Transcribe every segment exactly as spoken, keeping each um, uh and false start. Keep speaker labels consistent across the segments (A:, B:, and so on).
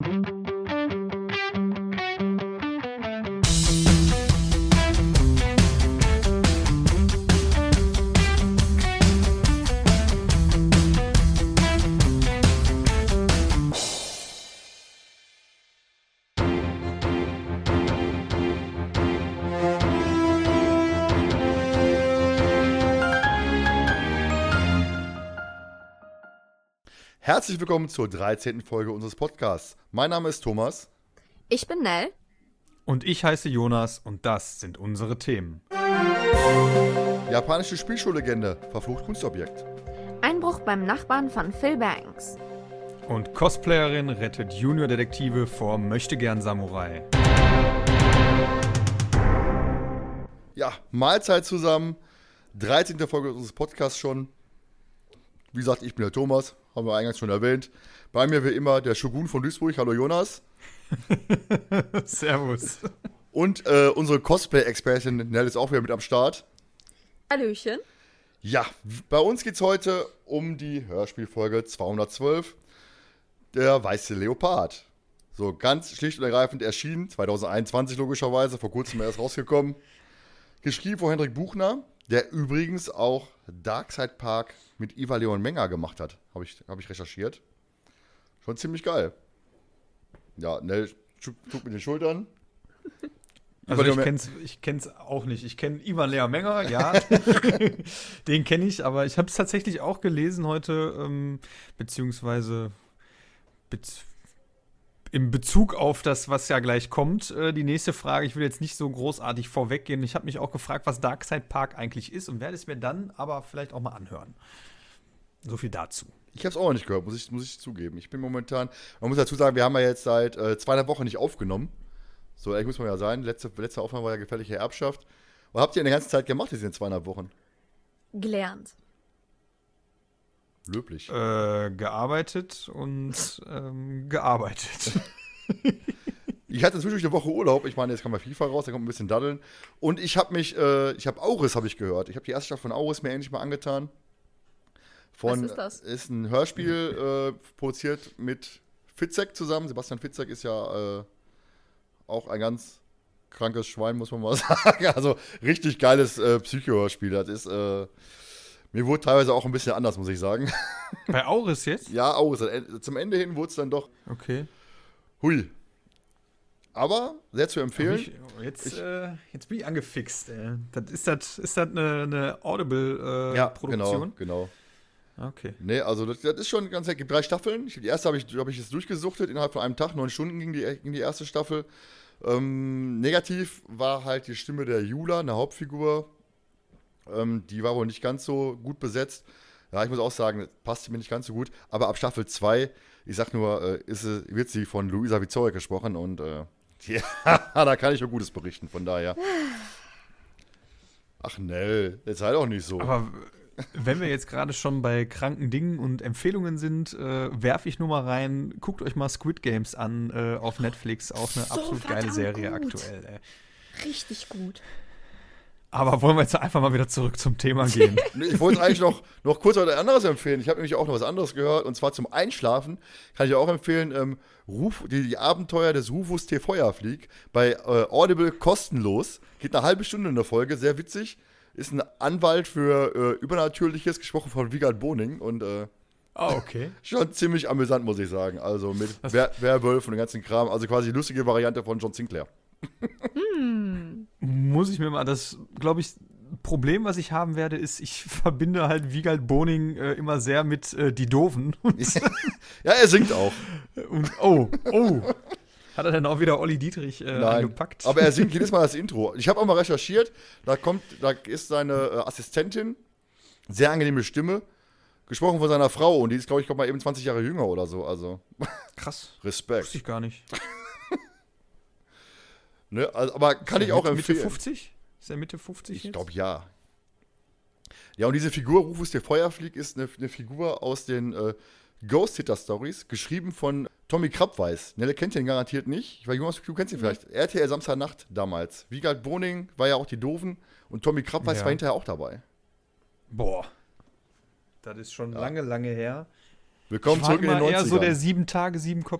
A: Herzlich willkommen zur dreizehnten Folge unseres Podcasts. Mein Name ist Thomas.
B: Ich bin Nell.
C: Und ich heiße Jonas und das sind unsere Themen.
A: Japanische Spielschuhlegende, verflucht Kunstobjekt.
B: Einbruch beim Nachbarn von Phil Banks.
C: Und Cosplayerin rettet Junior-Detektive vor Möchtegern-Samurai.
A: Ja, Mahlzeit zusammen. dreizehnte Folge unseres Podcasts schon. Wie gesagt, ich bin der Thomas, haben wir eingangs schon erwähnt. Bei mir wie immer der Shogun von Duisburg. Hallo Jonas.
C: Servus.
A: Und äh, unsere Cosplay-Expertin Nell ist auch wieder mit am Start.
B: Hallöchen.
A: Ja, bei uns geht es heute um die Hörspielfolge zweihundertzwölf, der weiße Leopard. So ganz schlicht und ergreifend erschienen, zwanzig einundzwanzig logischerweise, vor kurzem erst rausgekommen. Geschrieben von Hendrik Buchner, der übrigens auch Darkside Park mit Iva Leon Menger gemacht hat. Habe ich, hab ich recherchiert. Schon ziemlich geil. Ja, Nell tut mit den Schultern.
C: Also ich kenn's, ich kenn's auch nicht. Ich kenne Ivan Lea Menger, ja. Den kenne ich, aber ich habe es tatsächlich auch gelesen heute, ähm, beziehungsweise bez- in Bezug auf das, was ja gleich kommt. Äh, die nächste Frage, ich will jetzt nicht so großartig vorweggehen. Ich habe mich auch gefragt, was Darkside Park eigentlich ist und werde es mir dann aber vielleicht auch mal anhören. So viel dazu.
A: Ich habe es auch noch nicht gehört, muss ich, muss ich zugeben. Ich bin momentan, man muss dazu sagen, wir haben ja jetzt seit äh, zweieinhalb Wochen nicht aufgenommen. So ehrlich muss man ja sein. Letzte, letzte Aufnahme war ja gefährliche Erbschaft. Was habt ihr in der ganzen Zeit gemacht, diese zweieinhalb Wochen?
B: Gelernt.
A: Löblich.
C: Äh, gearbeitet und ähm, gearbeitet.
A: Ich hatte zwischendurch eine Woche Urlaub. Ich meine, jetzt kam mal FIFA raus, da kommt ein bisschen Daddeln. Und ich habe mich, äh, ich habe Auris, habe ich gehört. Ich habe die erste Staffel von Auris mir endlich mal angetan. Von,
B: Was ist das?
A: Ist ein Hörspiel äh, produziert mit Fitzek zusammen. Sebastian Fitzek ist ja äh, auch ein ganz krankes Schwein, muss man mal sagen. Also richtig geiles äh, Psycho-Hörspiel. Das ist, äh, mir wurde teilweise auch ein bisschen anders, muss ich sagen.
C: Bei Auris jetzt?
A: Ja, Auris. Zum Ende hin wurde es dann doch,
C: Okay.
A: hui. Aber sehr zu empfehlen.
C: Ich, jetzt, ich, äh, jetzt bin ich angefixt. Ey. Das, ist das ist das eine, eine Audible-Produktion?
A: Ja, genau, genau.
C: Okay.
A: Nee, also das, das ist schon ganz nett. Es gibt drei Staffeln. Ich, die erste habe ich, hab ich jetzt durchgesuchtet, innerhalb von einem Tag. Neun Stunden ging die, ging die erste Staffel. Ähm, negativ war halt die Stimme der Jula, eine Hauptfigur. Ähm, die war wohl nicht ganz so gut besetzt. Ja, ich muss auch sagen, passt mir nicht ganz so gut. Aber ab Staffel zwei, ich sag nur, äh, ist, wird sie von Luisa Witzorek gesprochen. Und äh, ja, da kann ich nur Gutes berichten, von daher. Ach, Nell, jetzt halt auch nicht so.
C: Aber wenn wir jetzt gerade schon bei kranken Dingen und Empfehlungen sind, äh, werfe ich nur mal rein, guckt euch mal Squid Games an äh, auf Netflix, auch eine
B: So
C: absolut geile Serie
B: gut.
C: aktuell. Ey.
B: Richtig gut.
C: Aber wollen wir jetzt einfach mal wieder zurück zum Thema gehen?
A: Ich wollte eigentlich noch, noch kurz was anderes empfehlen. Ich habe nämlich auch noch was anderes gehört. Und zwar zum Einschlafen kann ich auch empfehlen, ähm, Ruf, die, die Abenteuer des Rufus T. Feuerflieg bei äh, Audible kostenlos. Geht eine halbe Stunde in der Folge, sehr witzig. Ist ein Anwalt für äh, Übernatürliches, gesprochen von Wiegald Boning. Und äh,
C: Ah, okay.
A: schon ziemlich amüsant, muss ich sagen. Also mit Wer- Werwölfen und den ganzen Kram. Also quasi die lustige Variante von John Sinclair.
B: Hm.
C: Muss ich mir mal, das, glaube ich, Problem, was ich haben werde, ist, ich verbinde halt Wiegald Boning äh, immer sehr mit äh, die Doofen.
A: Ja, er singt auch.
C: Und oh, oh. Hat er dann auch wieder Olli Dietrich äh,
A: Nein,
C: angepackt?
A: aber er singt jedes Mal das Intro. Ich habe auch mal recherchiert, da kommt, da ist seine äh, Assistentin, sehr angenehme Stimme, gesprochen von seiner Frau und die ist, glaube ich, glaub mal eben zwanzig Jahre jünger oder so, also
C: Krass.
A: Respekt.
C: Wusste ich gar nicht.
A: Ne? Also, aber kann ich auch
C: Mitte,
A: empfehlen.
C: Mitte fünfzig? Ist er Mitte fünfzig
A: Ich
C: jetzt?
A: glaube, ja. Ja, und diese Figur, Rufus der Feuerflieg, ist eine, eine Figur aus den äh, Ghost Hitter Stories, geschrieben von Tommy Krabweis. Nelle kennt ihn garantiert nicht. Ich weiß, Jonas, du kennst ihn vielleicht. R T L Samstagnacht damals. Wiegald Boning war ja auch die Doofen und Tommy Krabweis
C: Ja.
A: war hinterher auch dabei.
C: Boah. Das ist schon
A: Ja.
C: lange, lange her.
A: Willkommen
C: ich war
A: zurück in den
C: immer eher
A: neunzigern.
C: so der sieben Tage, sieben Köpfe Gucker.
A: Ach Gott, ey. Das ist auch, äh, war am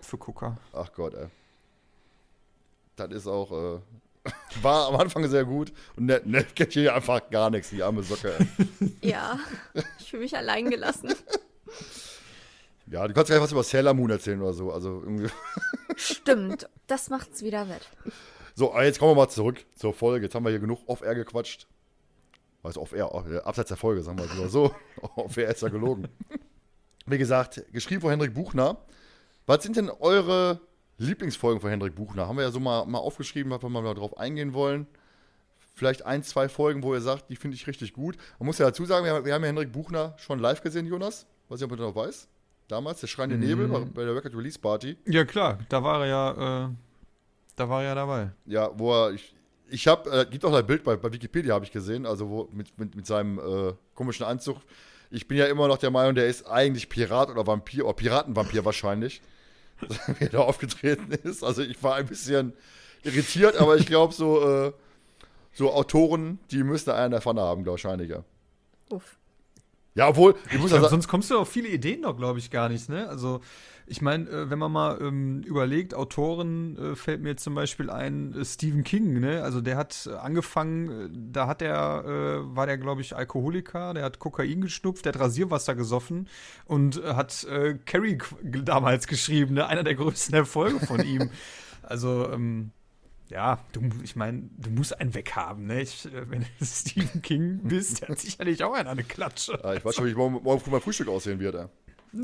A: Das ist auch, äh, war am Anfang sehr gut und Ned, Ned kennt hier einfach gar nichts, die arme Socke.
B: Ja, ich fühle mich allein gelassen.
A: Ja, du kannst gleich was über Sailor Moon erzählen oder so. Also irgendwie.
B: Stimmt, das macht's wieder wett.
A: So, aber jetzt kommen wir mal zurück zur Folge. Jetzt haben wir hier genug Off-Air gequatscht. Also Off-Air, äh, abseits der Folge, sagen wir mal so. Off-Air ist ja gelogen. Wie gesagt, geschrieben von Hendrik Buchner. Was sind denn eure Lieblingsfolgen von Hendrik Buchner? Haben wir ja so mal, mal aufgeschrieben, was wir mal drauf eingehen wollen. Vielleicht ein, zwei Folgen, wo ihr sagt, die finde ich richtig gut. Man muss ja dazu sagen, wir, wir haben ja Hendrik Buchner schon live gesehen, Jonas. Weiß ich, ob du noch weißt. Damals, der Schreiende Nebel bei, bei der Record Release Party.
C: Ja, klar, da war er ja, äh, da war er ja dabei.
A: Ja, wo er, ich, ich habe, äh, gibt auch ein Bild bei, bei Wikipedia, habe ich gesehen, also wo, mit, mit, mit seinem äh, komischen Anzug. Ich bin ja immer noch der Meinung, der ist eigentlich Pirat oder Vampir, oder Piratenvampir wahrscheinlich, wie er da aufgetreten ist. Also ich war ein bisschen irritiert, aber ich glaube, so, äh, so Autoren, die müssen einen davon haben, wahrscheinlich, ja.
B: Uff.
A: Ja, obwohl, ich
C: Ich
A: muss
C: glaub,
A: ja sagen,
C: sonst kommst du auf viele Ideen noch, glaube ich, gar nicht, ne? Also, ich meine, äh, wenn man mal ähm, überlegt, Autoren, äh, fällt mir zum Beispiel ein äh, Stephen King, ne? Also, der hat äh, angefangen, äh, da hat er, äh, war der, glaube ich, Alkoholiker, der hat Kokain geschnupft, der hat Rasierwasser gesoffen und äh, hat äh, Carrie qu- damals geschrieben, ne? Einer der größten Erfolge von ihm. Also, ähm, ja, du, ich meine, du musst einen weghaben, ne? Ich, äh, wenn du Stephen King bist, der hat sicherlich auch einen an eine Klatsche.
A: ja, ich weiß schon, wie ich morgen, morgen früh mein Frühstück aussehen wird, ey.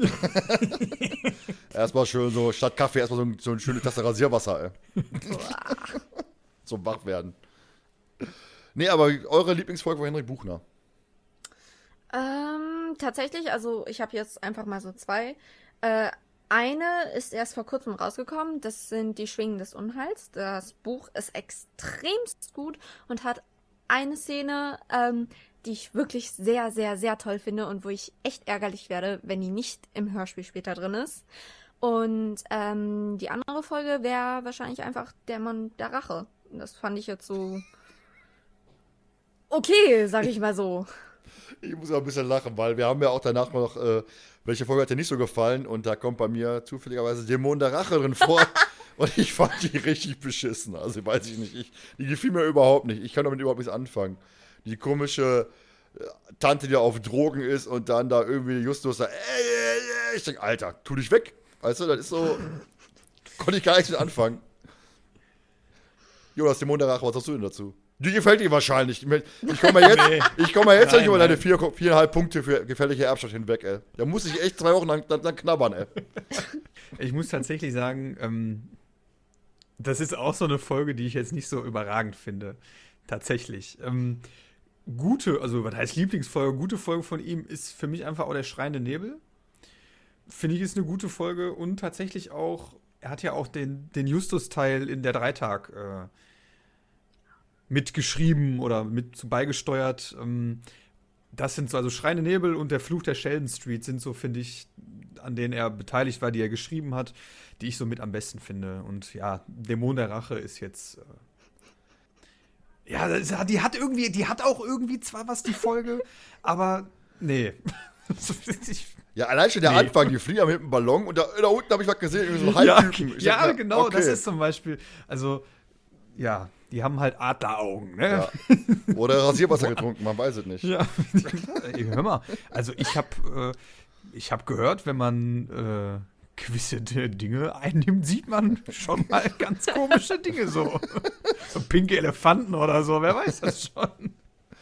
A: Erstmal schön so, statt Kaffee, erstmal so, ein, so eine schöne Tasse Rasierwasser, ey. Zum Wachwerden. Nee, aber eure Lieblingsfolge von Hendrik Buchner?
B: Ähm, tatsächlich, also ich habe jetzt einfach mal so zwei. Äh, eine ist erst vor kurzem rausgekommen, das sind die Schwingen des Unheils. Das Buch ist extremst gut und hat eine Szene, ähm, die ich wirklich sehr, sehr, sehr toll finde und wo ich echt ärgerlich werde, wenn die nicht im Hörspiel später drin ist. Und ähm, die andere Folge wäre wahrscheinlich einfach Der Mann der Rache. Das fand ich jetzt so okay, sag ich mal so.
A: Ich muss auch ein bisschen lachen, weil wir haben ja auch danach noch, äh, welche Folge hat dir nicht so gefallen? Und da kommt bei mir zufälligerweise Dämon der Rache drin vor. Und ich fand die richtig beschissen. Also weiß ich nicht. Ich, die gefiel mir überhaupt nicht. Ich kann damit überhaupt nichts anfangen. Die komische äh, Tante, die auf Drogen ist und dann da irgendwie Justus sagt, ey, ey, ey. Ich denke, Alter, tu dich weg. Weißt du, das ist so, konnte ich gar nichts mit anfangen. Jonas, Dämon der Rache, was sagst du denn dazu? Die gefällt dir wahrscheinlich. Ich komme mal jetzt,
C: Nee.
A: ich komm mal jetzt
C: Nein,
A: nicht über
C: nein.
A: deine vier, viereinhalb Punkte für gefährliche Erbschaft hinweg, ey. Da muss ich echt drei Wochen lang, lang, lang knabbern, ey.
C: Ich muss tatsächlich sagen, ähm, das ist auch so eine Folge, die ich jetzt nicht so überragend finde. Tatsächlich. Ähm, gute, also was heißt Lieblingsfolge, gute Folge von ihm ist für mich einfach auch der Schreiende Nebel. Finde ich, ist eine gute Folge und tatsächlich auch, er hat ja auch den, den Justus-Teil in der Dreitag äh, mitgeschrieben oder mit zu beigesteuert. Ähm, das sind so, also Schreiende Nebel und der Fluch der Sheldon Street sind so, finde ich, an denen er beteiligt war, die er geschrieben hat, die ich so mit am besten finde. Und ja, Dämon der Rache ist jetzt. Äh ja, das, die hat irgendwie, die hat auch irgendwie zwar was, die Folge, aber nee. ich,
A: Ja, allein schon der
C: Nee.
A: Anfang, die fliegen mit dem Ballon und da, da unten habe ich was gesehen, irgendwie so ein
C: ja,
A: Halbtypen. Ich
C: ja
A: dachte mir,
C: genau,
A: okay.
C: das ist zum Beispiel, also, ja, die haben halt Adleraugen, ne?
A: Ja. Oder Rasierwasser getrunken, man weiß es nicht.
C: Ja, ey, hör mal. Also ich habe äh, ich hab gehört, wenn man äh, gewisse D- Dinge einnimmt, sieht man schon mal ganz komische Dinge so. So pinke Elefanten oder so, wer weiß das schon.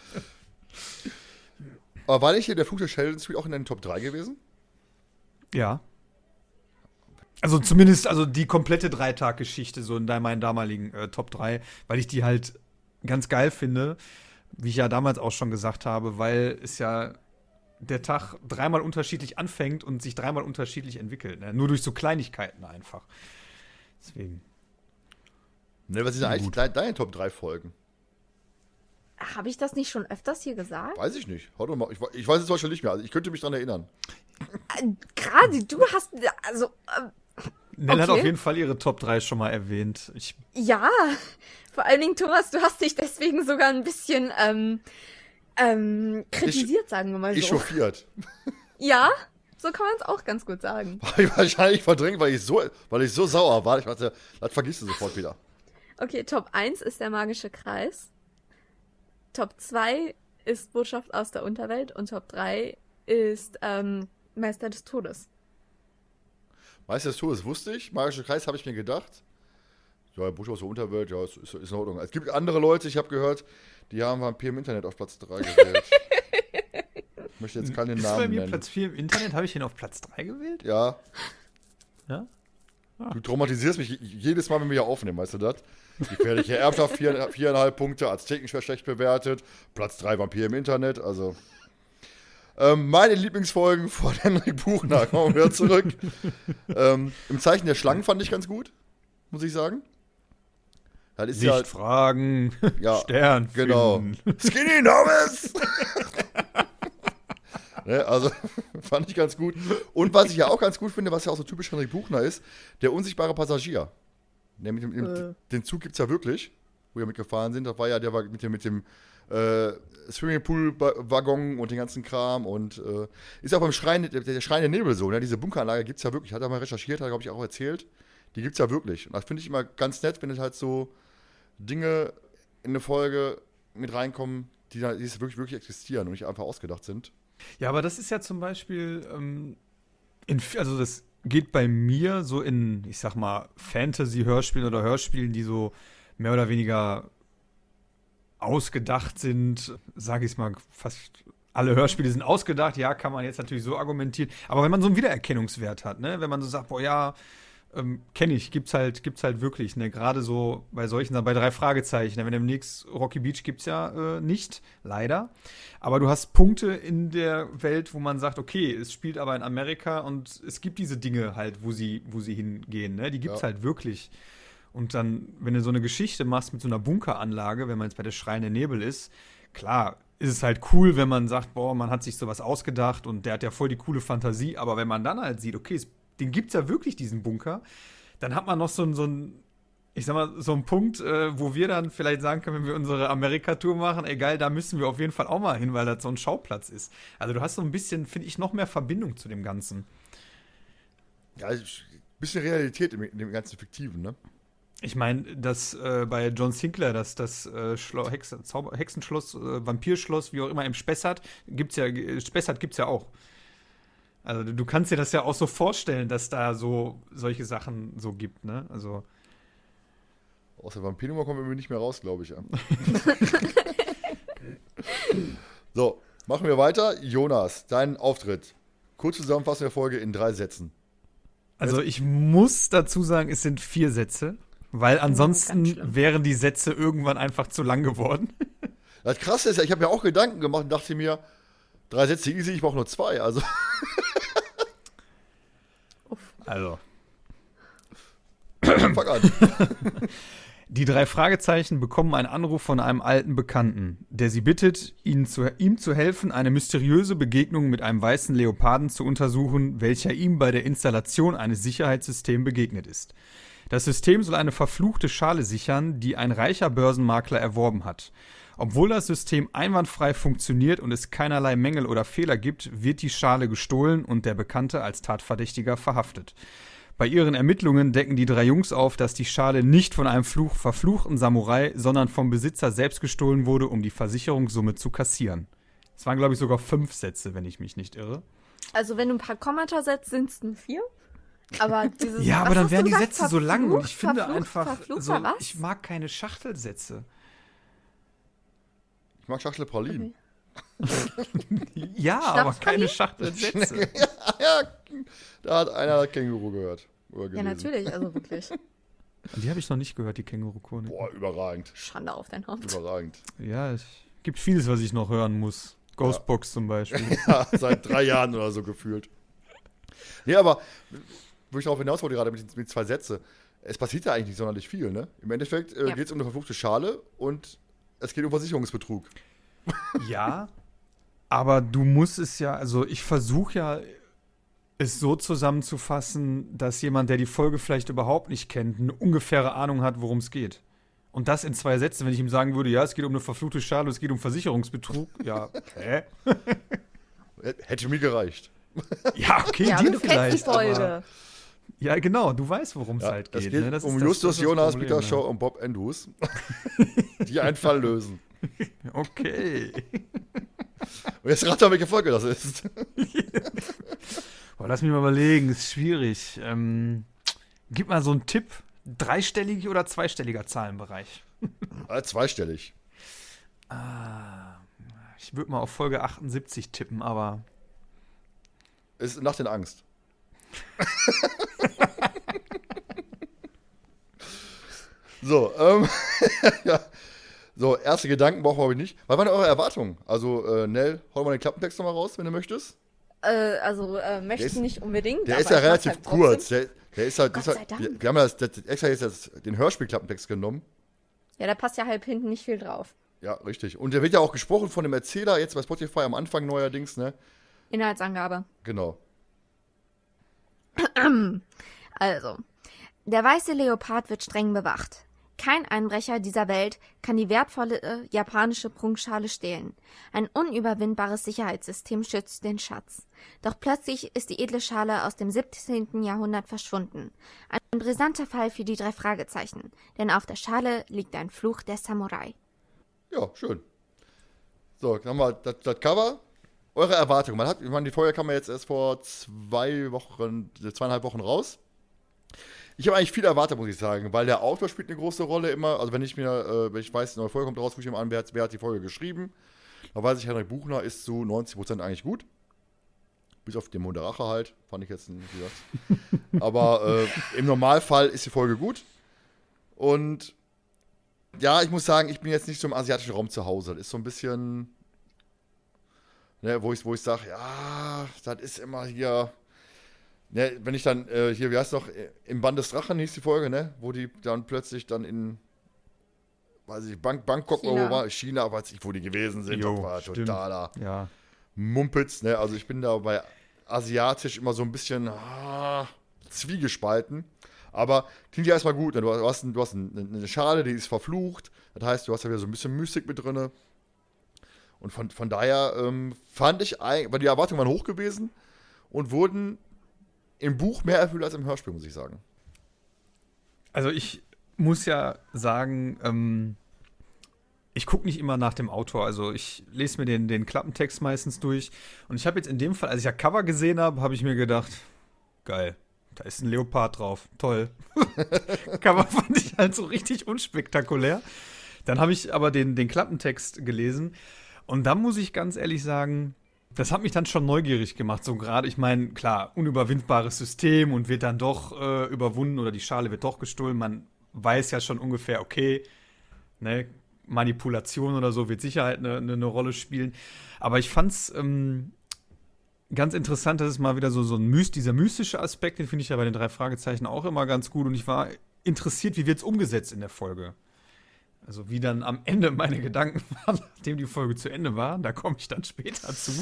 A: Aber war nicht hier der Fluch der Sheldon Street auch in den Top drei gewesen?
C: Ja. Also zumindest, also die komplette Dreitag-Geschichte so in da- meinen damaligen äh, Top drei, weil ich die halt ganz geil finde, wie ich ja damals auch schon gesagt habe, weil es ja der Tag dreimal unterschiedlich anfängt und sich dreimal unterschiedlich entwickelt. Ne? Nur durch so Kleinigkeiten einfach. Deswegen.
A: Ne, was sind
C: Ja,
A: eigentlich
C: gut.
A: deine, deine Top drei Folgen?
B: Habe ich das nicht schon öfters hier gesagt?
A: Weiß ich nicht. Hau doch mal. Ich, ich weiß es zum Beispiel nicht mehr. Also ich könnte mich dran erinnern.
B: Äh, Gerade du hast, also, äh,
C: Nell hat
B: Okay.
C: auf jeden Fall ihre Top drei schon mal erwähnt. Ich,
B: ja, vor allen Dingen, Thomas, du hast dich deswegen sogar ein bisschen ähm, ähm, kritisiert, sagen wir mal so.
A: Ich chauffiert.
B: Ja, So kann man es auch ganz gut sagen.
A: Habe ich wahrscheinlich verdrängt, weil ich so, weil ich so sauer war. Ich dachte, das vergisst du sofort wieder.
B: Okay, Top eins ist der magische Kreis. Top zwei ist Botschaft aus der Unterwelt. Und Top drei ist ähm, Meister des Todes.
A: Meister des Todes wusste ich. Magischer Kreis habe ich mir gedacht. Ja, Botschaft aus der Unterwelt, ja, ist, ist, ist in Ordnung. Es gibt andere Leute, ich habe gehört, die haben Vampir im Internet auf Platz drei gewählt. Ich möchte jetzt keine
C: ist
A: Namen
C: bei mir
A: nennen.
C: Platz vier im Internet? Habe ich ihn auf Platz drei gewählt?
A: Ja.
C: Ja?
A: Du traumatisierst mich jedes Mal, wenn wir hier aufnehmen, weißt du das? Gefährliche Erbschaft, vier, viereinhalb Punkte, Aztekenschwert schlecht bewertet, Platz drei Vampir im Internet, also. Ähm, meine Lieblingsfolgen von Henrik Buchner, kommen wir wieder zurück. ähm, Im Zeichen der Schlangen fand ich ganz gut, muss ich sagen. Das ist
C: Nicht
A: ja,
C: fragen,
A: ja,
C: Stern
A: genau.
C: finden.
A: Skinny Novice! Ne, also, fand ich ganz gut. Und was ich ja auch ganz gut finde, was ja auch so typisch Henrik Buchner ist, der unsichtbare Passagier. Der mit dem, äh. Den Zug gibt es ja wirklich, wo wir mitgefahren sind. Das war ja der war mit dem, mit dem äh, Swimmingpool-Waggon und den ganzen Kram. Und äh, ist auch beim Schrein, der, der Schrein der Nebel so. Ne? Diese Bunkeranlage gibt es ja wirklich. Hat er mal recherchiert, hat er, glaube ich, auch erzählt. Die gibt es ja wirklich. Und das finde ich immer ganz nett, wenn es halt so Dinge in eine Folge mit reinkommen, die, da, die wirklich, wirklich existieren und nicht einfach ausgedacht sind.
C: Ja, aber das ist ja zum Beispiel, ähm, in, also das geht bei mir so in, ich sag mal, Fantasy-Hörspielen oder Hörspielen, die so mehr oder weniger ausgedacht sind, sage ich es mal, fast alle Hörspiele sind ausgedacht, ja, kann man jetzt natürlich so argumentieren, aber wenn man so einen Wiedererkennungswert hat, ne, wenn man so sagt, boah, ja, Ähm, kenne ich, gibt's halt, gibt's halt wirklich, ne? Gerade so bei solchen, bei drei Fragezeichen. Ne? Wenn demnächst Rocky Beach gibt's ja äh, nicht, leider. Aber du hast Punkte in der Welt, wo man sagt, okay, es spielt aber in Amerika und es gibt diese Dinge halt, wo sie, wo sie hingehen, ne? Die gibt's ja halt wirklich. Und dann, wenn du so eine Geschichte machst mit so einer Bunkeranlage, wenn man jetzt bei der Schreine Nebel ist, klar, ist es halt cool, wenn man sagt, boah, man hat sich sowas ausgedacht und der hat ja voll die coole Fantasie, aber wenn man dann halt sieht, okay, es den gibt es ja wirklich, diesen Bunker. Dann hat man noch so, so einen, ich sag mal, so einen Punkt, äh, wo wir dann vielleicht sagen können, wenn wir unsere Amerika-Tour machen, egal, da müssen wir auf jeden Fall auch mal hin, weil das so ein Schauplatz ist. Also du hast so ein bisschen, finde ich, noch mehr Verbindung zu dem Ganzen.
A: Ja, ein bisschen Realität in dem ganzen Fiktiven, ne?
C: Ich meine, dass äh, bei John Sinclair, dass das äh, Schlo- Hex- Zauber- Hexenschloss, äh, Vampirschloss, wie auch immer, im Spessart, gibt's ja, Spessart gibt's ja auch. Also du kannst dir das ja auch so vorstellen, dass da so solche Sachen so gibt, ne? Also
A: aus der Vampirnummer kommen wir nicht mehr raus, glaube ich. Ja. So, machen wir weiter. Jonas, dein Auftritt. Kurz Zusammenfassung der Folge in drei Sätzen.
C: Also ich muss dazu sagen, es sind vier Sätze, weil ansonsten wären die Sätze irgendwann einfach zu lang geworden.
A: Das Krasse ist ja, ich habe mir auch Gedanken gemacht und dachte mir, drei Sätze easy, ich brauche nur zwei, also.
C: Also.
A: Fang an.
C: Die drei Fragezeichen bekommen einen Anruf von einem alten Bekannten, der sie bittet, ihnen zu, ihm zu helfen, eine mysteriöse Begegnung mit einem weißen Leoparden zu untersuchen, welcher ihm bei der Installation eines Sicherheitssystems begegnet ist. Das System soll eine verfluchte Schale sichern, die ein reicher Börsenmakler erworben hat. Obwohl das System einwandfrei funktioniert und es keinerlei Mängel oder Fehler gibt, wird die Schale gestohlen und der Bekannte als Tatverdächtiger verhaftet. Bei ihren Ermittlungen decken die drei Jungs auf, dass die Schale nicht von einem Fluch, verfluchten Samurai, sondern vom Besitzer selbst gestohlen wurde, um die Versicherungssumme zu kassieren. Es waren, glaube ich, sogar fünf Sätze, wenn ich mich nicht irre.
B: Also wenn du ein paar Kommata setzt, sind es nur vier. Aber dieses,
C: ja, aber dann wären die Sätze so lang und ich finde
B: verflucht,
C: einfach,
B: verflucht,
C: so,
B: was?
C: ich mag keine Schachtelsätze.
A: Ich mag Schachtelpralinen.
B: Okay.
C: Ja, aber keine Schachtelsätze.
A: ja, ja, da hat einer das Känguru gehört.
B: Ja, natürlich, also wirklich.
C: Die habe ich noch nicht gehört, die Känguru-Chronik.
A: Boah, überragend.
B: Schande auf dein Haupt.
A: Überragend.
C: Ja, es gibt vieles, was ich noch hören muss. Ghostbox ja. zum Beispiel.
A: Ja, seit drei Jahren oder so gefühlt. Nee, aber wo ich darauf hinaus wollte gerade mit, mit zwei Sätzen, es passiert ja eigentlich nicht sonderlich viel, ne? Im Endeffekt äh, ja. geht es um eine verfluchte Schale und es geht um Versicherungsbetrug.
C: Ja, aber du musst es ja, also ich versuche ja, es so zusammenzufassen, dass jemand, der die Folge vielleicht überhaupt nicht kennt, eine ungefähre Ahnung hat, worum es geht. Und das in zwei Sätzen, wenn ich ihm sagen würde, ja, es geht um eine verfluchte Schale, es geht um Versicherungsbetrug, ja, hä?
A: Hätte mir gereicht.
C: Ja, okay,
B: ja,
C: dir
B: aber du
C: vielleicht,
B: kennst die Folge.
C: aber- Ja, genau, du weißt, worum es
A: Ja,
C: halt
A: es
C: geht.
A: geht
C: ne? Das
A: um
C: ist das-
A: Justus
C: das ist das
A: Jonas,
C: Problem,
A: Peter
C: ne?
A: Shaw und Bob Andrews, die einen Fall lösen.
C: Okay.
A: Und jetzt rat mal, welche Folge das ist.
C: Boah, lass mich mal überlegen, ist schwierig. Ähm, gib mal so einen Tipp. Dreistellig oder zweistelliger Zahlenbereich?
A: Ah, zweistellig.
C: Ah, ich würde mal auf Folge achtundsiebzig tippen, aber
A: Ist Nacht in Angst. So, ähm, ja. So, erste Gedanken brauchen wir aber nicht. Was waren denn eure Erwartungen? Also, äh, Nell, hol mal den Klappentext nochmal raus, wenn du möchtest.
B: Äh, also, äh, möchte
A: ist-
B: nicht unbedingt.
A: Der
B: aber
A: ist ja
B: ich mach's
A: relativ
B: halt trotzdem.
A: kurz. Der, der ist halt,
B: Gott
A: ist
B: sei
A: halt
B: Dank.
A: wir, wir haben ja das, das, extra jetzt das, den Hörspielklappentext genommen.
B: Ja, da passt ja halb hinten nicht viel drauf.
A: Ja, richtig. Und der wird ja auch gesprochen von dem Erzähler, jetzt bei Spotify am Anfang neuerdings, ne?
B: Inhaltsangabe.
A: Genau.
B: Also, der weiße Leopard wird streng bewacht. Kein Einbrecher dieser Welt kann die wertvolle äh, japanische Prunkschale stehlen. Ein unüberwindbares Sicherheitssystem schützt den Schatz. Doch plötzlich ist die edle Schale aus dem siebzehnten Jahrhundert verschwunden. Ein brisanter Fall für die drei Fragezeichen, denn auf der Schale liegt ein Fluch der Samurai.
A: Ja, schön. So, dann haben wir das, das Cover. Eure Erwartungen. Man hat, ich meine, die Folge kam ja jetzt erst vor zwei Wochen, zweieinhalb Wochen raus. Ich habe eigentlich viel erwartet, muss ich sagen, weil der Autor spielt eine große Rolle immer. Also wenn ich mir, äh, wenn ich weiß, eine neue Folge kommt raus, gucke ich mir an, wer hat, wer hat die Folge geschrieben. Da weiß ich, Henrik Buchner ist zu neunzig Prozent eigentlich gut. Bis auf den Mund der Rache halt, fand ich jetzt, wie gesagt. Aber äh, im Normalfall ist die Folge gut. Und ja, ich muss sagen, ich bin jetzt nicht so im asiatischen Raum zu Hause. Das ist so ein bisschen, ne, wo ich, wo ich sage, ja, das ist immer hier. Ne, wenn ich dann, äh, hier, wie heißt noch, im Band des Drachen hieß die Folge, ne? Wo die dann plötzlich dann in, weiß ich, Bank, Bangkok
B: China.
A: oder wo war, China, weiß ich, wo die gewesen sind.
C: Jo,
A: das war
C: stimmt.
A: totaler
C: ja.
A: Mumpitz, ne? Also ich bin da bei asiatisch immer so ein bisschen ah, zwiegespalten. Aber klingt ja erstmal gut, ne? Du hast, du hast eine Schale, die ist verflucht. Das heißt, du hast ja wieder so ein bisschen Mystik mit drin. Und von, von daher ähm, fand ich, weil die Erwartungen waren hoch gewesen und wurden im Buch mehr erfüllt als im Hörspiel, muss ich sagen.
C: Also ich muss ja sagen, ähm, ich gucke nicht immer nach dem Autor. Also ich lese mir den, den Klappentext meistens durch. Und ich habe jetzt in dem Fall, als ich ja Cover gesehen habe, habe ich mir gedacht, geil, da ist ein Leopard drauf. Toll. Cover fand ich halt so richtig unspektakulär. Dann habe ich aber den, den Klappentext gelesen. Und da muss ich ganz ehrlich sagen, das hat mich dann schon neugierig gemacht. So gerade, ich meine, klar, unüberwindbares System und wird dann doch äh, überwunden oder die Schale wird doch gestohlen. Man weiß ja schon ungefähr, okay, ne, Manipulation oder so wird sicher halt eine, eine, eine Rolle spielen. Aber ich fand's ähm, ganz interessant, dass es mal wieder so, so ein Myst, dieser mystische Aspekt, den finde ich ja bei den drei Fragezeichen auch immer ganz gut. Und ich war interessiert, wie wird's umgesetzt in der Folge. Also wie dann am Ende meine Gedanken waren, nachdem die Folge zu Ende war. Da komme ich dann später zu.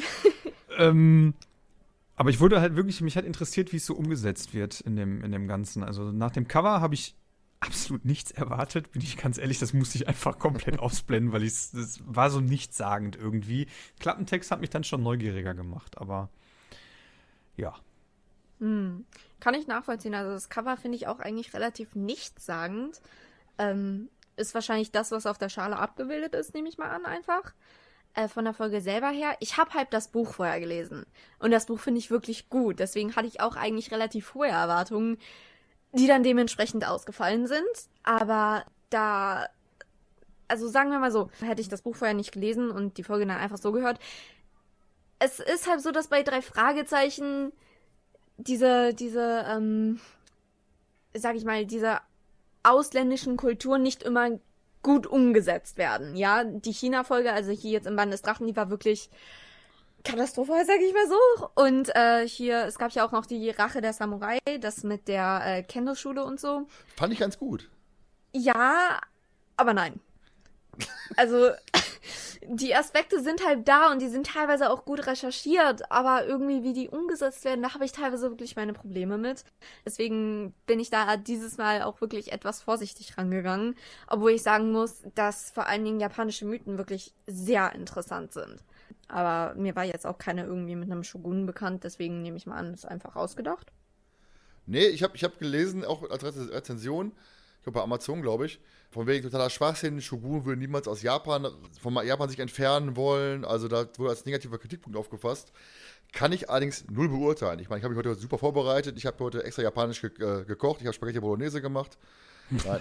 C: ähm, aber ich wurde halt wirklich, mich hat interessiert, wie es so umgesetzt wird in dem, in dem Ganzen. Also nach dem Cover habe ich absolut nichts erwartet, bin ich ganz ehrlich. Das musste ich einfach komplett ausblenden, weil es war so nichtssagend irgendwie. Klappentext hat mich dann schon neugieriger gemacht, aber ja.
B: Hm. Kann ich nachvollziehen. Also das Cover finde ich auch eigentlich relativ nichtssagend. Ähm, ist wahrscheinlich das, was auf der Schale abgebildet ist, nehme ich mal an, einfach. Äh, von der Folge selber her. Ich habe halt das Buch vorher gelesen. Und das Buch finde ich wirklich gut. Deswegen hatte ich auch eigentlich relativ hohe Erwartungen, die dann dementsprechend ausgefallen sind. Aber da, also sagen wir mal so, hätte ich das Buch vorher nicht gelesen und die Folge dann einfach so gehört. Es ist halt so, dass bei drei Fragezeichen diese, diese, ähm, sag ich mal, diese ausländischen Kulturen nicht immer gut umgesetzt werden. Ja, die China-Folge, also hier jetzt im Band des Drachen, die war wirklich katastrophal, sag ich mal so. Und äh, hier, es gab ja auch noch die Rache der Samurai, das mit der äh, Kendo-Schule und so.
A: Fand ich ganz gut.
B: Ja, aber nein. Also, die Aspekte sind halt da und die sind teilweise auch gut recherchiert, aber irgendwie, wie die umgesetzt werden, da habe ich teilweise wirklich meine Probleme mit. Deswegen bin ich da dieses Mal auch wirklich etwas vorsichtig rangegangen, obwohl ich sagen muss, dass vor allen Dingen japanische Mythen wirklich sehr interessant sind. Aber mir war jetzt auch keiner irgendwie mit einem Shogun bekannt, deswegen nehme ich mal an, das ist einfach ausgedacht.
A: Nee, ich habe ich hab gelesen, auch als Rezension, ich glaube bei Amazon, glaube ich, von wegen totaler Schwachsinn, Shogun würde niemals aus Japan, von Japan sich entfernen wollen, also da wurde als negativer Kritikpunkt aufgefasst. Kann ich allerdings null beurteilen. Ich meine, ich habe mich heute super vorbereitet, ich habe heute extra japanisch ge äh, gekocht, ich habe Spaghetti Bolognese gemacht. Nein.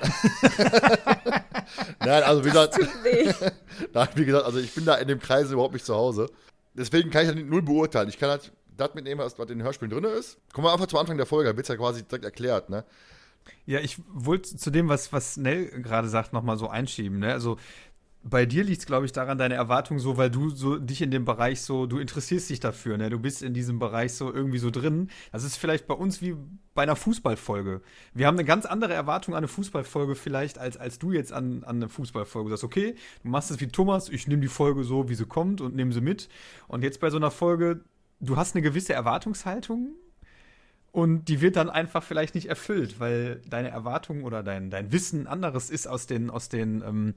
A: Nein, also wie gesagt, nein, wie gesagt, also ich bin da in dem Kreis überhaupt nicht zu Hause. Deswegen kann ich das null beurteilen. Ich kann halt das mitnehmen, was in den Hörspielen drin ist. Kommen wir einfach zum Anfang der Folge, da wird es ja quasi direkt erklärt, ne?
C: Ja, ich wollte zu dem, was, was Nell gerade sagt, nochmal so einschieben, ne? Also bei dir liegt es, glaube ich, daran, deine Erwartung so, weil du so dich in dem Bereich so, du interessierst dich dafür, ne? Du bist in diesem Bereich so irgendwie so drin. Das ist vielleicht bei uns wie bei einer Fußballfolge. Wir haben eine ganz andere Erwartung an eine Fußballfolge vielleicht, als, als du jetzt an, an eine Fußballfolge. Du sagst, okay, du machst es wie Thomas, ich nehme die Folge so, wie sie kommt und nehme sie mit. Und jetzt bei so einer Folge, du hast eine gewisse Erwartungshaltung und die wird dann einfach vielleicht nicht erfüllt, weil deine Erwartung oder dein, dein Wissen anderes ist aus den, aus den, ähm,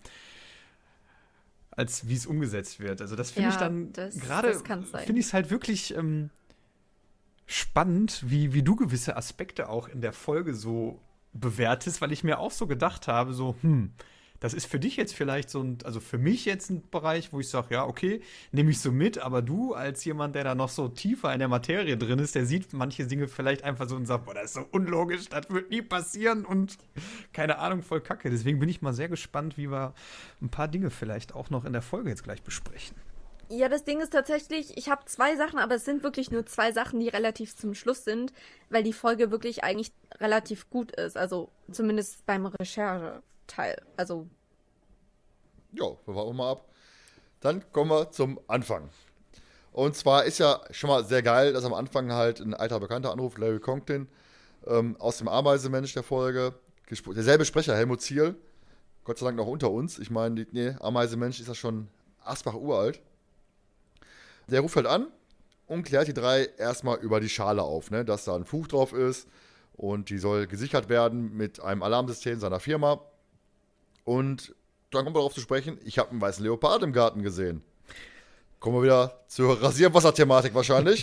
C: als wie es umgesetzt wird. Also das finde
B: Ja,
C: ich dann
B: das-
C: gerade,
B: das kann's sein.
C: finde ich es halt wirklich ähm, spannend, wie, wie du gewisse Aspekte auch in der Folge so bewertest, weil ich mir auch so gedacht habe, so, hm, das ist für dich jetzt vielleicht so ein, also für mich jetzt ein Bereich, wo ich sage, ja, okay, nehme ich so mit, aber du als jemand, der da noch so tiefer in der Materie drin ist, der sieht manche Dinge vielleicht einfach so und sagt, boah, das ist so unlogisch, das wird nie passieren und keine Ahnung, voll Kacke. Deswegen bin ich mal sehr gespannt, wie wir ein paar Dinge vielleicht auch noch in der Folge jetzt gleich besprechen.
B: Ja, das Ding ist tatsächlich, ich habe zwei Sachen, aber es sind wirklich nur zwei Sachen, die relativ zum Schluss sind, weil die Folge wirklich eigentlich relativ gut ist. Also zumindest beim Rechercheteil. Also,
A: Ja, wir warten mal ab. Dann kommen wir zum Anfang. Und zwar ist ja schon mal sehr geil, dass am Anfang halt ein alter Bekannter anruft, Larry Conklin, ähm, aus dem Ameisenmensch der Folge. Gespro- Derselbe Sprecher, Helmut Zierl. Gott sei Dank noch unter uns. Ich meine, die- nee, Ameisenmensch ist ja schon Asbach uralt. Der ruft halt an und klärt die drei erstmal über die Schale auf, ne? Dass da ein Fluch drauf ist und die soll gesichert werden mit einem Alarmsystem seiner Firma. Und dann kommt er darauf zu sprechen, ich habe einen weißen Leopard im Garten gesehen. Kommen wir wieder zur Rasierwasser-Thematik wahrscheinlich.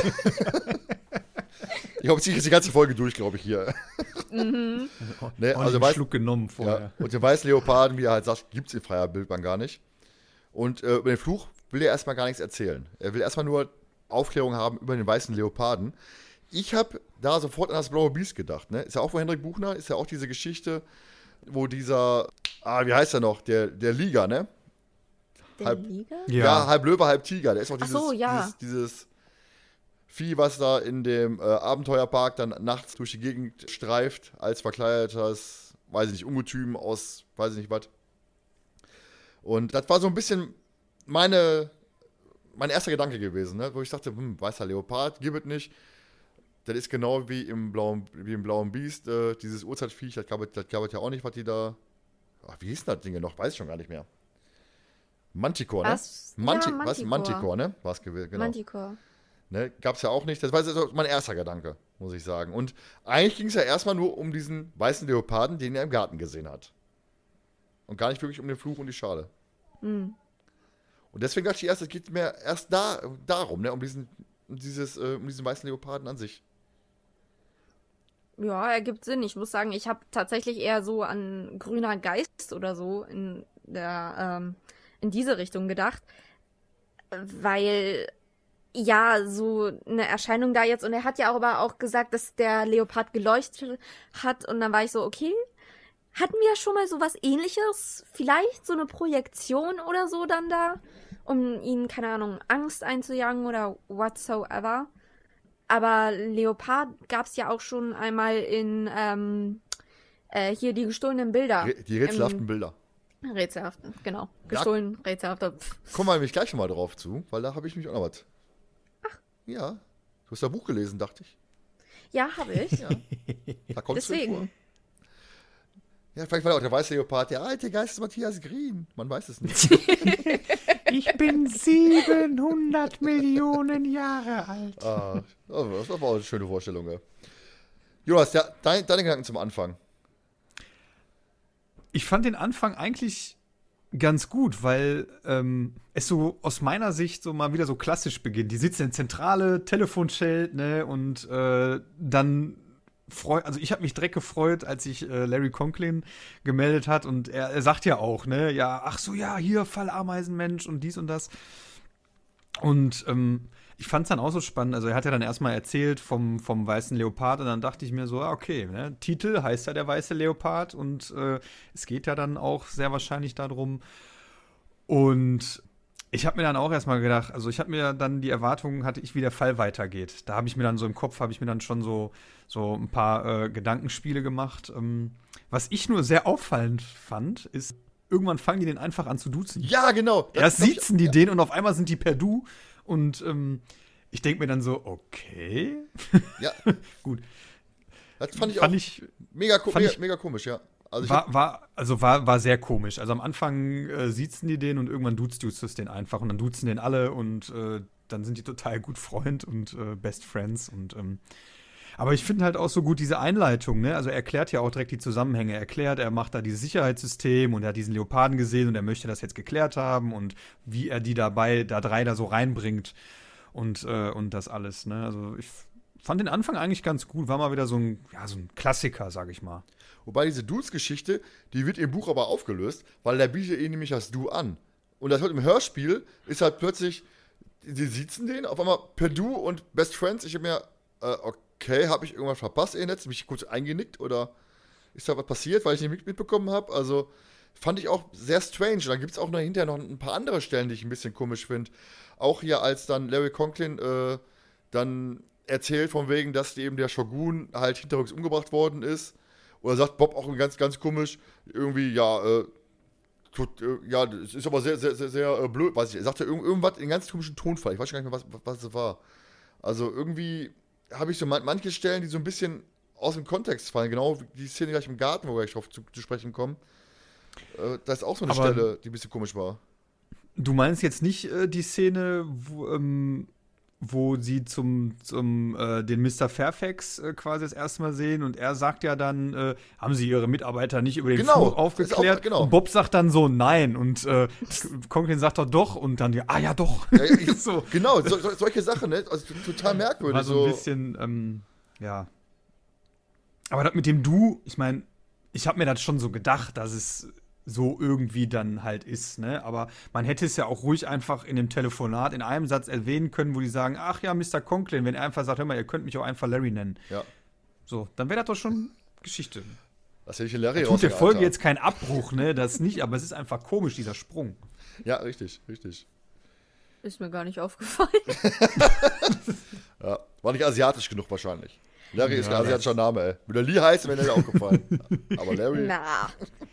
A: Ich hoffe, ich ziehe jetzt die ganze Folge durch, glaube ich, hier.
B: mhm.
A: Ne,
C: Auch
A: also
C: einen
A: weiß,
C: Schluck genommen vorher.
A: ja, und den weißen Leoparden, wie er halt sagt, gibt es in freier Bildbahn gar nicht. Und äh, über den Fluch will er erstmal gar nichts erzählen. Er will erstmal nur Aufklärung haben über den weißen Leoparden. Ich habe da sofort an das blaue Biest gedacht. Ne? Ist ja auch von Hendrik Buchner, ist ja auch diese Geschichte, wo dieser, ah, wie heißt er noch, der, der Liga, ne?
B: Der
A: Halb-
B: Liga?
A: Ja.
C: Ja,
A: halb Löwe, halb Tiger. Der ist auch
B: Ach
A: dieses,
B: so, ja.
A: dieses, dieses Vieh, was da in dem äh, Abenteuerpark dann nachts durch die Gegend streift, als verkleidetes, weiß ich nicht, Ungetüm aus, weiß ich nicht was. Und das war so ein bisschen meine, mein erster Gedanke gewesen, ne? Wo ich dachte, hm, weißer Leopard, gibt es nicht. Das ist genau wie im blauen, wie im blauen Biest, äh, dieses Urzeitviech, das gab es das gab es ja auch nicht, was die da. Ach, wie hieß denn das Ding noch? Weiß ich schon gar nicht mehr. Manticore, ne?
B: Was?
A: Manti
B: Ja,
A: was?
B: Manticore.
A: Manticore, ne? War es gewesen, genau.
B: Manticore.
A: Ne? Gab es ja auch nicht. Das war so mein erster Gedanke, muss ich sagen. Und eigentlich ging es ja erstmal nur um diesen weißen Leoparden, den er im Garten gesehen hat. Und gar nicht wirklich um den Fluch und die Schale.
B: Mhm.
A: Und deswegen dachte ich erst, es geht mir erst da, darum, ne? Um diesen, um dieses, äh, um diesen weißen Leoparden an sich.
B: Ja, ergibt Sinn. Ich muss sagen, ich habe tatsächlich eher so an grüner Geist oder so in der ähm, in diese Richtung gedacht, weil ja so eine Erscheinung da jetzt und er hat ja auch aber auch gesagt, dass der Leopard geleuchtet hat und dann war ich so, okay, hatten wir schon mal so was Ähnliches, vielleicht so eine Projektion oder so dann da, um ihnen keine Ahnung Angst einzujagen oder whatsoever. Aber Leopard gab's ja auch schon einmal in ähm, äh, hier die gestohlenen Bilder.
A: Re die rätselhaften
B: Im-
A: Bilder.
B: Rätselhaften, genau.
A: Ja.
B: Gestohlen, rätselhafter.
A: Kommen wir nämlich gleich noch mal drauf zu, weil da habe ich mich auch noch was. Ach. Ja. Du hast ein Buch gelesen, dachte ich.
B: Ja, habe ich.
A: Ja. Da kommst du vor.
B: Deswegen.
A: Ja, vielleicht war auch der weiße Leopard der alte Geist des Matthias Green. Man weiß es nicht.
C: ich bin siebenhundert Millionen Jahre alt.
A: Ah, das war auch eine schöne Vorstellung, ja. Jonas, ja, dein, deine Gedanken zum Anfang.
C: Ich fand den Anfang eigentlich ganz gut, weil ähm, es so aus meiner Sicht so mal wieder so klassisch beginnt. Die sitzen in Zentrale, Telefonschild, ne, und äh, dann freu, also ich habe mich direkt gefreut, als sich äh, Larry Conklin gemeldet hat und er, er sagt ja auch, ne, ja, ach so, ja, hier Fallameisenmensch und dies und das. Und ähm, ich fand es dann auch so spannend, also er hat ja dann erstmal erzählt vom, vom weißen Leopard und dann dachte ich mir so, ah, okay, ne, Titel heißt ja der weiße Leopard und äh, es geht ja dann auch sehr wahrscheinlich darum. Und ich habe mir dann auch erstmal gedacht, also ich habe mir dann die Erwartungen, hatte ich, wie der Fall weitergeht. Da habe ich mir dann so im Kopf, habe ich mir dann schon so, so ein paar äh, Gedankenspiele gemacht. Ähm, was ich nur sehr auffallend fand, ist, irgendwann fangen die den einfach an zu duzen.
A: Ja, genau.
C: Erst siezen die ja. den und auf einmal sind die per Du. Und ähm, ich denke mir dann so, okay.
A: Ja.
C: Gut.
A: Das fand ich
C: fand
A: auch
C: ich,
A: mega,
C: fand
A: mega,
C: ich,
A: mega komisch, ja. Also
C: war, war, also war, war sehr komisch. Also am Anfang äh, siezen die den und irgendwann duzt du es den einfach. Und dann duzen den alle und äh, dann sind die total gut Freund und äh, Best Friends. Und ähm, aber ich finde halt auch so gut diese Einleitung, ne? Also er erklärt ja auch direkt die Zusammenhänge. Er erklärt, er macht da dieses Sicherheitssystem und er hat diesen Leoparden gesehen und er möchte das jetzt geklärt haben und wie er die dabei, da drei da so reinbringt und, äh, und das alles, ne? Also ich fand den Anfang eigentlich ganz gut. War mal wieder so ein, ja, so ein Klassiker, sag ich mal.
A: Wobei diese Dudes-Geschichte, die wird im Buch aber aufgelöst, weil der bietet ihn nämlich als Du an. Und das wird im Hörspiel, ist halt plötzlich, sie sitzen den, auf einmal per Du und Best Friends. Ich habe mir, äh, okay, habe ich irgendwas verpasst in jetzt? Mich kurz eingenickt oder ist da was passiert, weil ich nicht mitbekommen habe? Also fand ich auch sehr strange. Und dann gibt es auch noch hinterher noch ein paar andere Stellen, die ich ein bisschen komisch finde. Auch hier, als dann Larry Conklin äh, dann erzählt von wegen, dass eben der Shogun halt hinterrücks umgebracht worden ist. Oder sagt Bob auch ganz, ganz komisch, irgendwie, ja, äh, tut, äh, ja, es ist aber sehr, sehr, sehr, sehr äh, blöd, weiß ich. Er sagte irgend, irgendwas in ganz komischen Tonfall. Ich weiß gar nicht mehr, was, was, was es war. Also irgendwie habe ich so man, manche Stellen, die so ein bisschen aus dem Kontext fallen. Genau wie die Szene gleich im Garten, wo wir gleich drauf zu, zu sprechen kommen. Äh, das ist auch so eine aber Stelle, die ein bisschen komisch war.
C: Du meinst jetzt nicht äh, die Szene, wo, ähm, wo sie zum, zum äh, den Mister Fairfax äh, quasi das erste Mal sehen und er sagt ja dann, äh, haben sie ihre Mitarbeiter nicht über den
A: genau,
C: Fluch aufgeklärt?
A: Auch, genau.
C: Und Bob sagt dann so, nein. Und äh, Conklin sagt doch doch und dann, ja, ah ja doch.
A: Ja, ich, so. Genau, so, so, solche Sachen, ne? Also total merkwürdig.
C: War so ein bisschen, ähm, ja. Aber das mit dem Du, ich meine, ich habe mir das schon so gedacht, dass es so irgendwie dann halt ist, ne? Aber man hätte es ja auch ruhig einfach in dem Telefonat in einem Satz erwähnen können, wo die sagen, ach ja, Mister Conklin, wenn er einfach sagt, hör mal, ihr könnt mich auch einfach Larry nennen.
A: Ja.
C: So, dann wäre das doch schon Geschichte.
A: Das hätte ich in Larry
C: da tut der Folge jetzt keinen Abbruch, ne? Das nicht, aber es ist einfach komisch, dieser Sprung.
A: Ja, richtig, richtig.
B: Ist mir gar nicht aufgefallen.
A: Ja, war nicht asiatisch genug wahrscheinlich. Larry
C: ja,
A: ist ein asiatischer Name, ey. Wenn er Lee heißt, wäre er aufgefallen. Aber Larry...
B: Na.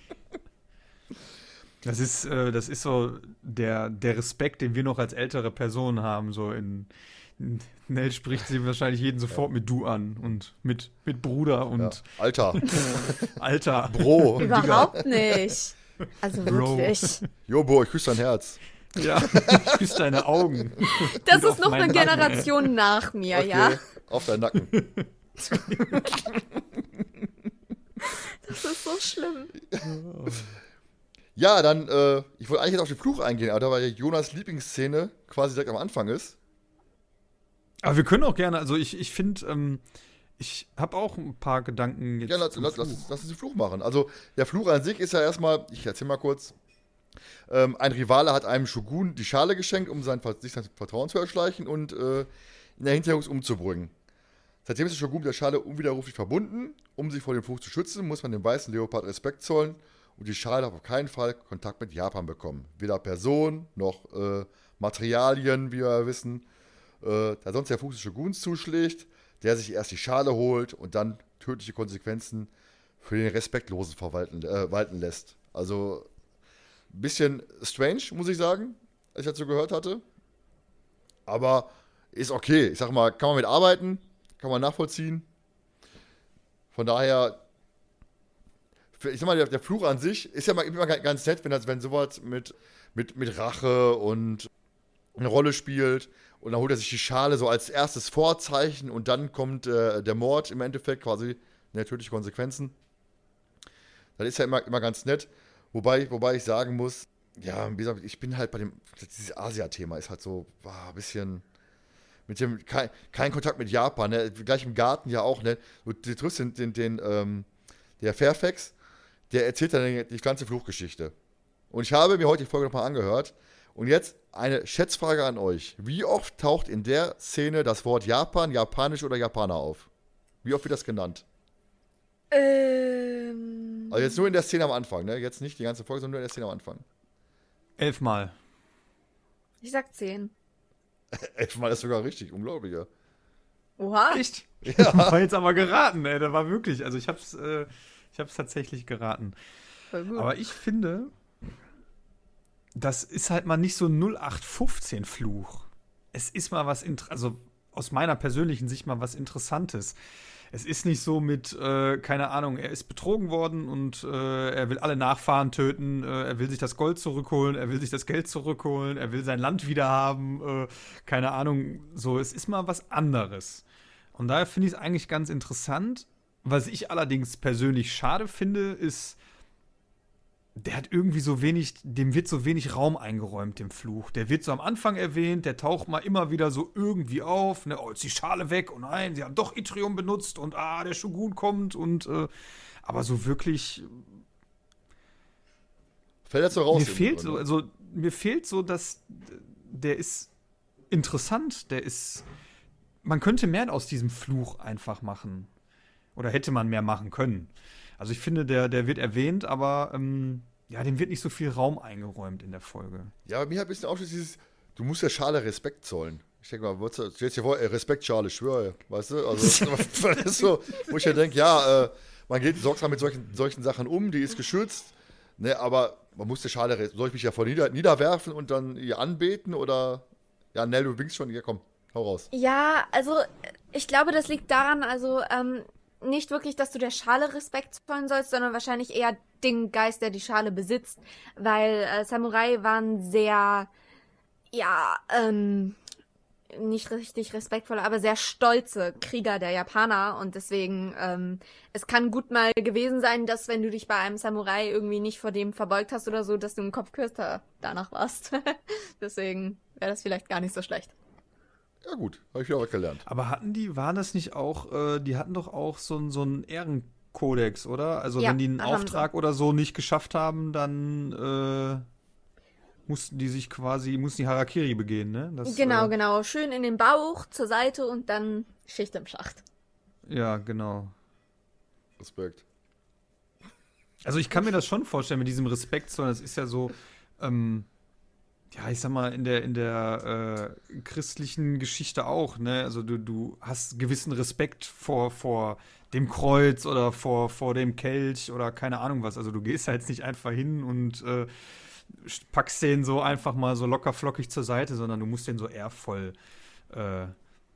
C: Das ist, äh, das ist so der, der Respekt, den wir noch als ältere Person haben. So in, in Nell spricht sie wahrscheinlich jeden sofort ja. mit Du an und mit, mit Bruder und
A: ja. Alter.
C: Alter.
A: Bro.
B: Überhaupt nicht. Also
C: Bro.
B: wirklich.
A: Jo, Bro, ich küsse dein Herz.
C: Ja, ich küsse deine Augen.
B: Das ist noch eine Generation Nacken, nach mir,
A: okay.
B: ja?
A: Auf deinen Nacken.
B: Das ist so schlimm.
A: Ja, dann, äh, ich wollte eigentlich jetzt auf den Fluch eingehen, aber da war ja Jonas Lieblingsszene quasi direkt am Anfang ist.
C: Aber wir können auch gerne, also ich, ich finde, ähm, ich habe auch ein paar Gedanken jetzt.
A: Ja, lass, lass, lass, lass uns den Fluch machen. Also, der Fluch an sich ist ja erstmal, ich erzähl mal kurz, ähm, ein Rivale hat einem Shogun die Schale geschenkt, um sein, sich sein Vertrauen zu erschleichen und äh, in der Hinterhalt umzubringen. Seitdem ist der Shogun mit der Schale unwiderruflich verbunden. Um sich vor dem Fluch zu schützen, muss man dem weißen Leopard Respekt zollen. Und die Schale darf auf keinen Fall Kontakt mit Japan bekommen. Weder Person noch äh, Materialien, wie wir wissen. Äh, da sonst der Fuß des Shoguns zuschlägt, der sich erst die Schale holt und dann tödliche Konsequenzen für den Respektlosen verwalten, äh, walten lässt. Also ein bisschen strange, muss ich sagen, als ich dazu gehört hatte. Aber ist okay. Ich sag mal, kann man mit arbeiten, kann man nachvollziehen. Von daher, ich sag mal, der, der Fluch an sich ist ja mal immer ganz nett, wenn, das, wenn sowas mit, mit, mit Rache und eine Rolle spielt und dann holt er sich die Schale so als erstes Vorzeichen und dann kommt äh, der Mord im Endeffekt, quasi natürliche Konsequenzen. Das ist ja immer, immer ganz nett, wobei, wobei ich sagen muss, ja, wie gesagt, ich bin halt bei dem, dieses Asia-Thema ist halt so, war ein bisschen, mit dem, kein, kein Kontakt mit Japan, ne? Gleich im Garten ja auch, ne? Du, du triffst den, den, den ähm, der Fairfax, der erzählt dann die ganze Fluchgeschichte. Und ich habe mir heute die Folge nochmal angehört. Und jetzt eine Schätzfrage an euch. Wie oft taucht in der Szene das Wort Japan, Japanisch oder Japaner auf? Wie oft wird das genannt?
B: Ähm.
A: Also jetzt nur in der Szene am Anfang, ne? Jetzt nicht die ganze Folge, sondern nur in der Szene am Anfang.
C: Elfmal.
B: Ich sag zehn.
A: Elfmal ist sogar richtig, unglaublich, ja.
B: Oha.
C: Echt?
A: Ja.
C: War jetzt aber geraten, ey. Da war wirklich, also ich hab's, äh, ich hab's tatsächlich geraten.
B: Voll gut.
C: Aber ich finde, das ist halt mal nicht so ein null acht fünfzehn Fluch. Es ist mal was, int- also aus meiner persönlichen Sicht mal was Interessantes. Es ist nicht so mit, äh, keine Ahnung, er ist betrogen worden und äh, er will alle Nachfahren töten, äh, er will sich das Gold zurückholen, er will sich das Geld zurückholen, er will sein Land wieder haben, äh, keine Ahnung, so, es ist mal was anderes. Und daher finde ich es eigentlich ganz interessant. Was ich allerdings persönlich schade finde, ist, der hat irgendwie so wenig, dem wird so wenig Raum eingeräumt, dem Fluch. Der wird so am Anfang erwähnt, der taucht mal immer wieder so irgendwie auf, ne, oh, jetzt die Schale weg, oh nein, sie haben doch Yttrium benutzt und ah, der Shogun kommt und, äh, aber so wirklich
A: Fällt das so raus?
C: mir fehlt so, also mir fehlt so, dass der ist interessant, der ist, man könnte mehr aus diesem Fluch einfach machen. Oder hätte man mehr machen können. Also ich finde, der, der wird erwähnt, aber ähm, ja, dem wird nicht so viel Raum eingeräumt in der Folge.
A: Ja, bei mir hat ein bisschen auch dieses, du musst der Schale Respekt zollen. Ich denke mal, du stellst dir vor, ey, Respekt, Schale, ich schwöre, weißt du? Also, das ist so, wo ich ja denke, ja, äh, man geht sorgsam mit solchen, solchen Sachen um, die ist geschützt, ne, aber man muss der Schale, soll ich mich ja vor nieder, niederwerfen und dann ihr anbeten oder, ja, Nell, du winkst schon, ja, komm, hau raus.
B: Ja, also ich glaube, das liegt daran, also ähm, nicht wirklich, dass du der Schale Respekt zollen sollst, sondern wahrscheinlich eher den Geist, der die Schale besitzt, weil äh, Samurai waren sehr, ja, ähm, nicht richtig respektvoll, aber sehr stolze Krieger der Japaner und deswegen, ähm, es kann gut mal gewesen sein, dass wenn du dich bei einem Samurai irgendwie nicht vor dem verbeugt hast oder so, dass du ein Kopf kürzer danach warst. Deswegen wäre das vielleicht gar nicht so schlecht.
A: Ja gut, habe ich wieder was gelernt.
C: Aber hatten die, waren das nicht auch, äh, die hatten doch auch so, ein- so einen Ehrenkodex, oder? Also
B: Ja,
C: wenn die einen
B: haben
C: Auftrag oder so nicht geschafft haben, dann äh, mussten die sich quasi, mussten die Harakiri begehen, ne? Das,
B: Genau,
C: äh,
B: genau. Schön in den Bauch, zur Seite und dann Schicht im Schacht.
C: Ja, genau.
A: Respekt.
C: Also ich kann mir das schon vorstellen mit diesem Respekt, sondern es ist ja so, ähm, ja, ich sag mal, in der, in der äh, christlichen Geschichte auch, ne? Also du, du hast gewissen Respekt vor, vor dem Kreuz oder vor, vor dem Kelch oder keine Ahnung was. Also du gehst da jetzt nicht einfach hin und äh, packst den so einfach mal so locker flockig zur Seite, sondern du musst den so ehrvoll äh,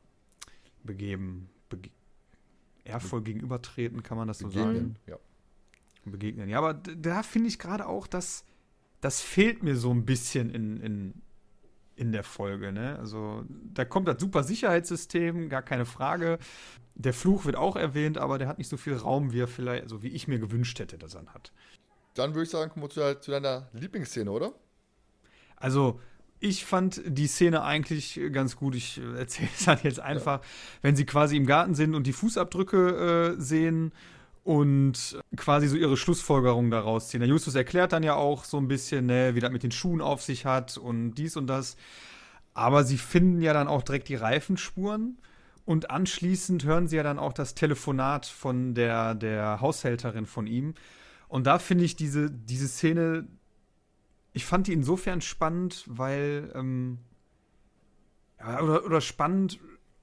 C: begeben. Bege ehrvoll gegenübertreten, kann man das so sagen?
A: Begegnen, ja.
C: Begegnen. Ja, aber d- da finde ich gerade auch, dass das fehlt mir so ein bisschen in, in, in der Folge, ne? Also da kommt das super Sicherheitssystem, gar keine Frage. Der Fluch wird auch erwähnt, aber der hat nicht so viel Raum, wie er vielleicht, also wie ich mir gewünscht hätte, dass er ihn hat.
A: Dann würde ich sagen, kommen wir zu, zu deiner Lieblingsszene, oder?
C: Also ich fand die Szene eigentlich ganz gut. Ich äh, erzähle es halt jetzt einfach, wenn sie quasi im Garten sind und die Fußabdrücke äh, sehen und quasi so ihre Schlussfolgerungen daraus ziehen. Der Justus erklärt dann ja auch so ein bisschen, ne, wie das mit den Schuhen auf sich hat und dies und das. Aber sie finden ja dann auch direkt die Reifenspuren und anschließend hören sie ja dann auch das Telefonat von der, der Haushälterin von ihm. Und da finde ich diese, diese Szene, ich fand die insofern spannend, weil, ähm, ja, oder, oder spannend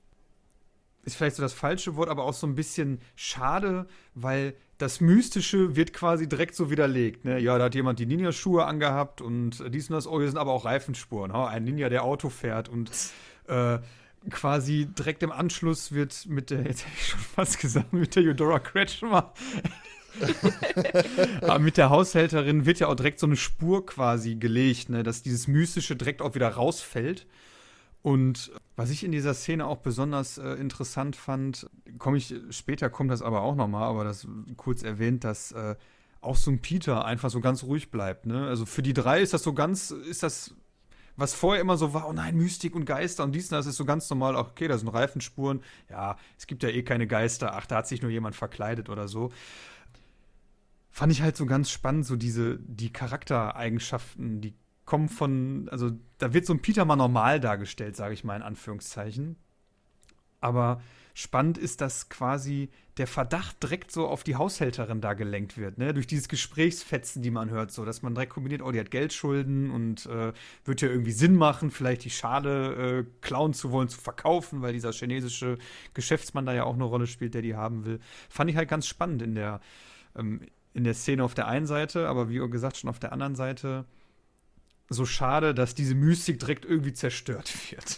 C: ist vielleicht so das falsche Wort, aber auch so ein bisschen schade, weil das Mystische wird quasi direkt so widerlegt. Ne? Ja, da hat jemand die Ninja-Schuhe angehabt und dies und das. Oh, hier sind aber auch Reifenspuren. Oh, ein Ninja, der Auto fährt und äh, quasi direkt im Anschluss wird mit der, jetzt hätte ich schon fast gesagt, mit der Eudora Kretschmer, aber mit der Haushälterin wird ja auch direkt so eine Spur quasi gelegt, ne? Dass dieses Mystische direkt auch wieder rausfällt. Und was ich in dieser Szene auch besonders äh, interessant fand, komme ich, später kommt das aber auch nochmal, aber das kurz erwähnt, dass äh, auch so ein Peter einfach so ganz ruhig bleibt, ne? Also für die drei ist das so ganz, ist das, was vorher immer so war, oh nein, Mystik und Geister und dies und das ist so ganz normal, ach, okay, da sind Reifenspuren, ja, es gibt ja eh keine Geister, ach, da hat sich nur jemand verkleidet oder so. Fand ich halt so ganz spannend, so diese, die Charaktereigenschaften, die kommen von, also da wird so ein Peter mal normal dargestellt, sage ich mal in Anführungszeichen. Aber spannend ist, dass quasi der Verdacht direkt so auf die Haushälterin da gelenkt wird, ne? Durch dieses Gesprächsfetzen, die man hört, so, dass man direkt kombiniert, oh, die hat Geldschulden und äh, wird ja irgendwie Sinn machen, vielleicht die Schale äh, klauen zu wollen, zu verkaufen, weil dieser chinesische Geschäftsmann da ja auch eine Rolle spielt, der die haben will. Fand ich halt ganz spannend in der, ähm, in der Szene auf der einen Seite, aber wie gesagt, schon auf der anderen Seite so schade, dass diese Mystik direkt irgendwie zerstört wird.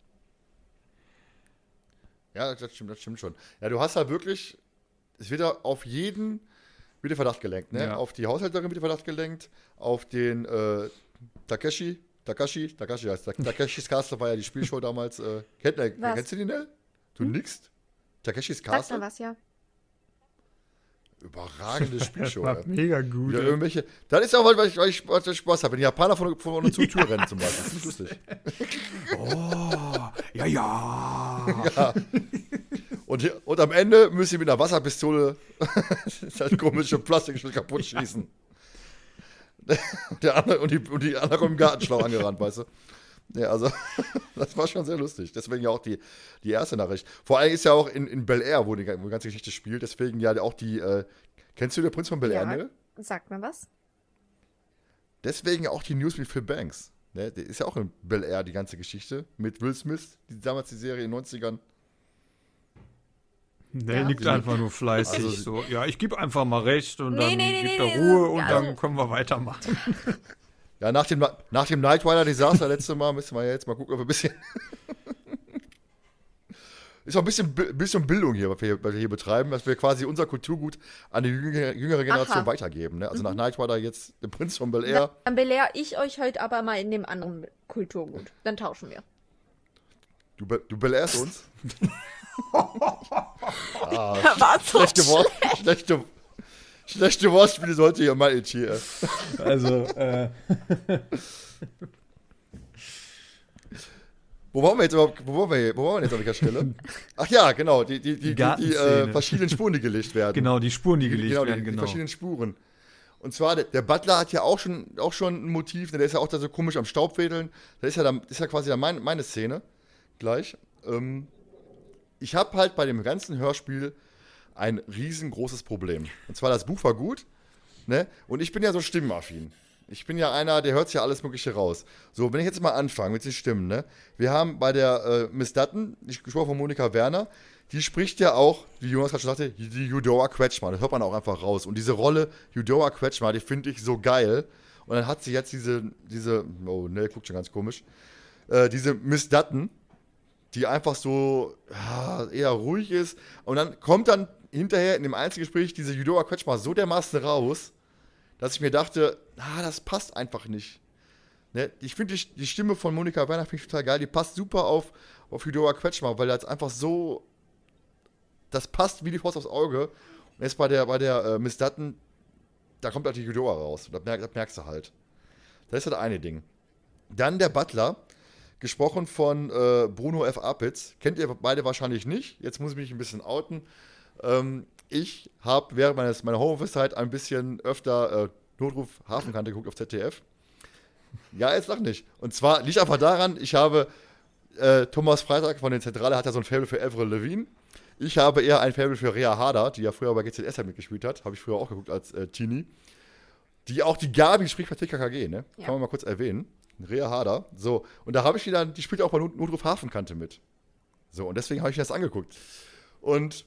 A: Ja, das stimmt, das stimmt schon. Ja, du hast halt wirklich, es wird ja auf jeden wird der Verdacht gelenkt, ne? Ja. Auf die Haushälterin wird der Verdacht gelenkt, auf den äh, Takeshi, Takashi, Takashi heißt Takeshis Castle war ja die Spielshow damals. Äh, kennt, äh, kennst du die, Nell? Du hm? nix? Takeshis Castle?
B: Sag mal was, ja.
A: Überragende Spielshow.
C: Das war mega gut.
A: Ja, irgendwelche, das ist auch, weil ich, weil ich Spaß habe. Wenn die Japaner von, von uns zur Tür rennen zum Beispiel. Das ist lustig.
C: Oh, ja, ja.
A: ja. Und, und am Ende müssen sie mit einer Wasserpistole das komische Plastikstück kaputt schießen. Der andere, und, die, und die anderen kommen im Gartenschlau angerannt, weißt du. Ja, also, das war schon sehr lustig. Deswegen ja auch die, die erste Nachricht. Vor allem ist ja auch in, in Bel Air, wo die, wo die ganze Geschichte spielt. Deswegen ja auch die, äh, kennst du den Prinz von Bel Air,
B: ja,
A: ne?
B: Sagt mir was.
A: Deswegen auch die News mit Phil Banks. Ne? Der ist ja auch in Bel Air, die ganze Geschichte. Mit Will Smith, die, damals die Serie in den neunzigern.
C: Der ja. liegt einfach nur fleißig. Also, so, ja, ich gebe einfach mal recht und
B: nee,
C: dann
B: nee,
C: gibt
B: nee,
C: er
B: nee,
C: Ruhe
B: nee,
C: und
B: also,
C: dann können wir weitermachen.
A: Ja, nach dem, nach dem Knight Rider-Desaster letztes Mal müssen wir ja jetzt mal gucken, ob wir ein bisschen. Ist auch ein bisschen, bisschen Bildung hier, was wir, hier, was wir hier betreiben, dass wir quasi unser Kulturgut an die jüngere, jüngere Generation Aha. weitergeben. Ne? Also mhm. nach Knight Rider jetzt den Prinz von Bel Air.
B: Dann belehre ich euch heute aber mal in dem anderen Kulturgut. Dann tauschen wir.
A: Du, be, du belehrst uns? ah,
B: war so
A: schlechte, Wort, schlechte, schlechte Wortspiele sollte hier mal ich hier.
C: Also, äh.
A: Wo waren wir jetzt überhaupt, wo waren wir, wo waren wir jetzt an welcher Stelle? Ach ja, genau, die, die, die, die, die äh, verschiedenen Spuren, die gelegt werden.
C: Genau, die Spuren, die gelegt
A: genau,
C: werden,
A: die,
C: genau.
A: Die verschiedenen Spuren. Und zwar, der, der Butler hat ja auch schon, auch schon ein Motiv, der ist ja auch da so komisch am Staubwedeln. Das ist ja, dann, ist ja quasi dann mein, meine Szene gleich. Ähm, ich habe halt bei dem ganzen Hörspiel ein riesengroßes Problem. Und zwar, das Buch war gut, ne? Und ich bin ja so stimmenaffin. Ich bin ja einer, der hört ja alles Mögliche raus. So, wenn ich jetzt mal anfange mit den Stimmen, ne? Wir haben bei der äh, Miss Dutton, die gesprochen von Monika Werner, die spricht ja auch, wie Jonas gerade schon sagte, die Eudora Kretschmer. Das hört man auch einfach raus. Und diese Rolle Eudora Kretschmer, die finde ich so geil. Und dann hat sie jetzt diese, diese, oh, ne, guckt schon ganz komisch, äh, diese Miss Dutton, die einfach so ja, eher ruhig ist. Und dann kommt dann hinterher in dem Einzelgespräch diese Eudora Kretschmer so dermaßen raus, dass ich mir dachte, ah, das passt einfach nicht. Ne? Ich finde die, die Stimme von Monika Werner finde ich total geil. Die passt super auf, auf Eudora Kretschmer, weil das einfach so, das passt wie die Faust aufs Auge. Und jetzt bei der, bei der äh, Miss Dutton, da kommt halt die Eudora raus. Das, merk, das merkst du halt. Das ist das eine Ding. Dann der Butler, gesprochen von äh, Bruno F. Apitz. Kennt ihr beide wahrscheinlich nicht. Jetzt muss ich mich ein bisschen outen. Ähm, ich habe während meines, meiner Homeoffice-Zeit ein bisschen öfter äh, Notruf Hafenkante geguckt auf Z D F. Ja, jetzt lach nicht. Und zwar liegt einfach daran, ich habe äh, Thomas Freitag von der Zentrale hat ja so ein Faible für Avril Lavigne. Ich habe eher ein Faible für Rea Harder, die ja früher bei G Z S mitgespielt hat. Habe ich früher auch geguckt als äh, Teenie. Die auch die Gabi spricht bei T K K G, ne? Ja. Kann man mal kurz erwähnen. Rea Harder. So, und da habe ich wieder, die spielt auch bei Notruf Hafenkante mit. So, und deswegen habe ich mir das angeguckt. Und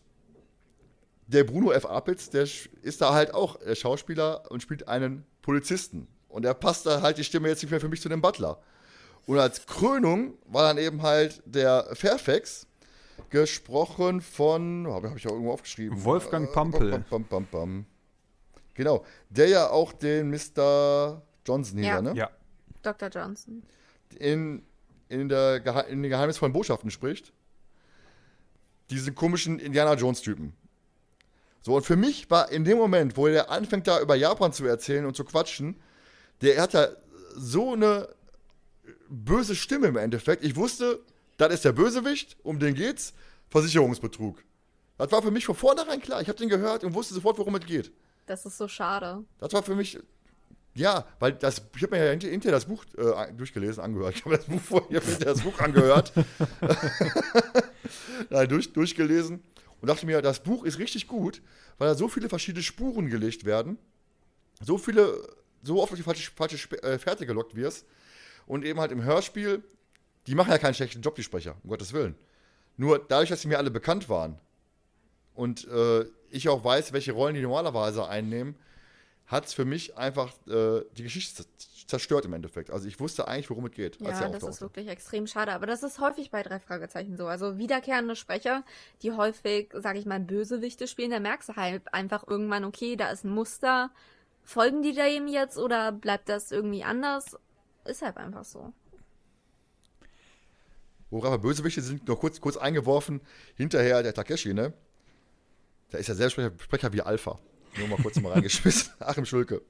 A: der Bruno F. Apitz, der ist da halt auch Schauspieler und spielt einen Polizisten. Und er passt da halt die Stimme jetzt nicht mehr für mich zu dem Butler. Und als Krönung war dann eben halt der Fairfax, gesprochen von, habe hab ich auch irgendwo aufgeschrieben.
C: Wolfgang Pampel.
A: Bam, bam, bam, bam. Genau, der ja auch den Mister Johnson hier,
B: ja.
A: ne?
C: Ja.
B: Doktor Johnson.
A: In, in, der Gehe- in den geheimnisvollen Botschaften spricht. Diese komischen Indiana Jones-Typen. So, und für mich war in dem Moment, wo er anfängt, da über Japan zu erzählen und zu quatschen, der hat ja so eine böse Stimme im Endeffekt. Ich wusste, das ist der Bösewicht, um den geht's, Versicherungsbetrug. Das war für mich von vornherein klar. Ich habe den gehört und wusste sofort, worum es geht.
B: Das ist so schade.
A: Das war für mich, ja, weil das, ich habe mir ja hinterher das Buch äh, durchgelesen, angehört. Ich habe das Buch vorher, ich habe hinterher das Buch angehört. Nein, durch, durchgelesen und dachte mir, das Buch ist richtig gut, weil da so viele verschiedene Spuren gelegt werden, so viele, so oft auf die falsche, falsche äh, Fährte gelockt wirst und eben halt im Hörspiel, die machen ja keinen schlechten Job, die Sprecher, um Gottes Willen. Nur dadurch, dass sie mir alle bekannt waren und äh, ich auch weiß, welche Rollen die normalerweise einnehmen, hat es für mich einfach äh, die Geschichte zerstört im Endeffekt. Also ich wusste eigentlich, worum es geht.
B: Ja, das ist wirklich extrem schade. Aber das ist häufig bei drei Fragezeichen so. Also wiederkehrende Sprecher, die häufig, sage ich mal, Bösewichte spielen, da merkst du halt einfach irgendwann, okay, da ist ein Muster. Folgen die dem jetzt oder bleibt das irgendwie anders? Ist halt einfach so.
A: Worauf wir Bösewichte sind, noch kurz, kurz eingeworfen. Hinterher der Takeshi, ne? Der ist ja selbst Sprecher, Sprecher wie Alpha. Nur mal kurz mal reingeschmissen. Achim Schulke.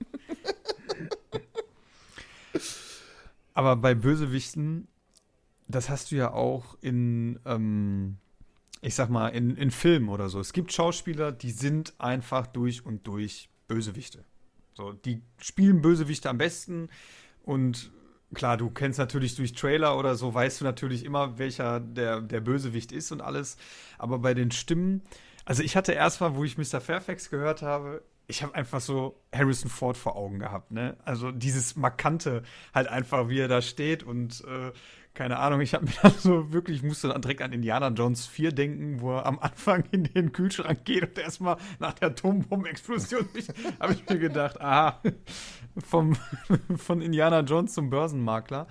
C: Aber bei Bösewichten, das hast du ja auch in, ähm, ich sag mal, in, in Filmen oder so. Es gibt Schauspieler, die sind einfach durch und durch Bösewichte. So, die spielen Bösewichte am besten und klar, du kennst natürlich durch Trailer oder so, weißt du natürlich immer, welcher der, der Bösewicht ist und alles. Aber bei den Stimmen, also ich hatte erst mal, wo ich Mister Fairfax gehört habe, ich habe einfach so Harrison Ford vor Augen gehabt, ne? Also dieses Markante halt einfach, wie er da steht und äh, keine Ahnung, ich habe mir dann so wirklich, ich musste dann direkt an Indiana Jones vier denken, wo er am Anfang in den Kühlschrank geht und erstmal nach der Atombombenexplosion habe ich mir gedacht, aha, vom, von Indiana Jones zum Börsenmakler.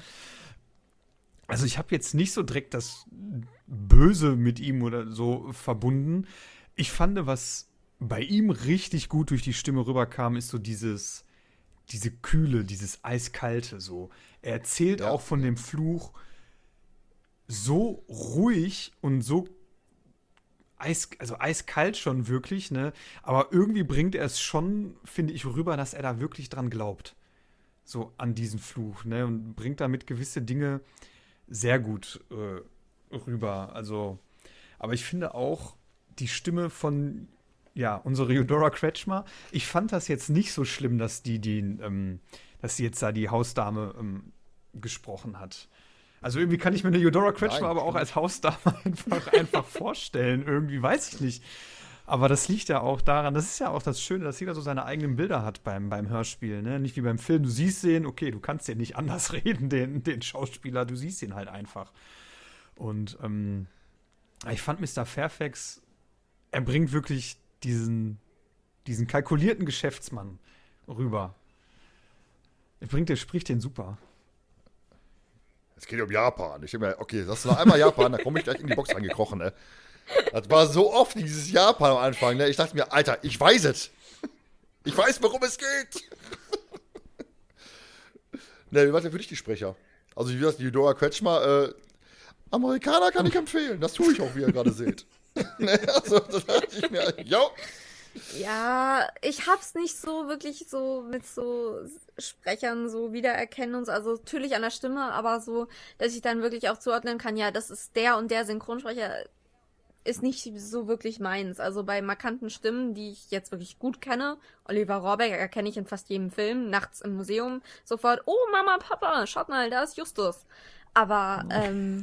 C: Also ich habe jetzt nicht so direkt das Böse mit ihm oder so verbunden. Ich fand, was bei ihm richtig gut durch die Stimme rüberkam, ist so dieses, diese Kühle, dieses Eiskalte so. Er erzählt ja auch von dem Fluch so ruhig und so eis, also eiskalt schon wirklich, ne? Aber irgendwie bringt er es schon, finde ich, rüber, dass er da wirklich dran glaubt. So an diesen Fluch, ne? Und bringt damit gewisse Dinge sehr gut äh, rüber. Also, aber ich finde auch die Stimme von ja, unsere Eudora Kretschmer. Ich fand das jetzt nicht so schlimm, dass die, die, ähm, dass sie jetzt da die Hausdame ähm, gesprochen hat. Also irgendwie kann ich mir eine Eudora Kretschmer Nein, aber auch als Hausdame einfach, einfach vorstellen. Irgendwie, weiß ich nicht. Aber das liegt ja auch daran, das ist ja auch das Schöne, dass jeder so seine eigenen Bilder hat beim, beim Hörspiel. Ne? Nicht wie beim Film, du siehst den, okay, du kannst den nicht anders reden, den, den Schauspieler, du siehst ihn halt einfach. Und ähm, ich fand Mister Fairfax, er bringt wirklich diesen, diesen kalkulierten Geschäftsmann rüber. Er bringt, er spricht den super.
A: Es geht um Japan. Ich denke mir, okay, sagst du noch einmal Japan, dann komme ich gleich in die Box angekrochen, ne? Das war so oft dieses Japan am Anfang, ne? Ich dachte mir, Alter, ich weiß es. Ich weiß, worum es geht. Ne, wie war denn für dich die Sprecher? Also, wie das die Eudora Kretschmer, äh, Amerikaner kann ich empfehlen. Das tue ich auch, wie ihr gerade seht. Ne, also, das dachte ich mir, jo.
B: Ja, ich hab's nicht so wirklich so mit so Sprechern so wiedererkennen und so, also natürlich an der Stimme, aber so, dass ich dann wirklich auch zuordnen kann, ja, das ist der und der Synchronsprecher, ist nicht so wirklich meins. Also bei markanten Stimmen, die ich jetzt wirklich gut kenne, Oliver Rohrbeck erkenne ich in fast jedem Film, nachts im Museum, sofort, oh Mama, Papa, schaut mal, da ist Justus. Aber, ähm,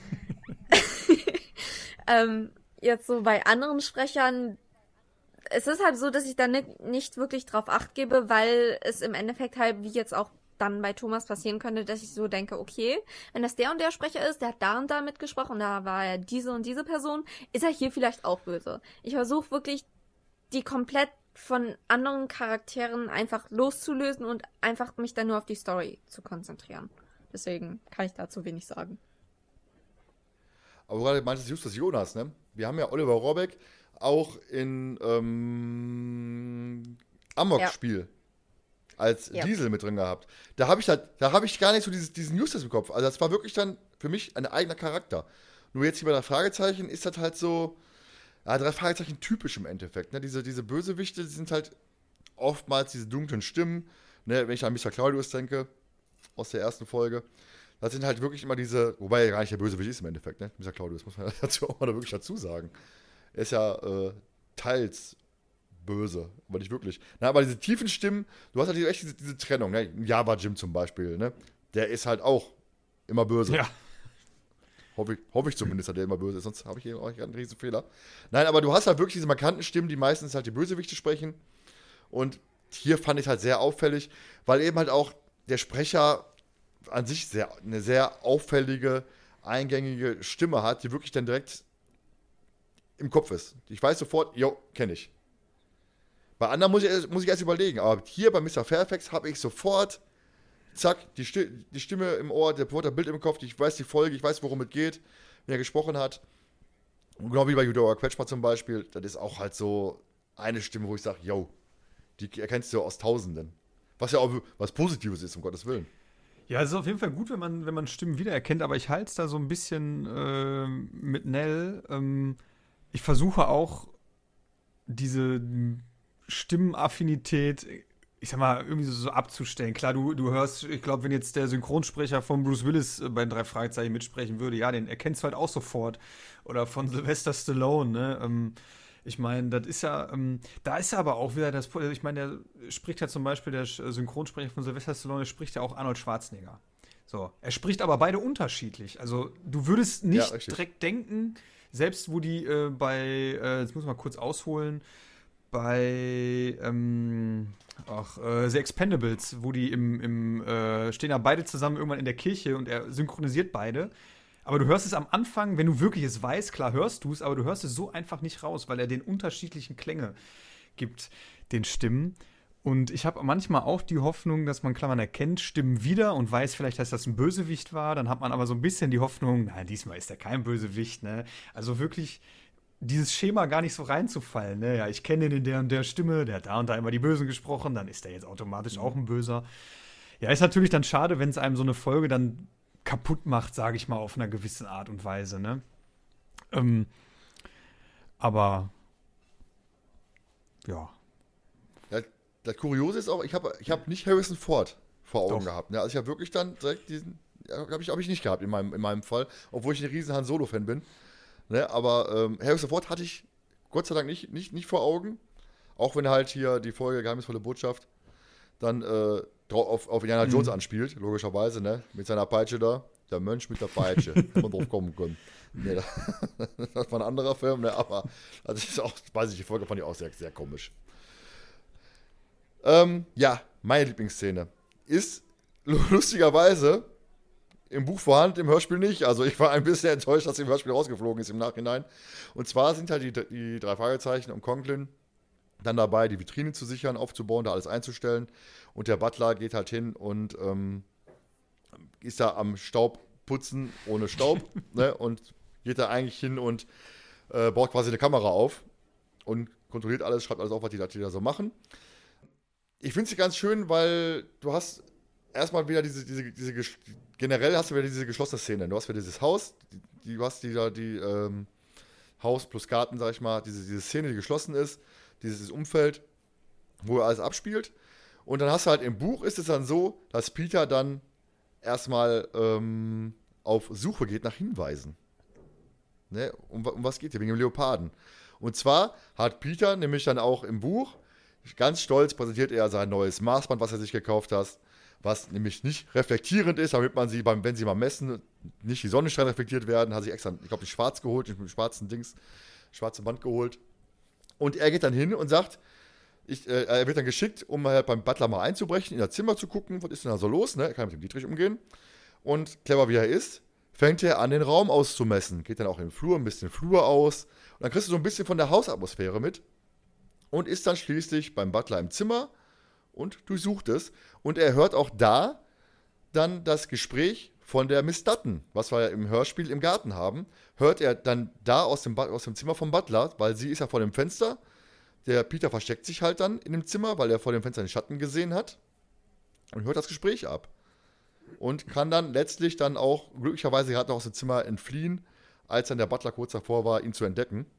B: ähm, jetzt so bei anderen Sprechern, es ist halt so, dass ich da nicht, nicht wirklich drauf Acht gebe, weil es im Endeffekt halt, wie jetzt auch dann bei Thomas passieren könnte, dass ich so denke, okay, wenn das der und der Sprecher ist, der hat da und da mitgesprochen, da war er diese und diese Person, ist er hier vielleicht auch böse. Ich versuche wirklich, die komplett von anderen Charakteren einfach loszulösen und einfach mich dann nur auf die Story zu konzentrieren. Deswegen kann ich dazu wenig sagen.
A: Aber gerade meintest du Justus Jonas, ne? Wir haben ja Oliver Rohrbeck auch in ähm, Amok-Spiel ja. als ja. Diesel mit drin gehabt. Da habe ich, da, da hab ich gar nicht so dieses, diesen Justus im Kopf. Also das war wirklich dann für mich ein eigener Charakter. Nur jetzt hier bei der Fragezeichen ist das halt so, ja, drei Fragezeichen typisch im Endeffekt. Ne? Diese, diese Bösewichte, die sind halt oftmals diese dunklen Stimmen. Ne? Wenn ich an Mister Claudius denke, aus der ersten Folge, das sind halt wirklich immer diese, wobei er gar nicht der Bösewicht ist im Endeffekt, ne? Mister Claudius, muss man dazu auch mal wirklich dazu sagen. Er ist ja äh, teils böse, aber nicht wirklich. Na, aber diese tiefen Stimmen, du hast halt echt diese, diese Trennung, ne? Java Jim zum Beispiel, ne? Der ist halt auch immer böse.
C: Ja.
A: Hoffe ich, hoffe ich zumindest, dass der immer böse ist, sonst habe ich hier auch einen riesen Fehler. Nein, aber du hast halt wirklich diese markanten Stimmen, die meistens halt die Bösewichte sprechen. Und hier fand ich halt sehr auffällig, weil eben halt auch der Sprecher an sich sehr, eine sehr auffällige, eingängige Stimme hat, die wirklich dann direkt im Kopf ist. Ich weiß sofort, jo, kenne ich. Bei anderen muss ich, muss ich erst überlegen, aber hier bei Mister Fairfax habe ich sofort, zack, die, Sti- die Stimme im Ohr, der das Bild im Kopf, ich weiß die Folge, ich weiß, worum es geht, wer gesprochen hat. Und genau wie bei Eudora Quetschmer zum Beispiel, das ist auch halt so eine Stimme, wo ich sage, yo, die erkennst du aus Tausenden. Was ja auch was Positives ist, um Gottes Willen.
C: Ja, es ist auf jeden Fall gut, wenn man, wenn man Stimmen wiedererkennt, aber ich halte es da so ein bisschen äh, mit Nell. Ähm, ich versuche auch diese Stimmenaffinität, ich sag mal, irgendwie so, so abzustellen. Klar, du, du hörst, ich glaube, wenn jetzt der Synchronsprecher von Bruce Willis äh, bei den drei Fragezeichen mitsprechen würde, ja, den erkennst du halt auch sofort. Oder von Sylvester Stallone, ne? Ähm, ich meine, das ist ja, ähm, da ist ja aber auch wieder das, ich meine, der spricht ja zum Beispiel, der Synchronsprecher von Sylvester Stallone, der spricht ja auch Arnold Schwarzenegger. So, er spricht aber beide unterschiedlich. Also, du würdest nicht
A: Ja,
C: direkt denken, selbst wo die äh, bei, äh, jetzt muss ich mal kurz ausholen, bei ähm, ach, äh, The Expendables, wo die im, im äh, stehen da beide zusammen irgendwann in der Kirche und er synchronisiert beide. Aber du hörst es am Anfang, wenn du wirklich es weißt, klar hörst du es, aber du hörst es so einfach nicht raus, weil er den unterschiedlichen Klänge gibt, den Stimmen. Und ich habe manchmal auch die Hoffnung, dass man, klar, man erkennt Stimmen wieder und weiß vielleicht, dass das ein Bösewicht war. Dann hat man aber so ein bisschen die Hoffnung, nein, diesmal ist er kein Bösewicht, ne? Also wirklich dieses Schema gar nicht so reinzufallen, ne? Ja, ich kenne den in der und der Stimme, der hat da und da immer die Bösen gesprochen, dann ist er jetzt automatisch auch ein Böser. Ja, ist natürlich dann schade, wenn es einem so eine Folge dann kaputt macht, sage ich mal, auf einer gewissen Art und Weise, ne? Ähm, aber ja.
A: Das, das Kuriose ist auch, ich habe ich hab nicht Harrison Ford vor Augen
C: Doch.
A: gehabt. Ne? Also ich habe wirklich dann direkt diesen, ja, habe ich, hab ich nicht gehabt in meinem, in meinem Fall, obwohl ich ein riesen Han Solo-Fan bin. Ne? Aber ähm, Harrison Ford hatte ich Gott sei Dank nicht, nicht, nicht vor Augen. Auch wenn halt hier die Folge Geheimnisvolle Botschaft dann äh, auf, auf Indiana Jones mhm. anspielt, logischerweise, ne? Mit seiner Peitsche da. Der Mönch mit der Peitsche. Hätte man drauf kommen können. Nee, das war ein anderer Film, ne? Aber also ist auch, weiß ich, die Folge fand ich auch sehr, sehr komisch. Ähm, ja, meine Lieblingsszene ist lustigerweise im Buch vorhanden, im Hörspiel nicht. Also ich war ein bisschen enttäuscht, dass sie im Hörspiel rausgeflogen ist im Nachhinein. Und zwar sind halt die, die drei Fragezeichen und Conklin dann dabei, die Vitrine zu sichern, aufzubauen, da alles einzustellen. Und der Butler geht halt hin und ähm, ist da am Staub putzen ohne Staub. Ne? Und geht da eigentlich hin und äh, baut quasi eine Kamera auf und kontrolliert alles, schreibt alles auf, was die, die da so machen. Ich finde es ganz schön, weil du hast erstmal wieder diese, diese, diese, generell hast du wieder diese geschlossene Szene. Du hast wieder dieses Haus, die, du hast die da, die ähm, Haus plus Garten, sag ich mal, diese, diese Szene, die geschlossen ist, dieses Umfeld, wo alles abspielt. Und dann hast du halt im Buch ist es dann so, dass Peter dann erstmal ähm, auf Suche geht nach Hinweisen. Ne? Um, um was geht hier? Wegen dem Leoparden. Und zwar hat Peter nämlich dann auch im Buch, ganz stolz präsentiert er sein neues Maßband, was er sich gekauft hat, was nämlich nicht reflektierend ist, damit man sie, beim, wenn sie mal messen, nicht die Sonnenstrahlen reflektiert werden, hat sich extra, ich glaube, nicht schwarz geholt, nicht mit dem schwarzen Dings, schwarze Band geholt. Und er geht dann hin und sagt, ich, äh, er wird dann geschickt, um halt beim Butler mal einzubrechen, in das Zimmer zu gucken, was ist denn da so los, ne? Er kann mit dem Dietrich umgehen. Und clever wie er ist, fängt er an, den Raum auszumessen. Geht dann auch im Flur, ein bisschen Flur aus. Und dann kriegst du so ein bisschen von der Hausatmosphäre mit. Und ist dann schließlich beim Butler im Zimmer und durchsucht es. Und er hört auch da dann das Gespräch von der Miss Dutton, was wir ja im Hörspiel im Garten haben, hört er dann da aus dem, aus dem Zimmer vom Butler, weil sie ist ja vor dem Fenster. Der Peter versteckt sich halt dann in dem Zimmer, weil er vor dem Fenster den Schatten gesehen hat und hört das Gespräch ab. Und kann dann letztlich dann auch glücklicherweise gerade noch aus dem Zimmer entfliehen, als dann der Butler kurz davor war, ihn zu entdecken.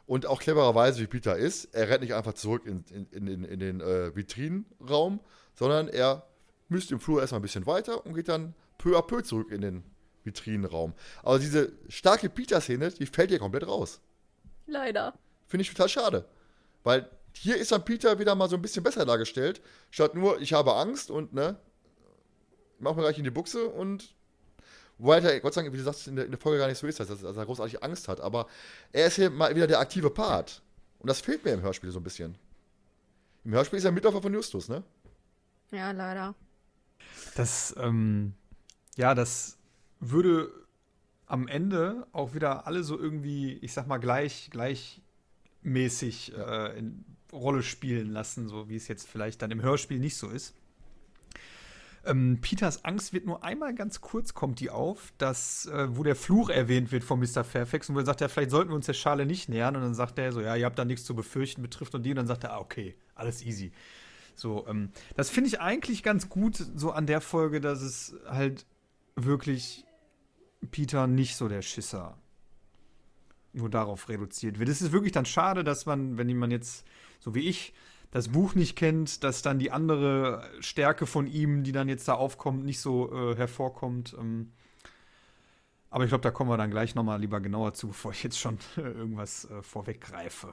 A: Und auch clevererweise, wie Peter ist, er rennt nicht einfach zurück in, in, in, in, in den äh, Vitrinenraum, sondern er müsst im Flur erstmal ein bisschen weiter und geht dann peu à peu zurück in den Vitrinenraum. Aber diese starke Peter-Szene, die fällt hier komplett raus.
B: Leider.
A: Finde ich total schade. Weil hier ist dann Peter wieder mal so ein bisschen besser dargestellt, statt nur, ich habe Angst und, ne, mach mir gleich in die Buchse und wobei er, Gott sei Dank, wie du sagst, in der, in der Folge gar nicht so ist, dass, dass er großartig Angst hat, aber er ist hier mal wieder der aktive Part. Und das fehlt mir im Hörspiel so ein bisschen. Im Hörspiel ist er Mitläufer von Justus, ne?
B: Ja, leider.
C: Das, ähm, ja, das würde am Ende auch wieder alle so irgendwie, ich sag mal, gleich, gleichmäßig
A: ja.
C: äh, in Rolle spielen lassen, so wie es jetzt vielleicht dann im Hörspiel nicht so ist. Ähm, Peters Angst wird nur einmal ganz kurz, kommt die auf, dass, äh, wo der Fluch erwähnt wird von Mister Fairfax und wo er sagt, ja, vielleicht sollten wir uns der Schale nicht nähern und dann sagt er so, ja, ihr habt da nichts zu befürchten, betrifft und die und dann sagt er, ah, okay, alles easy. So, ähm, das finde ich eigentlich ganz gut so an der Folge, dass es halt wirklich Peter nicht so der Schisser nur darauf reduziert wird. Es ist wirklich dann schade, dass man, wenn man jetzt, so wie ich, das Buch nicht kennt, dass dann die andere Stärke von ihm, die dann jetzt da aufkommt, nicht so äh, hervorkommt. Ähm, aber ich glaube, da kommen wir dann gleich nochmal lieber genauer zu, bevor ich jetzt schon äh, irgendwas äh, vorweggreife.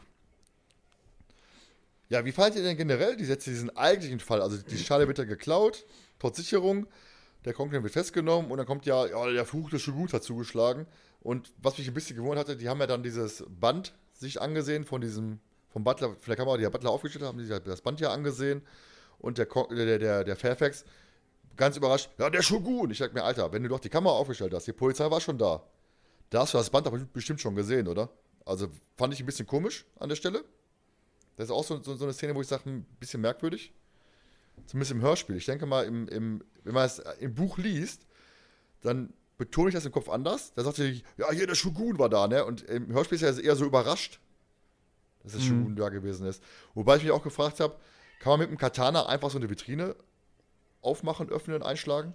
A: Ja, wie fandet ihr denn generell die Sätze, diesen eigentlichen Fall? Also die Schale wird ja geklaut, trotz Sicherung, der Conklin wird festgenommen und dann kommt ja, ja der Fluch des Shoguns hat zugeschlagen. Und was mich ein bisschen gewundert hatte, die haben ja dann dieses Band sich angesehen von diesem vom Butler, von der Kamera, die der Butler aufgestellt hat, haben die das Band ja angesehen und der, der, der, der Fairfax ganz überrascht, ja, der Shogun. Ich sag mir, Alter, wenn du doch die Kamera aufgestellt hast, die Polizei war schon da. Da hast du das Band aber bestimmt schon gesehen, oder? Also fand ich ein bisschen komisch an der Stelle. Das ist auch so, so, so eine Szene, wo ich sage, ein bisschen merkwürdig. Zumindest im Hörspiel. Ich denke mal, im, im, wenn man es im Buch liest, dann betone ich das im Kopf anders. Da sagt er, ja, hier der Shogun war da, ne? Und im Hörspiel ist er eher so überrascht, dass das Shogun mhm. da gewesen ist. Wobei ich mich auch gefragt habe, kann man mit einem Katana einfach so eine Vitrine aufmachen, öffnen, einschlagen?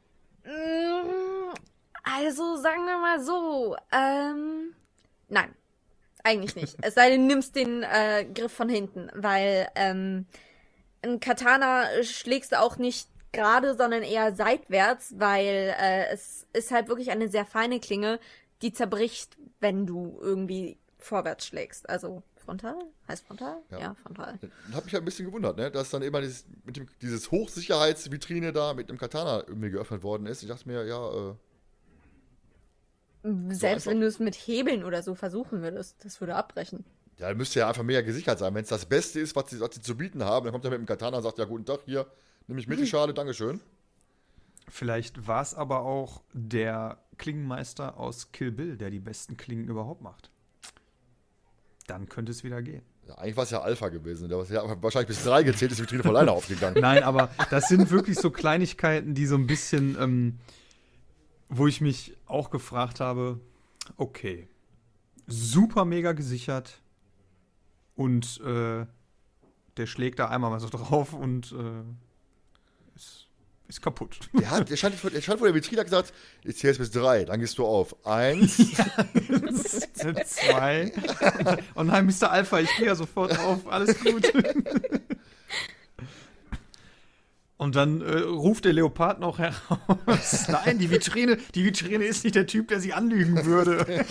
B: Also, sagen wir mal so, ähm, nein, eigentlich nicht. Es sei denn, du nimmst den äh, Griff von hinten, weil ähm, ein Katana schlägst du auch nicht gerade, sondern eher seitwärts, weil äh, es ist halt wirklich eine sehr feine Klinge, die zerbricht, wenn du irgendwie vorwärts schlägst. Also frontal? Heißt frontal? Ja, ja frontal.
A: Das hat mich halt ein bisschen gewundert, ne? Dass dann immer dieses, mit dem, dieses Hochsicherheitsvitrine da mit dem Katana irgendwie geöffnet worden ist. Ich dachte mir, ja, äh,
B: selbst so wenn du es mit Hebeln oder so versuchen würdest, das würde abbrechen.
A: Ja, dann müsste ja einfach mega gesichert sein. Wenn es das Beste ist, was sie, was sie zu bieten haben, dann kommt er mit dem Katana und sagt, ja, guten Tag, hier, nehme ich mit die Schale, Dankeschön.
C: Vielleicht war es aber auch der Klingenmeister aus Kill Bill, der die besten Klingen überhaupt macht. Dann könnte es wieder gehen.
A: Ja, eigentlich war es ja Alpha gewesen. Der war ja wahrscheinlich bis drei gezählt, ist die Vitrine von alleine aufgegangen.
C: Nein, aber das sind wirklich so Kleinigkeiten, die so ein bisschen, ähm, wo ich mich auch gefragt habe, okay, super mega gesichert und äh, der schlägt da einmal mal so drauf und äh, ist, ist kaputt.
A: Der, hat, der, stand, der stand vor der Vitrine, hat gesagt, ich zähle jetzt bis drei, dann gehst du auf. Eins.
C: Ja, zwei. Oh nein, Mister Alpha, ich gehe ja sofort auf, alles gut. Und dann äh, ruft der Leopard noch heraus, nein, die Vitrine, die Vitrine ist nicht der Typ, der sie anlügen würde.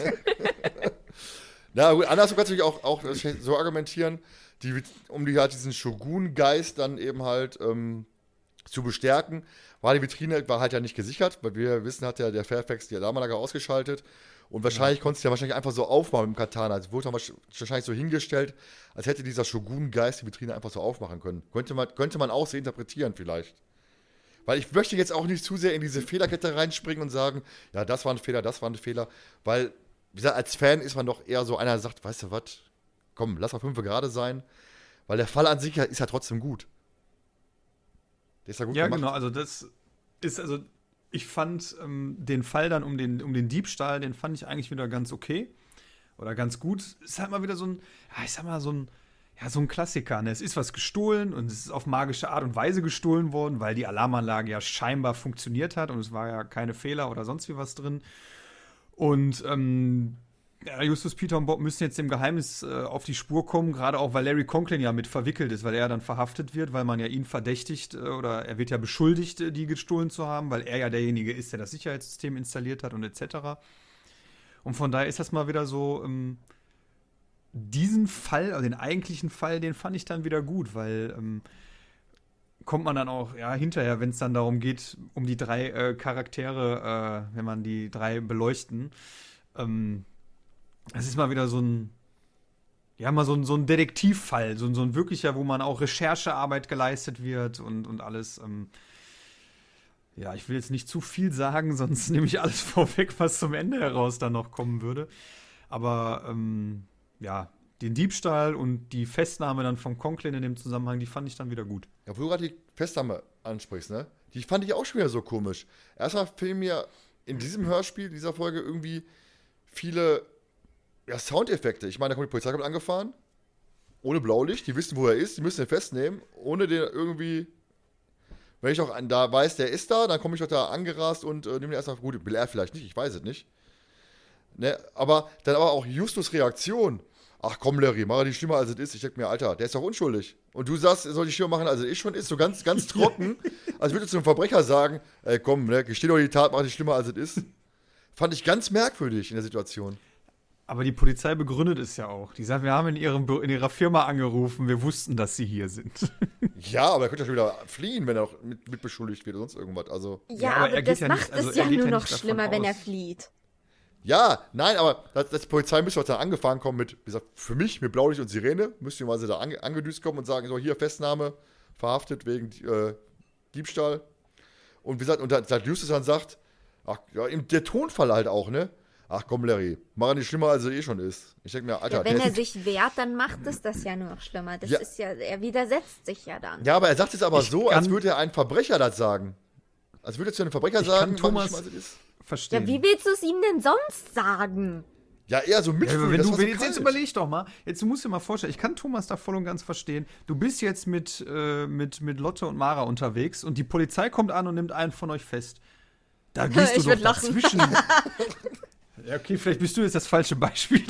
A: Na gut, andersrum kannst du natürlich auch, auch so argumentieren, die, um die halt diesen Shogun-Geist dann eben halt ähm, zu bestärken, war die Vitrine war halt ja nicht gesichert, weil wir wissen, hat ja der Fairfax die Alarmanlage ausgeschaltet und wahrscheinlich ja. konntest du ja wahrscheinlich einfach so aufmachen mit dem Katana. Es wurde dann wahrscheinlich so hingestellt, als hätte dieser Shogun-Geist die Vitrine einfach so aufmachen können. Könnte man, könnte man auch so interpretieren vielleicht. Weil ich möchte jetzt auch nicht zu sehr in diese Fehlerkette reinspringen und sagen, ja, das war ein Fehler, das war ein Fehler, weil, wie gesagt, als Fan ist man doch eher so einer, der sagt, weißt du was, komm, lass mal fünf gerade sein, weil der Fall an sich ist ja trotzdem gut. Der ist ja gut
C: ja,
A: gemacht.
C: Genau, also das ist, also ich fand ähm, den Fall dann um den, um den Diebstahl, den fand ich eigentlich wieder ganz okay. Oder ganz gut. Ist halt mal wieder so ein, ja, ich sag mal, so ein, ja, so ein Klassiker. Ne? Es ist was gestohlen und es ist auf magische Art und Weise gestohlen worden, weil die Alarmanlage ja scheinbar funktioniert hat und es war ja keine Fehler oder sonst wie was drin. Und ähm, Ja, Justus, Peter und Bob müssen jetzt dem Geheimnis äh, auf die Spur kommen, gerade auch, weil Larry Conklin ja mit verwickelt ist, weil er dann verhaftet wird, weil man ja ihn verdächtigt äh, oder er wird ja beschuldigt, äh, die gestohlen zu haben, weil er ja derjenige ist, der das Sicherheitssystem installiert hat und et cetera. Und von daher ist das mal wieder so, ähm, diesen Fall, also den eigentlichen Fall, den fand ich dann wieder gut, weil ähm, kommt man dann auch, ja, hinterher, wenn es dann darum geht, um die drei äh, Charaktere, äh, wenn man die drei beleuchten, ähm, es ist mal wieder so ein, ja, mal so ein, so ein Detektivfall, so, so ein wirklicher, wo man auch Recherchearbeit geleistet wird und, und alles. Ähm, ja, ich will jetzt nicht zu viel sagen, sonst nehme ich alles vorweg, was zum Ende heraus dann noch kommen würde. Aber, ähm, ja, den Diebstahl und die Festnahme dann von Conklin in dem Zusammenhang, die fand ich dann wieder gut.
A: Ja, wo du gerade die Festnahme ansprichst, ne? Die fand ich auch schon wieder so komisch. Erstmal fehlen mir in diesem Hörspiel, dieser Folge, irgendwie viele ja, Soundeffekte. Ich meine, da kommt die Polizei kommt angefahren, ohne Blaulicht, die wissen, wo er ist, die müssen ihn festnehmen, ohne den irgendwie, wenn ich auch an, da weiß, der ist da, dann komme ich doch da angerast und äh, nehme den erstmal, gut, will er vielleicht nicht, ich weiß es nicht. Ne, aber dann aber auch Justus' Reaktion. Ach komm, Larry, mach die schlimmer, als es ist. Ich denke mir, Alter, der ist doch unschuldig. Und du sagst, er soll die schlimmer machen, als es ist schon ist, so ganz, ganz trocken. Als würdest du einem Verbrecher sagen, ey, komm, ne, gesteh doch die Tat, mach die schlimmer, als es ist. Fand ich ganz merkwürdig in der Situation.
C: Aber die Polizei begründet es ja auch. Die sagt, wir haben in, ihrem, in ihrer Firma angerufen, wir wussten, dass sie hier sind.
A: Ja, aber er könnte ja schon wieder fliehen, wenn er noch mit, mit beschuldigt wird oder sonst irgendwas. Also,
B: Ja,
C: ja, aber
B: aber
C: er geht
B: das
C: ja
B: macht
C: nicht- also
B: es
C: er
B: ja
C: geht
B: nur
C: ja
B: noch
C: nicht davon
B: schlimmer, wenn er
C: aus.
B: flieht.
A: ja, nein, aber das, das die Polizei müsste doch dann angefahren kommen mit, wie gesagt, für mich mit Blaulicht und Sirene, müsste mal da ange, angedüst kommen und sagen, so hier, Festnahme, verhaftet wegen äh, Diebstahl. Und wie gesagt, und da, da Justus dann sagt, ach, ja, eben der Tonfall halt auch, ne? Ach komm, Larry, mach nicht schlimmer, als er eh schon ist. Ich denke mir, Alter,
B: Ja, wenn
A: der
B: er
A: ist,
B: sich wehrt, dann macht es das ja nur noch schlimmer. Das
A: Ja.
B: ist ja, er widersetzt sich ja dann.
A: ja, aber er sagt es aber
C: Ich
A: so, als
C: kann-
A: würde er ein Verbrecher das sagen. Als würde er zu einem Verbrecher
C: Ich
A: sagen,
C: kann
A: mach nicht
C: Thomas-
A: schlimmer, als es ist.
C: Verstehen.
B: Ja, wie willst du es ihm denn sonst sagen?
A: Ja, eher so
C: Ja,
A: mitfühlen,
C: aber wenn
A: das
C: du,
A: war so
C: wenn jetzt,
A: kalt.
C: jetzt überleg doch mal, jetzt du musst dir mal vorstellen, ich kann Thomas da voll und ganz verstehen. Du bist jetzt mit, äh, mit, mit Lotte und Mara unterwegs und die Polizei kommt an und nimmt einen von euch fest. Da gehst du
B: Ich
C: doch
B: würd lachen.
C: dazwischen. Ja, okay, vielleicht bist du jetzt das falsche Beispiel.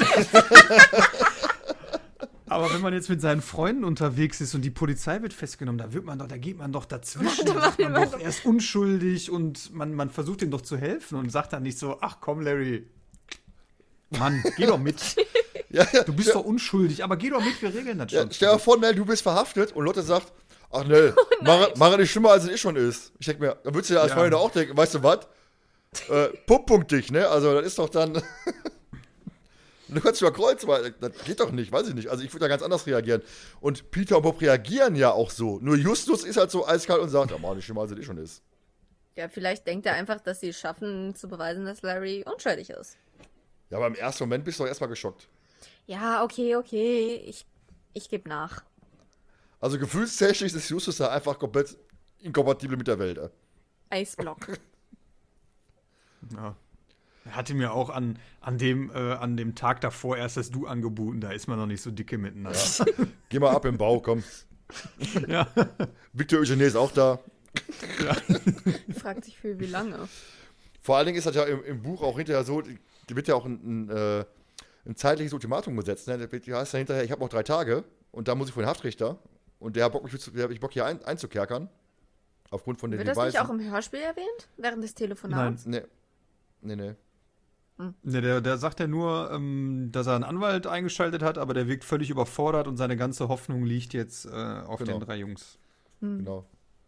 C: Aber wenn man jetzt mit seinen Freunden unterwegs ist und die Polizei wird festgenommen, da wird man doch, da geht man doch dazwischen. Da sagt man doch, er ist unschuldig und man, man versucht ihm doch zu helfen und sagt dann nicht so, ach komm, Larry, Mann, geh doch mit.
A: Ja, ja,
C: Du bist doch unschuldig, aber geh doch mit, wir regeln das
A: ja,
C: schon.
A: stell dir vor, Nell, du bist verhaftet und Lotte sagt, ach Nell, mach, mach nicht schlimmer, als es eh schon ist. Ich denke mir, da würdest du ja als
C: Ja.
A: Freunde auch denken, weißt du was? Äh, Pump dich, ne? Also das ist doch dann... Du kannst über Kreuz, weil das geht doch nicht, weiß ich nicht. Also ich würde da ganz anders reagieren. Und Peter und Bob reagieren ja auch so. Nur Justus ist halt so eiskalt und sagt, ja, mach nicht schlimmer, als es eh schon ist.
B: Ja, vielleicht denkt er einfach, dass sie es schaffen, zu beweisen, dass Larry unschuldig ist.
A: Ja, aber im ersten Moment bist du doch erstmal geschockt.
B: Ja, okay, okay. Ich, ich gebe nach.
A: Also gefühlstechnisch ist Justus da einfach komplett inkompatibel mit der Welt. Ey.
B: Eisblock.
C: Ja. Er hatte mir auch an, an, dem, äh, an dem Tag davor erst das Du angeboten, da ist man noch nicht so dicke miteinander.
A: Geh mal ab im Bau, komm.
C: Ja.
A: Victor Eugenie ist auch da.
B: Fragt sich für wie lange.
A: Vor allen Dingen ist das ja im, im Buch auch hinterher so, die wird ja auch ein, ein, äh, ein zeitliches Ultimatum gesetzt. Ne? Da heißt ja hinterher, ich habe noch drei Tage und da muss ich vor den Haftrichter und der hat Bock, mich, der hat mich Bock hier ein, einzukerkern. Aufgrund von den
B: Wird das nicht
A: Beweisen.
B: auch im Hörspiel erwähnt? Während des Telefonats?
A: Nee. Nee, nee.
C: Ne, der, der sagt ja nur, ähm, dass er einen Anwalt eingeschaltet hat, aber der wirkt völlig überfordert und seine ganze Hoffnung liegt jetzt äh, auf
A: Genau.
C: den drei Jungs.
A: Genau.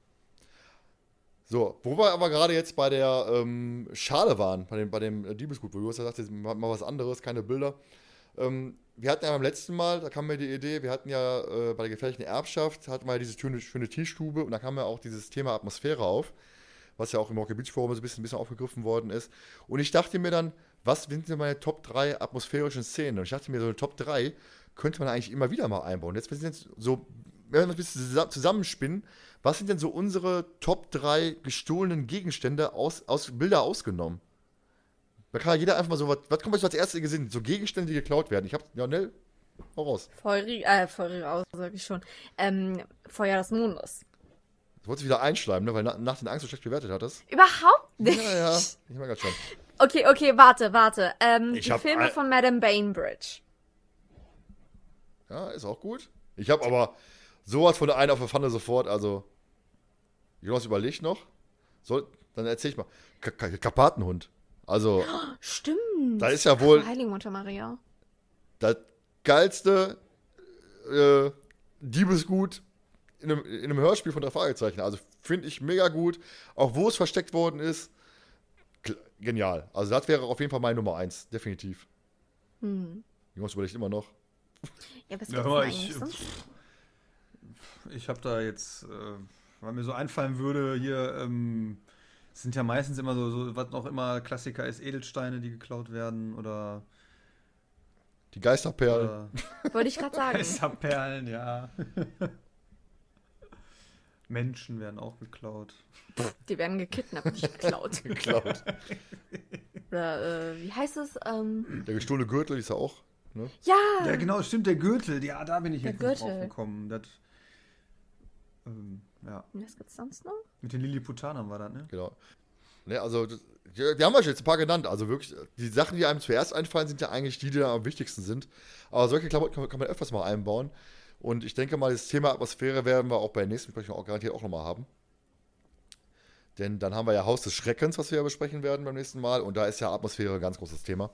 A: So, wo wir aber gerade jetzt bei der ähm, Schale waren, bei dem, bei dem äh, Diebesgut, wo du hast ja gesagt, mal, mal was anderes, keine Bilder. Ähm, wir hatten ja beim letzten Mal, da kam mir die Idee, wir hatten ja äh, bei der gefährlichen Erbschaft, hatten wir ja diese schöne, schöne Teestube und da kam ja auch dieses Thema Atmosphäre auf, was ja auch im Rocky Beach Forum so ein bisschen, ein bisschen aufgegriffen worden ist. Und ich dachte mir dann, was sind denn meine Top drei atmosphärischen Szenen? Und ich dachte mir, so eine Top drei könnte man eigentlich immer wieder mal einbauen. Jetzt, wir sind jetzt so, wenn wir ein bisschen zusammenspinnen, was sind denn so unsere Top drei gestohlenen Gegenstände aus, aus Bilder ausgenommen? Da kann ja jeder einfach mal so, was, was kommt euch so als erstes gesehen? So Gegenstände, die geklaut werden. Ich hab, ja, ne, hau raus.
B: Feurig, äh, feurig aus, sag ich schon. Ähm, Feuer des Mondes.
A: Du wolltest wieder einschleimen, ne, weil na, nach den Angst so schlecht bewertet hattest.
B: Überhaupt nicht.
A: Ja, ja, ich mag das schon.
B: Okay, okay, warte, warte. Ähm,
A: Ich
B: die
A: hab
B: Filme
A: ein-
B: von Madame Bainbridge.
A: Ja, ist auch gut. Ich habe aber sowas von der einen auf der Pfanne sofort, also. Jonas überlegt noch. Soll, dann erzähl ich mal. Ka Ka Karpatenhund. Also,
B: Stimmt.
A: da ist ja wohl
B: Ach, Heilige Mutter Maria.
A: das geilste äh, Diebesgut in einem, in einem Hörspiel von drei Fragezeichen. Also, finde ich mega gut. Auch wo es versteckt worden ist. Kl- Genial. Also, das wäre auf jeden Fall meine Nummer eins. Definitiv.
B: Hm.
A: Jonas überlegt immer noch.
B: Ja, was
C: Ja,
B: gibt's
C: aber
B: denn
C: ich,
B: eigentlich sonst?
C: ich habe da jetzt, äh, weil mir so einfallen würde, hier ähm, es sind ja meistens immer so, so, was noch immer Klassiker ist, Edelsteine, die geklaut werden oder,
A: Die Geisterperlen.
C: oder
B: Wollte ich gerade sagen.
C: Geisterperlen, ja. Menschen werden auch geklaut.
B: Die werden gekidnappt, nicht geklaut.
A: Geklaut.
B: Oder, äh, wie heißt es? Ähm,
A: Der gestohlene Gürtel ist ja auch. Ne?
B: ja!
C: Ja, genau, stimmt, der Gürtel. Ja, da bin ich
B: Der
C: jetzt nicht
B: Gürtel.
C: drauf gekommen. Das, ähm, ja,
B: Was gibt's sonst noch?
C: mit den Lilliputanern war das, ne?
A: Genau. Ne, also, das, ja, wir haben euch jetzt ein paar genannt. Also wirklich, die Sachen, die einem zuerst einfallen, sind ja eigentlich die, die da am wichtigsten sind. Aber solche Klamotten kann, man- kann man öfters mal einbauen. Und ich denke mal, das Thema Atmosphäre werden wir auch bei der nächsten Besprechung auch garantiert auch nochmal haben. Denn dann haben wir ja Haus des Schreckens, was wir ja besprechen werden beim nächsten Mal. Und da ist ja Atmosphäre ein ganz großes Thema.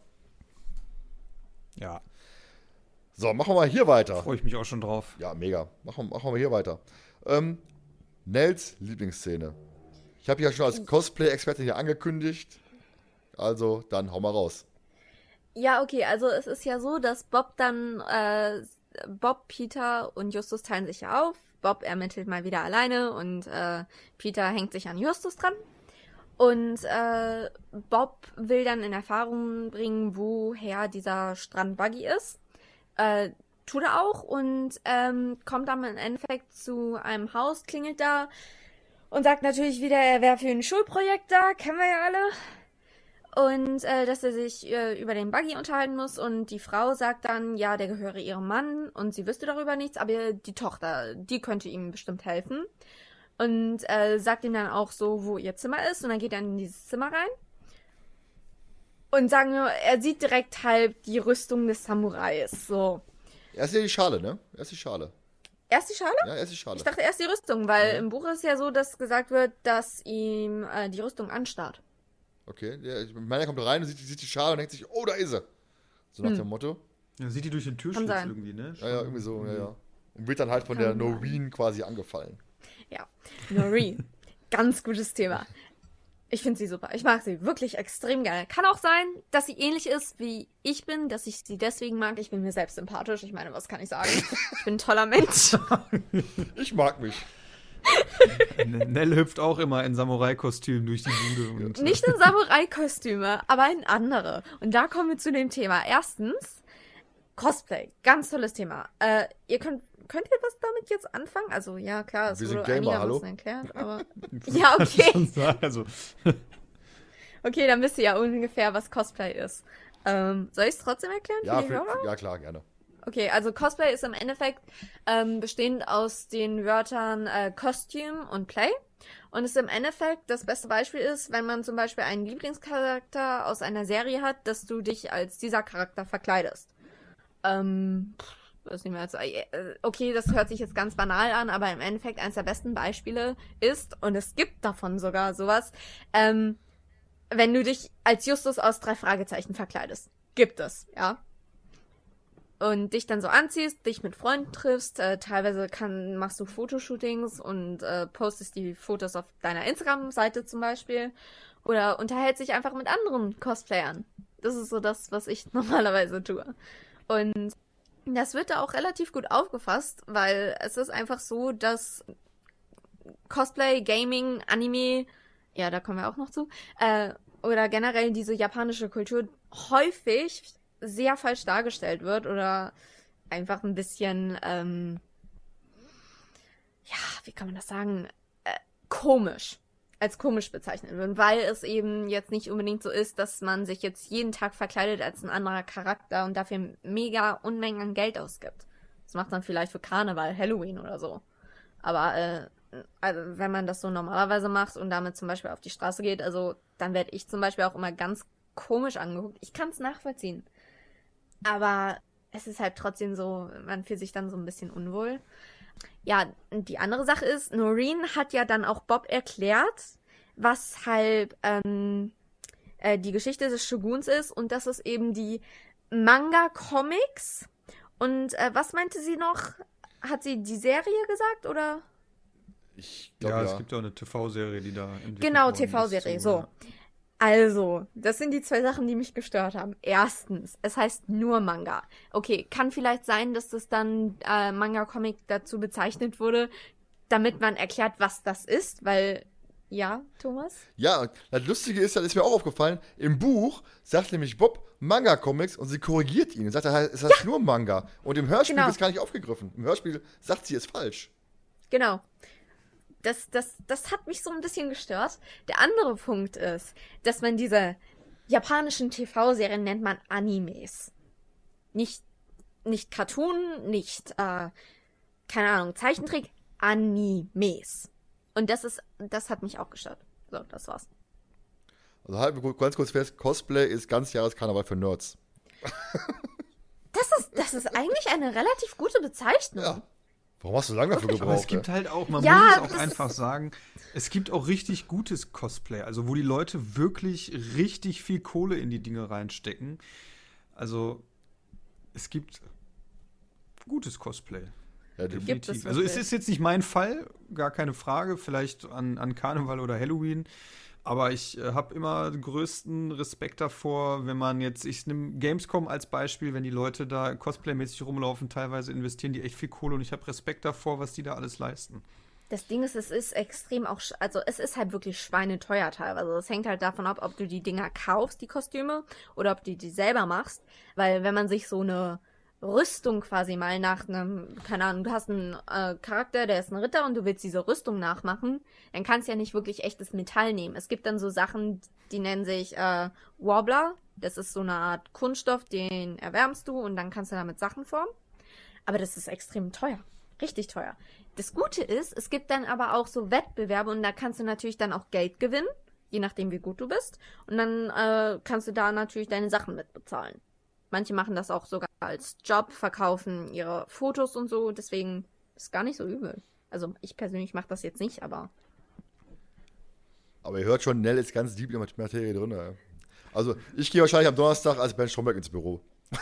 C: Ja,
A: So, machen wir mal hier weiter.
C: freue ich mich auch schon drauf.
A: Ja, mega. Machen, machen wir hier weiter. Ähm, Nels Lieblingsszene. Ich habe ja schon als Cosplay-Expertin hier angekündigt. Also, dann hau mal raus.
B: Ja, okay, also es ist ja so, dass Bob dann, äh, Bob, Peter und Justus teilen sich ja auf. Bob ermittelt mal wieder alleine und äh, Peter hängt sich an Justus dran. Und äh, Bob will dann in Erfahrung bringen, woher dieser Strandbuggy ist. Äh, tut er auch und ähm, kommt dann im Endeffekt zu einem Haus, klingelt da und sagt natürlich wieder, er wäre für ein Schulprojekt da, kennen wir ja alle. Und äh, dass er sich äh, über den Buggy unterhalten muss und die Frau sagt dann, ja, der gehöre ihrem Mann und sie wüsste darüber nichts, aber die Tochter, die könnte ihm bestimmt helfen. Und äh, sagt ihm dann auch so, wo ihr Zimmer ist und dann geht er in dieses Zimmer rein. Und sagen nur, er sieht direkt halt die Rüstung des Samurais, so.
A: Erst ja die Schale, ne? Erst die Schale.
B: Erst die Schale?
A: Ja, erst die Schale.
B: Ich dachte erst die Rüstung, weil
A: Ja.
B: im Buch ist ja so, dass gesagt wird, dass ihm äh, die Rüstung anstarrt.
A: Okay, der, ich meine, er kommt rein und sieht, sieht die Schale und denkt sich, oh, da ist er. So nach
B: Hm.
A: dem Motto.
C: Ja, sieht die durch den Türschlitz
B: sein.
C: irgendwie, ne?
A: Ja, ja, irgendwie so, ja, ja. Und wird dann halt von der
B: Kann sein.
A: Noreen quasi angefallen.
B: Ja, Noreen. Ganz gutes Thema. Ich finde sie super. Ich mag sie wirklich extrem gerne. Kann auch sein, dass sie ähnlich ist, wie ich bin, dass ich sie deswegen mag. Ich bin mir selbst sympathisch. Ich meine, was kann ich sagen? Ich bin ein toller Mensch.
A: Ich mag mich.
C: Nell hüpft auch immer in Samurai-Kostüm durch die Bude. Und,
B: Nicht in Samurai-Kostüme, aber in andere. Und da kommen wir zu dem Thema. Erstens, Cosplay. Ganz tolles Thema. Äh, ihr könnt, könnt ihr was damit jetzt anfangen? Also, ja, klar, es
A: Wir sind
B: wurde
A: Gamer,
B: einigermaßen
A: hallo?
B: erklärt, aber... Ja, okay.
C: Also,
B: Okay, dann wisst ihr ja ungefähr, was Cosplay ist. Ähm, soll ich es trotzdem erklären
A: Ja,
B: für die
A: für,
B: Hörer?
A: ja, klar, gerne.
B: Okay, also Cosplay ist im Endeffekt ähm, bestehend aus den Wörtern äh, Costume und Play. Und es im Endeffekt das beste Beispiel ist, wenn man zum Beispiel einen Lieblingscharakter aus einer Serie hat, dass du dich als dieser Charakter verkleidest. Ähm, pff, weiß nicht mehr, also, äh, okay, das hört sich jetzt ganz banal an, aber im Endeffekt eines der besten Beispiele ist, und es gibt davon sogar sowas, ähm, wenn du dich als Justus aus drei Fragezeichen verkleidest. Gibt es, ja. Und dich dann so anziehst, dich mit Freunden triffst, äh, teilweise kann, machst du Fotoshootings und äh, postest die Fotos auf deiner Instagram-Seite zum Beispiel oder unterhältst dich einfach mit anderen Cosplayern. Das ist so das, was ich normalerweise tue. Und das wird da auch relativ gut aufgefasst, weil es ist einfach so, dass Cosplay, Gaming, Anime, ja, da kommen wir auch noch zu, äh, oder generell diese japanische Kultur häufig sehr falsch dargestellt wird oder einfach ein bisschen, ähm, ja, wie kann man das sagen, äh, komisch, als komisch bezeichnet wird, weil es eben jetzt nicht unbedingt so ist, dass man sich jetzt jeden Tag verkleidet als ein anderer Charakter und dafür mega Unmengen an Geld ausgibt. Das macht man vielleicht für Karneval, Halloween oder so. Aber, äh, also wenn man das so normalerweise macht und damit zum Beispiel auf die Straße geht, also dann werde ich zum Beispiel auch immer ganz komisch angeguckt. Ich kann es nachvollziehen. Aber es ist halt trotzdem so, man fühlt sich dann so ein bisschen unwohl. Ja, die andere Sache ist, Noreen hat ja dann auch Bob erklärt, was halt ähm, äh, die Geschichte des Shoguns ist und dass es eben die Manga-Comics und äh, was meinte sie noch? Hat sie die Serie gesagt, oder?
C: Ich glaub, ja, ja, es gibt auch eine T V-Serie, die da entwickelt
B: Genau, T V-Serie, so. Ja. Also, das sind die zwei Sachen, die mich gestört haben. Erstens, es heißt nur Manga. Okay, kann vielleicht sein, dass das dann äh, Manga-Comic dazu bezeichnet wurde, damit man erklärt, was das ist, weil, ja, Thomas?
A: Ja, das Lustige ist, das ist mir auch aufgefallen, im Buch sagt nämlich Bob Manga-Comics und sie korrigiert ihn und sagt, es heißt ja. nur Manga. Und im Hörspiel genau. wird es gar nicht aufgegriffen. Im Hörspiel sagt sie es falsch.
B: Genau. Das, das, das hat mich so ein bisschen gestört. Der andere Punkt ist, dass man diese japanischen T V-Serien nennt man Animes. Nicht, nicht Cartoon, nicht, äh, keine Ahnung, Zeichentrick, Animes. Und das ist, das hat mich auch gestört. So, das war's.
A: Also halten wir ganz kurz fest, Cosplay ist Ganzjahreskarneval für Nerds.
B: Das ist, das ist eigentlich eine relativ gute Bezeichnung. Ja.
A: Warum hast du lange dafür gebraucht?
C: Aber es gibt halt auch, man
B: ja,
C: muss es auch einfach sagen, es gibt auch richtig gutes Cosplay, also wo die Leute wirklich richtig viel Kohle in die Dinge reinstecken. Also es gibt gutes Cosplay.
A: Ja,
C: definitiv. Also es ist jetzt nicht mein Fall, gar keine Frage, vielleicht an, an Karneval oder Halloween. Aber ich äh, habe immer den größten Respekt davor, wenn man jetzt, ich nehme Gamescom als Beispiel, wenn die Leute da cosplaymäßig rumlaufen, teilweise investieren die echt viel Kohle und ich habe Respekt davor, was die da alles leisten.
B: Das Ding ist, es ist extrem auch, also es ist halt wirklich schweineteuer teilweise. Es hängt halt davon ab, ob du die Dinger kaufst, die Kostüme, oder ob du die selber machst. Weil wenn man sich so eine Rüstung quasi mal nach einem, keine Ahnung, du hast einen äh, Charakter, der ist ein Ritter und du willst diese Rüstung nachmachen, dann kannst du ja nicht wirklich echtes Metall nehmen. Es gibt dann so Sachen, die nennen sich äh, Warbler. Das ist so eine Art Kunststoff, den erwärmst du und dann kannst du damit Sachen formen. Aber das ist extrem teuer. Richtig teuer. Das Gute ist, es gibt dann aber auch so Wettbewerbe und da kannst du natürlich dann auch Geld gewinnen, je nachdem wie gut du bist. Und dann äh, kannst du da natürlich deine Sachen mit bezahlen. Manche machen das auch sogar als Job, verkaufen ihre Fotos und so, deswegen ist es gar nicht so übel. Also ich persönlich mache das jetzt nicht, aber...
A: Aber ihr hört schon, Nell ist ganz deep in der Materie drin. Ja. Also ich gehe wahrscheinlich am Donnerstag als Ben Stromberg ins Büro.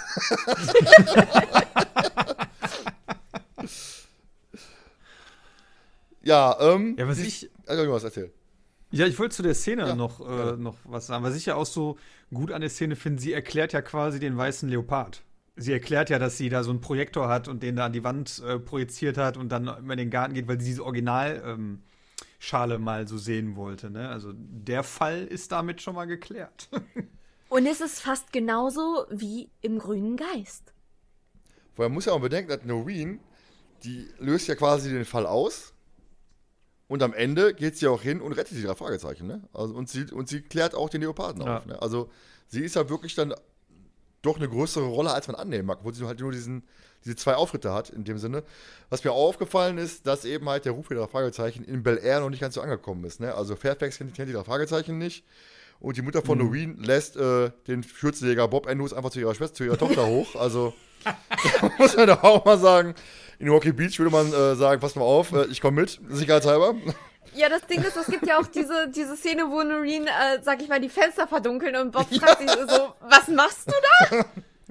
A: ja, ähm...
C: Ja, was ich...
A: ich also irgendwas erzählen.
C: Ja, ich wollte zu der Szene
A: ja,
C: noch, äh,
A: ja.
C: noch was sagen. Was ich ja auch so gut an der Szene finde, sie erklärt ja quasi den weißen Leopard. Sie erklärt ja, dass sie da so einen Projektor hat und den da an die Wand äh, projiziert hat und dann immer in den Garten geht, weil sie diese Originalschale ähm, mal so sehen wollte. Ne? Also der Fall ist damit schon mal geklärt.
B: Und es ist fast genauso wie im Grünen Geist.
A: Weil man muss ja auch bedenken, dass Noreen, die löst ja quasi den Fall aus. Und am Ende geht sie auch hin und rettet die drei Fragezeichen, ne? Also, und, sie, und sie klärt auch den Leoparden ja. auf, ne? Also sie ist ja wirklich dann doch eine größere Rolle, als man annehmen mag, wo sie halt nur diesen, diese zwei Auftritte hat, in dem Sinne. Was mir auch aufgefallen ist, dass eben halt der Ruf der drei Fragezeichen in Bel Air noch nicht ganz so angekommen ist, ne? Also Fairfax kennt, kennt die drei Fragezeichen nicht. Und die Mutter von mhm. Noreen lässt äh, den Schürzenjäger Bob Andrews einfach zu ihrer Schwester, zu ihrer Tochter hoch. Also da muss man da auch mal sagen, in Rocky Beach würde man äh, sagen, pass mal auf, äh, ich komme mit, sicherheitshalber.
B: Ja, das Ding ist, es gibt ja auch diese, diese Szene, wo Noreen, äh, sag ich mal, die Fenster verdunkeln und Bob fragt sich so, was machst du da?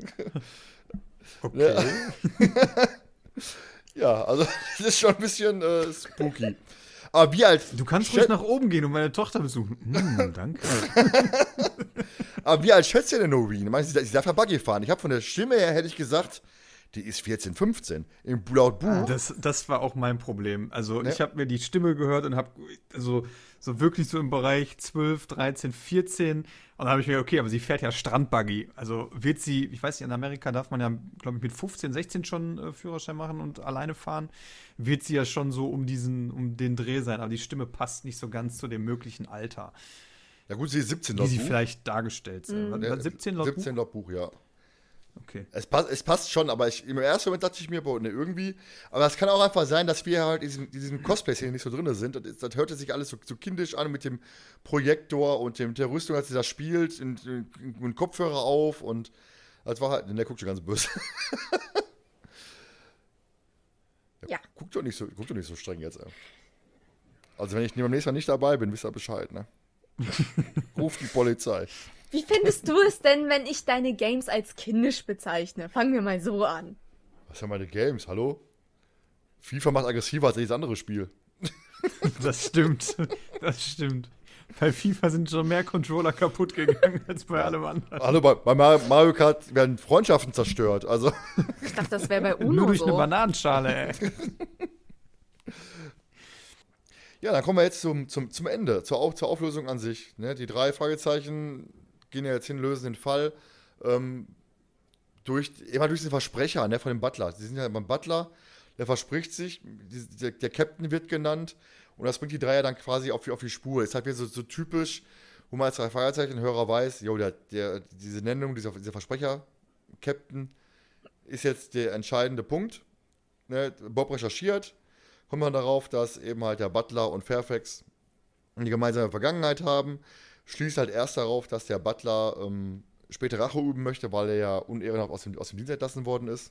C: Okay.
A: Ja, also das ist schon ein bisschen äh, spooky. Aber wie als
C: du kannst ruhig nach oben gehen und meine Tochter besuchen. Mm, danke.
A: Aber wie alt schätzt ihr denn Noreen? Meinst du, sie darf ja Buggy fahren? Ich habe von der Stimme her, hätte ich gesagt, die ist vierzehn, fünfzehn. Im laut Buch.
C: Das, das war auch mein Problem. Also
A: ne?
C: ich habe mir die Stimme gehört und habe also, so wirklich so im Bereich zwölf, dreizehn, vierzehn. Und dann habe ich mir gedacht, okay, aber sie fährt ja Strandbuggy. Also wird sie, ich weiß nicht, in Amerika darf man ja, glaube ich, mit fünfzehn, sechzehn schon äh, Führerschein machen und alleine fahren. Wird sie ja schon so um diesen, um den Dreh sein. Aber die Stimme passt nicht so ganz zu dem möglichen Alter.
A: Ja gut, sie ist siebzehn laut
C: Wie sie
A: Buch.
C: vielleicht dargestellt sind.
A: Mhm.
C: siebzehn laut
A: siebzehn laut Buch, ja.
C: Okay.
A: Es, pass, es passt schon, aber ich, im ersten Moment dachte ich mir, boah, ne, irgendwie. Aber es kann auch einfach sein, dass wir halt in diesem, diesem Cosplay-Szene nicht so drin sind. Das, das hörte sich alles so, so kindisch an mit dem Projektor und dem, der Rüstung, als sie das spielt, und, und, und Kopfhörer auf und das war halt, der guckt schon ganz böse. ja,
B: ja.
A: Guck doch nicht so, guck doch nicht so streng jetzt, ey. Also wenn ich beim nächsten Mal nicht dabei bin, wisst ihr Bescheid, ne? Ruf die Polizei.
B: Wie findest du es denn, wenn ich deine Games als kindisch bezeichne? Fangen wir mal so an.
A: Was sind meine Games, hallo? FIFA macht aggressiver als jedes andere Spiel.
C: Das stimmt, das stimmt. Bei FIFA sind schon mehr Controller kaputt gegangen als bei allem anderen.
A: Hallo, bei, bei Mario Kart werden Freundschaften zerstört, also.
B: Ich dachte, das wäre bei UNO
C: Nur durch
B: so.
C: eine Bananenschale, ey.
A: Ja, dann kommen wir jetzt zum, zum, zum Ende, zur, Auf, zur Auflösung an sich. Ne? Die drei Fragezeichen gehen ja jetzt hin, lösen den Fall. Ähm, durch, immer durch den Versprecher, ne, von dem Butler. Sie sind ja beim Butler, der verspricht sich, die, der, der Captain wird genannt und das bringt die Dreier dann quasi auf, auf die Spur. Ist halt wieder so, so typisch, wo man als drei Fragezeichen-Hörer weiß, jo, der, der, diese Nennung, dieser, dieser Versprecher, Captain, ist jetzt der entscheidende Punkt. Ne? Bob recherchiert, kommt man darauf, dass eben halt der Butler und Fairfax eine gemeinsame Vergangenheit haben, schließt halt erst darauf, dass der Butler ähm, später Rache üben möchte, weil er ja unehrenhaft aus dem, aus dem Dienst entlassen worden ist.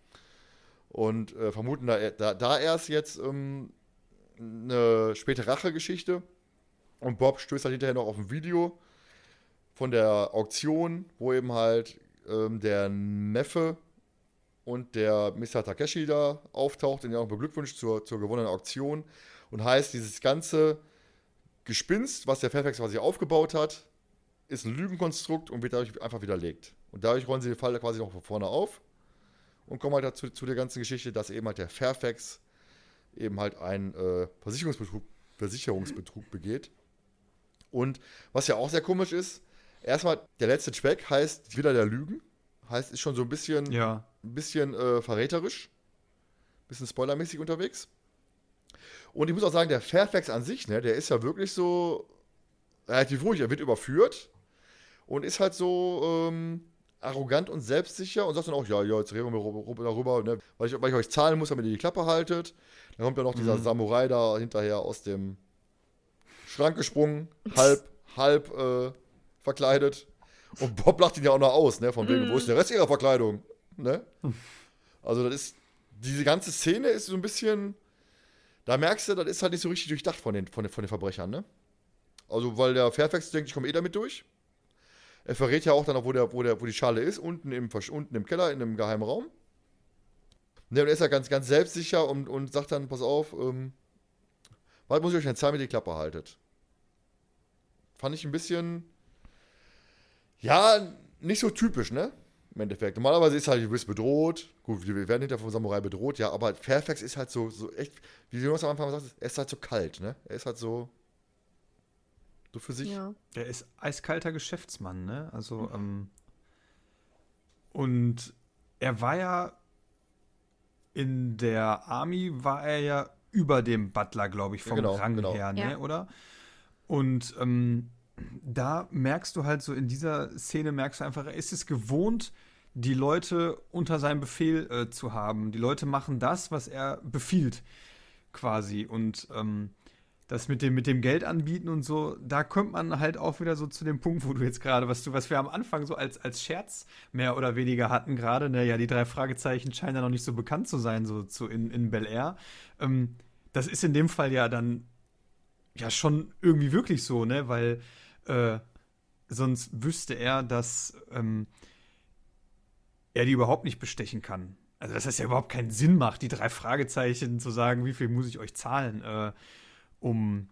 A: Und äh, vermuten da, da, da erst jetzt ähm, eine späte Rache-Geschichte. Und Bob stößt halt hinterher noch auf ein Video von der Auktion, wo eben halt ähm, der Neffe und der Mister Takeshi da auftaucht, den er auch beglückwünscht zur, zur gewonnenen Auktion. Und heißt, dieses ganze Gespinst, was der Fairfax quasi aufgebaut hat, ist ein Lügenkonstrukt und wird dadurch einfach widerlegt. Und dadurch rollen sie den Fall quasi noch von vorne auf und kommen halt dazu, zu der ganzen Geschichte, dass eben halt der Fairfax eben halt einen äh, Versicherungsbetrug, Versicherungsbetrug begeht. Und was ja auch sehr komisch ist, erstmal der letzte Track heißt Wieder der Lügen. Heißt, ist schon so ein bisschen,
C: ja.
A: ein bisschen äh, verräterisch. Ein bisschen spoilermäßig unterwegs. Und ich muss auch sagen, der Fairfax an sich, ne, der ist ja wirklich so relativ ruhig. Er wird überführt und ist halt so ähm, arrogant und selbstsicher und sagt dann auch, ja, ja, jetzt reden wir darüber, ne, weil, ich, weil ich euch zahlen muss, damit ihr die Klappe haltet. Dann kommt ja noch dieser mhm. Samurai da hinterher aus dem Schrank gesprungen, halb, halb äh, verkleidet. Und Bob lacht ihn ja auch noch aus, ne, von wegen, mm. wo ist der Rest ihrer Verkleidung? Ne? Also das ist, diese ganze Szene ist so ein bisschen, da merkst du, das ist halt nicht so richtig durchdacht von den, von den, von den Verbrechern, ne? Also, weil der Fairfax denkt, ich komme eh damit durch. Er verrät ja auch dann noch, wo, der, wo, der, wo die Schale ist, unten im, unten im Keller, in einem geheimen Raum. Ne, und er ist ja ganz, ganz selbstsicher und, und sagt dann, pass auf, ähm, was muss ich euch denn zahlen, wenn ihr die Klappe haltet? Fand ich ein bisschen... Ja, nicht so typisch, ne? Im Endeffekt. Normalerweise ist halt, du bist bedroht. Gut, wir werden hinter vom Samurai bedroht, ja, aber Fairfax ist halt so, so echt, wie du am Anfang sagst, er ist halt so kalt, ne? Er ist halt so, so für sich.
C: Ja. Er ist eiskalter Geschäftsmann, ne? Also, mhm. ähm, und er war ja in der Army, war er ja über dem Butler, glaube ich, vom ja, genau, Rang genau. her, ne? Ja. Oder? Und, ähm, da merkst du halt so, in dieser Szene merkst du einfach, er ist es gewohnt, die Leute unter seinem Befehl äh, zu haben. Die Leute machen das, was er befiehlt, quasi. Und ähm, das mit dem, mit dem Geld anbieten und so, da kommt man halt auch wieder so zu dem Punkt, wo du jetzt gerade, was du, was wir am Anfang so als, als Scherz mehr oder weniger hatten gerade, ne, ja, die drei Fragezeichen scheinen ja noch nicht so bekannt zu sein, so zu in, in Bel Air. Ähm, das ist in dem Fall ja dann ja schon irgendwie wirklich so, ne, weil Äh, sonst wüsste er, dass ähm, er die überhaupt nicht bestechen kann. Also dass das ja überhaupt keinen Sinn macht, die drei Fragezeichen zu sagen, wie viel muss ich euch zahlen, äh, um,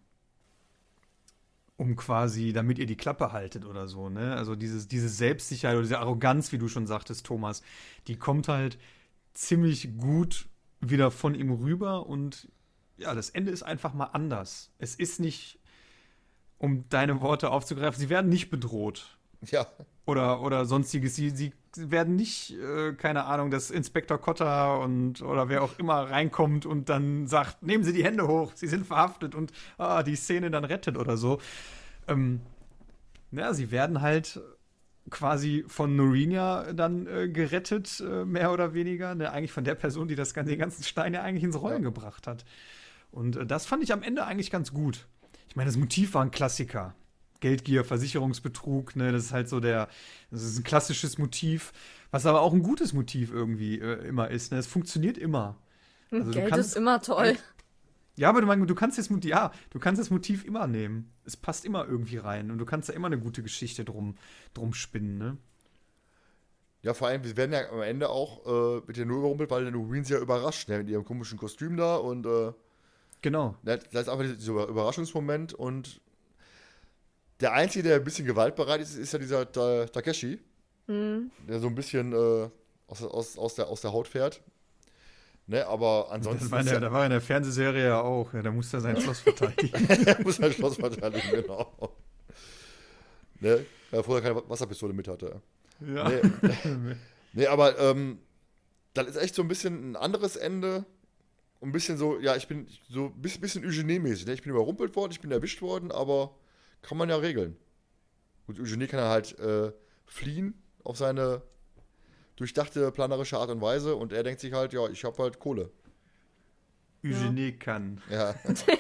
C: um quasi, damit ihr die Klappe haltet oder so, ne? Also dieses, diese Selbstsicherheit oder diese Arroganz, wie du schon sagtest, Thomas, die kommt halt ziemlich gut wieder von ihm rüber und ja, das Ende ist einfach mal anders. Es ist nicht, um deine Worte aufzugreifen, sie werden nicht bedroht.
A: Ja.
C: Oder, oder sonstiges. Sie, sie werden nicht, äh, keine Ahnung, dass Inspektor Cotter und oder wer auch immer reinkommt und dann sagt, nehmen Sie die Hände hoch, Sie sind verhaftet und ah, die Szene dann rettet oder so. Ähm, ja, sie werden halt quasi von Norinia dann äh, gerettet, äh, mehr oder weniger. Ne? Eigentlich von der Person, die das, den ganzen Stein ja eigentlich ins Rollen ja. gebracht hat. Und äh, das fand ich am Ende eigentlich ganz gut. Ich meine, das Motiv war ein Klassiker. Geldgier, Versicherungsbetrug, ne? Das ist halt so der, das ist ein klassisches Motiv, was aber auch ein gutes Motiv irgendwie äh, immer ist. Ne? Es funktioniert immer.
B: Also Geld kannst, ist immer toll.
C: Ja, aber du, du kannst das Motiv, ja, du kannst das Motiv immer nehmen. Es passt immer irgendwie rein und du kannst da immer eine gute Geschichte drum, drum spinnen, ne?
A: Ja, vor allem, wir werden ja am Ende auch äh, mit der nur überrumpelt, weil der Noreen sie ja überrascht, ne, mit ihrem komischen Kostüm da und äh,
C: genau.
A: Das ist einfach dieser Überraschungsmoment und der Einzige, der ein bisschen gewaltbereit ist, ist ja dieser Ta- Takeshi, mhm. der so ein bisschen äh, aus, aus, aus, der, aus der Haut fährt. Ne, aber ansonsten.
C: Das war der, ja, da war in der Fernsehserie ja auch. Ja, da muss er sein Schloss verteidigen.
A: Er muss sein Schloss verteidigen, genau. Ne, weil er vorher keine Wasserpistole mit hatte.
C: Ja.
A: Ne, ne aber ähm, das ist echt so ein bisschen ein anderes Ende. Ein bisschen so, ja, ich bin so ein bisschen, bisschen Eugenie-mäßig. Ne? Ich bin überrumpelt worden, ich bin erwischt worden, aber kann man ja regeln. Und Eugenie kann er halt äh, fliehen auf seine durchdachte, planerische Art und Weise und er denkt sich halt, ja, ich hab halt Kohle.
C: Eugenie ja. kann.
A: Ja.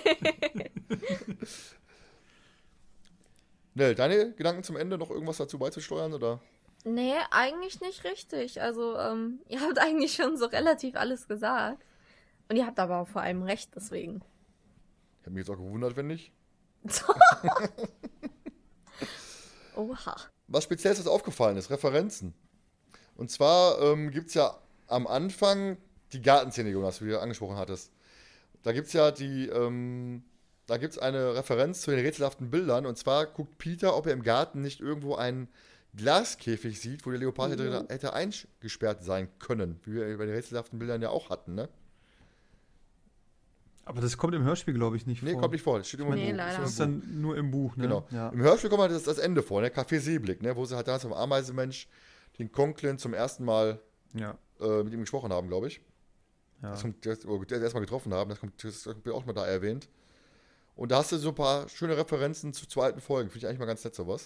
A: Nell, deine Gedanken zum Ende, noch irgendwas dazu beizusteuern, oder?
B: Nee, eigentlich nicht richtig. Also, ähm, ihr habt eigentlich schon so relativ alles gesagt. Und ihr habt aber auch vor allem recht, deswegen.
A: Ich habe mich jetzt auch gewundert, wenn nicht.
B: Oha.
A: Was speziell ist aufgefallen ist, Referenzen. Und zwar ähm, gibt es ja am Anfang die Gartenszene, Jonas, wie du angesprochen hattest. Da gibt es ja die, ähm, da gibt es eine Referenz zu den rätselhaften Bildern. Und zwar guckt Peter, ob er im Garten nicht irgendwo einen Glaskäfig sieht, wo der Leopard mhm. hätte, hätte eingesperrt sein können. Wie wir bei den rätselhaften Bildern ja auch hatten, ne?
C: Aber das kommt im Hörspiel, glaube ich, nicht
A: nee, vor. Nee, kommt nicht vor. Das steht immer
B: nee,
A: im Buch.
B: Leider.
C: Das ist dann nur im Buch, ne?
A: Genau.
C: Ja.
A: Im Hörspiel kommt halt das, das Ende vor, ne? Café Seeblick, ne? Wo sie halt damals vom Ameisenmensch den Conklin zum ersten Mal
C: ja.
A: äh, mit ihm gesprochen haben, glaube ich.
C: Ja.
A: Das kommt, das, oh, das erstmal getroffen haben, das kommt, das kommt auch mal da erwähnt. Und da hast du so ein paar schöne Referenzen zu, zu alten Folgen. Finde ich eigentlich mal ganz nett, sowas.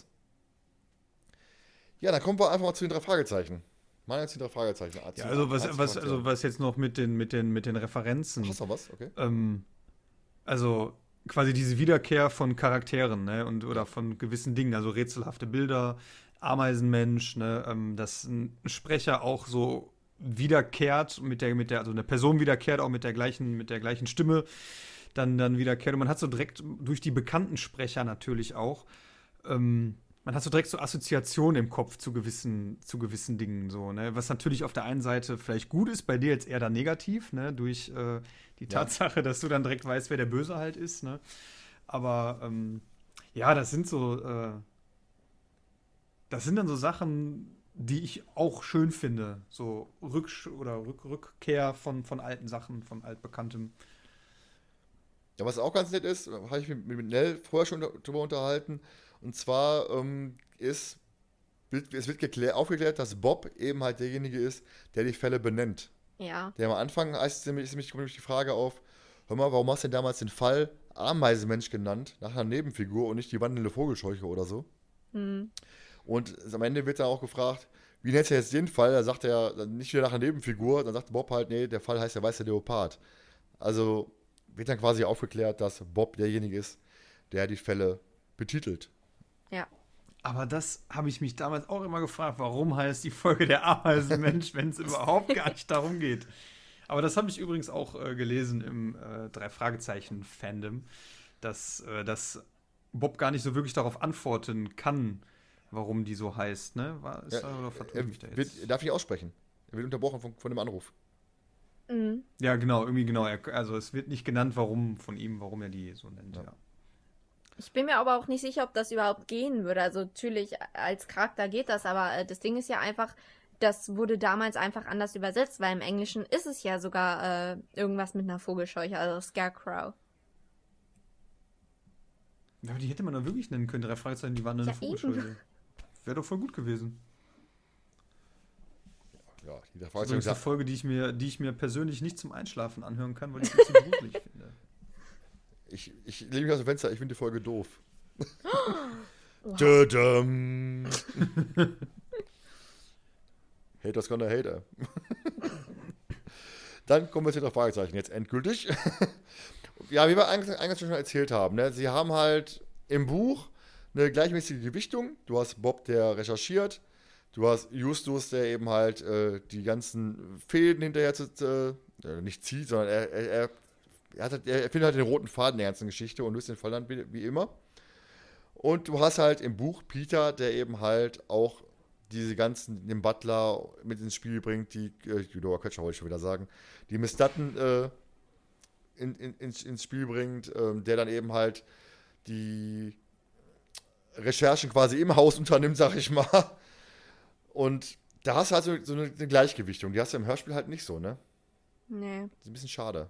A: Ja, dann kommen wir einfach mal zu den drei Fragezeichen. Meine jetzt die drei Fragezeichen.
C: Ja, also was, was, also was jetzt noch mit den, mit den, mit den Referenzen.
A: Ach, hast du noch was? Okay.
C: Ähm, also quasi diese Wiederkehr von Charakteren, ne, und oder von gewissen Dingen, also rätselhafte Bilder, Ameisenmensch, ne, ähm, dass ein Sprecher auch so wiederkehrt mit der, mit der, also eine Person wiederkehrt, auch mit der gleichen, mit der gleichen Stimme, dann, dann wiederkehrt. Und man hat so direkt durch die bekannten Sprecher natürlich auch, ähm, man hat so direkt so Assoziationen im Kopf zu gewissen, zu gewissen Dingen, so, ne? Was natürlich auf der einen Seite vielleicht gut ist, bei dir jetzt eher dann negativ, ne? Durch äh, die ja. Tatsache, dass du dann direkt weißt, wer der Böse halt ist, ne? Aber ähm, ja, das sind so, äh, das sind dann so Sachen, die ich auch schön finde. So Rücksch- oder Rück- Rückkehr von, von alten Sachen, von altbekanntem.
A: Ja, was auch ganz nett ist, habe ich mich mit Nell vorher schon darüber unterhalten. Und zwar ähm, ist, es wird geklärt, aufgeklärt, dass Bob eben halt derjenige ist, der die Fälle benennt.
B: Ja.
A: Der am Anfang heißt es nämlich, kommt nämlich die Frage auf, hör mal, warum hast du denn damals den Fall Ameisenmensch genannt, nach einer Nebenfigur und nicht die wandelnde Vogelscheuche oder so?
B: Hm.
A: Und am Ende wird dann auch gefragt, wie nennt er jetzt den Fall? Da sagt er nicht wieder nach einer Nebenfigur, dann sagt Bob halt, nee, der Fall heißt der weiße Leopard. Also wird dann quasi aufgeklärt, dass Bob derjenige ist, der die Fälle betitelt.
B: Ja.
C: Aber das habe ich mich damals auch immer gefragt, warum heißt die Folge der Ameisenmensch, wenn es überhaupt gar nicht darum geht. Aber das habe ich übrigens auch äh, gelesen im äh, Drei-Fragezeichen-Fandom, dass, äh, dass Bob gar nicht so wirklich darauf antworten kann, warum die so heißt, ne? War, ist
A: ja,
C: da, oder vertue ich mich da jetzt?
A: Wird, darf ich aussprechen? Er wird unterbrochen von, von dem Anruf.
B: Mhm.
C: Ja, genau, irgendwie genau. Er, also es wird nicht genannt, warum von ihm, warum er die so nennt, ja. ja.
B: Ich bin mir aber auch nicht sicher, ob das überhaupt gehen würde. Also natürlich, als Charakter geht das, aber äh, das Ding ist ja einfach, das wurde damals einfach anders übersetzt, weil im Englischen ist es ja sogar äh, irgendwas mit einer Vogelscheuche, also Scarecrow.
C: Ja, aber die hätte man doch wirklich nennen können, drei Fragezeichen, die waren eine
B: ja,
C: Vogelscheuche. Wäre doch voll gut gewesen.
A: Ja, die
C: drei Fragezeichen. Das ist eine Folge, die ich, mir, die ich mir persönlich nicht zum Einschlafen anhören kann, weil ich sie zu gruselig finde.
A: Ich, ich lehne mich aus dem Fenster, ich finde die Folge doof. Wow. Dödüm. Haters gonna hater. Dann kommen wir zu den Fragezeichen jetzt endgültig. Ja, wie wir eigentlich schon erzählt haben, ne? Sie haben halt im Buch eine gleichmäßige Gewichtung. Du hast Bob, der recherchiert. Du hast Justus, der eben halt äh, die ganzen Fäden hinterher zu, äh, nicht zieht, sondern er, er, er, er, hat, er findet halt den roten Faden der ganzen Geschichte und löst den Fall dann wie, wie immer. Und du hast halt im Buch Peter, der eben halt auch diese ganzen, den Butler mit ins Spiel bringt, die, äh, Judoa Kötscher wollte ich schon wieder sagen, die Miss Dutton äh, in, in, ins, ins Spiel bringt, äh, der dann eben halt die Recherchen quasi im Haus unternimmt, sag ich mal. Und da hast du halt so, so eine, eine Gleichgewichtung, die hast du im Hörspiel halt nicht so, ne?
B: Nee.
A: Das ist ein bisschen schade.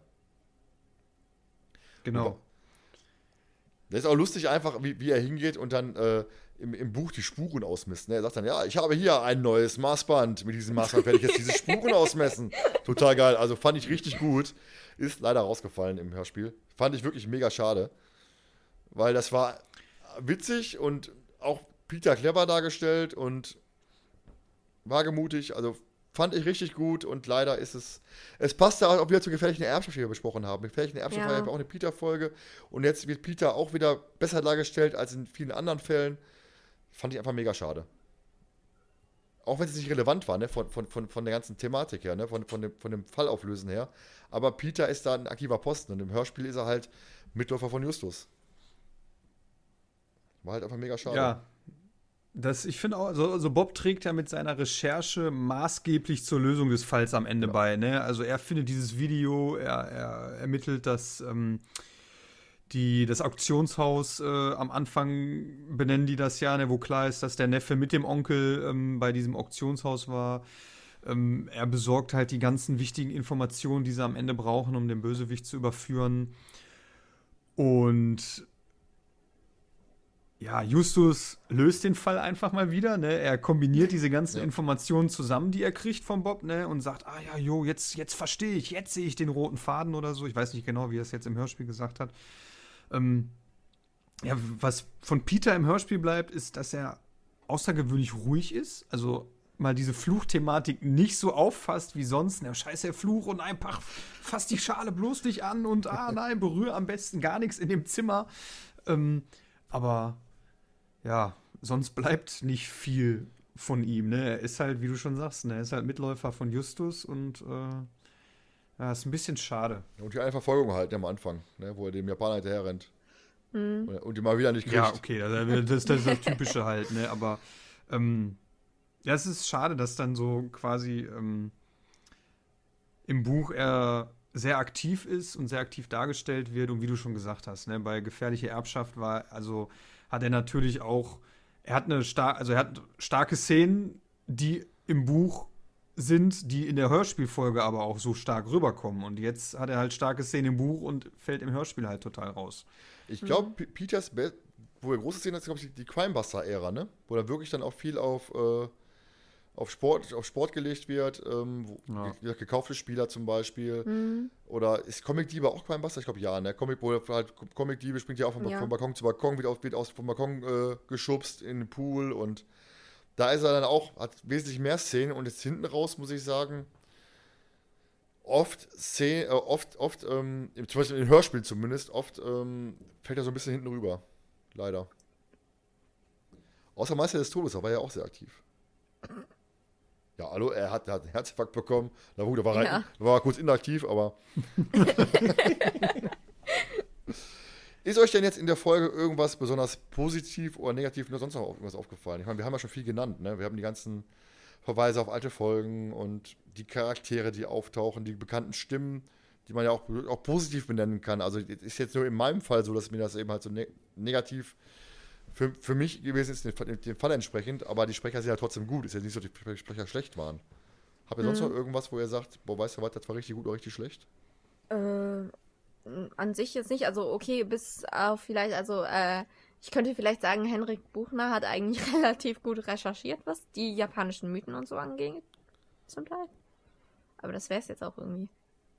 C: Genau.
A: Das ist auch lustig einfach, wie, wie er hingeht und dann äh, im, im Buch die Spuren ausmisst. Ne? Er sagt dann, ja, ich habe hier ein neues Maßband. Mit diesem Maßband werde ich jetzt diese Spuren ausmessen. Total geil. Also fand ich richtig gut. Ist leider rausgefallen im Hörspiel. Fand ich wirklich mega schade. Weil das war witzig und auch Peter clever dargestellt und wagemutig. Also fand ich richtig gut und leider ist es, es passt da auch wieder zur gefährlichen Erbschaft, die wir besprochen haben. Gefährliche Erbschaft
B: ja.
A: war ja auch eine Peter-Folge und jetzt wird Peter auch wieder besser dargestellt als in vielen anderen Fällen. Fand ich einfach mega schade. Auch wenn es nicht relevant war, ne, von, von, von, von der ganzen Thematik her, ne, von, von, dem, von dem Fallauflösen her. Aber Peter ist da ein aktiver Posten und im Hörspiel ist er halt Mitläufer von Justus. War halt einfach mega schade.
C: Ja. Das, ich finde auch, also, also Bob trägt ja mit seiner Recherche maßgeblich zur Lösung des Falls am Ende ja. bei. Ne? Also er findet dieses Video, er, er ermittelt, dass ähm, die, das Auktionshaus äh, am Anfang benennen die das ja, ne, wo klar ist, dass der Neffe mit dem Onkel ähm, bei diesem Auktionshaus war. Ähm, er besorgt halt die ganzen wichtigen Informationen, die sie am Ende brauchen, um den Bösewicht zu überführen. Und ja, Justus löst den Fall einfach mal wieder, ne? Er kombiniert diese ganzen ja. Informationen zusammen, die er kriegt von Bob, ne? Und sagt, ah ja, jo, jetzt, jetzt verstehe ich, jetzt sehe ich den roten Faden oder so. Ich weiß nicht genau, wie er es jetzt im Hörspiel gesagt hat. Ähm, ja, was von Peter im Hörspiel bleibt, ist, dass er außergewöhnlich ruhig ist. Also mal diese Fluchthematik nicht so auffasst wie sonst. Ja, scheiße, der Fluch und einfach fass die Schale bloß nicht an und ah nein, berühre am besten gar nichts in dem Zimmer. Ähm, aber ja, sonst bleibt nicht viel von ihm, ne? Er ist halt, wie du schon sagst, ne? Er ist halt Mitläufer von Justus und äh, ja, ist ein bisschen schade.
A: Und die eine Verfolgung halt am Anfang, ne? Wo er dem Japaner hinterher rennt. Mhm. Und die mal wieder nicht kriegt.
C: Ja, okay, das, das, das ist das Typische halt, ne? Aber ähm, ja, es ist schade, dass dann so quasi ähm, im Buch er sehr aktiv ist und sehr aktiv dargestellt wird und wie du schon gesagt hast, ne? Bei Gefährliche Erbschaft war, also hat er natürlich auch, er hat eine star- also er hat starke Szenen, die im Buch sind, die in der Hörspielfolge aber auch so stark rüberkommen. Und jetzt hat er halt starke Szenen im Buch und fällt im Hörspiel halt total raus.
A: Ich glaube, mhm. Peters, Be- wo er große Szenen hat, ist, glaube ich, die Crimebuster-Ära, ne? Wo er wirklich dann auch viel auf, äh, auf, Sport, auf Sport gelegt wird, ähm, wo, ja. ge- gekaufte Spieler zum Beispiel. Mhm. Oder ist Comic Diebe auch Crimebuster? Ich glaube, ja, ne? Comic, wo halt Comic Diebe springt ja auch von, ja. von Balkon zu Balkon, wird, auf, wird aus, vom Balkon äh, geschubst in den Pool und da ist er dann auch, hat wesentlich mehr Szenen und jetzt hinten raus, muss ich sagen, oft, Szene, äh, oft, oft ähm, zum Beispiel im Hörspiel zumindest, oft ähm, fällt er so ein bisschen hinten rüber. Leider. Außer Meister des Todes, da war er auch sehr aktiv. Ja, hallo, er hat, er hat einen Herzinfarkt bekommen. Na gut, da war, ja. rein, da war er kurz inaktiv, aber. Ist euch denn jetzt in der Folge irgendwas besonders positiv oder negativ oder sonst noch irgendwas aufgefallen? Ich meine, wir haben ja schon viel genannt, ne? Wir haben die ganzen Verweise auf alte Folgen und die Charaktere, die auftauchen, die bekannten Stimmen, die man ja auch, auch positiv benennen kann. Also ist jetzt nur in meinem Fall so, dass mir das eben halt so ne- negativ für, für mich gewesen ist, dem, dem Fall entsprechend, aber die Sprecher sind ja trotzdem gut. Ist ja nicht so, dass die Sprecher schlecht waren. Habt ihr sonst mhm. noch irgendwas, wo ihr sagt, boah, weißt du was, das war richtig gut oder richtig schlecht?
B: Äh, an sich jetzt nicht. Also okay, bis auf vielleicht, also äh, ich könnte vielleicht sagen, Henrik Buchner hat eigentlich relativ gut recherchiert, was die japanischen Mythen und so angeht. Zum Teil. Aber das wäre es jetzt auch irgendwie.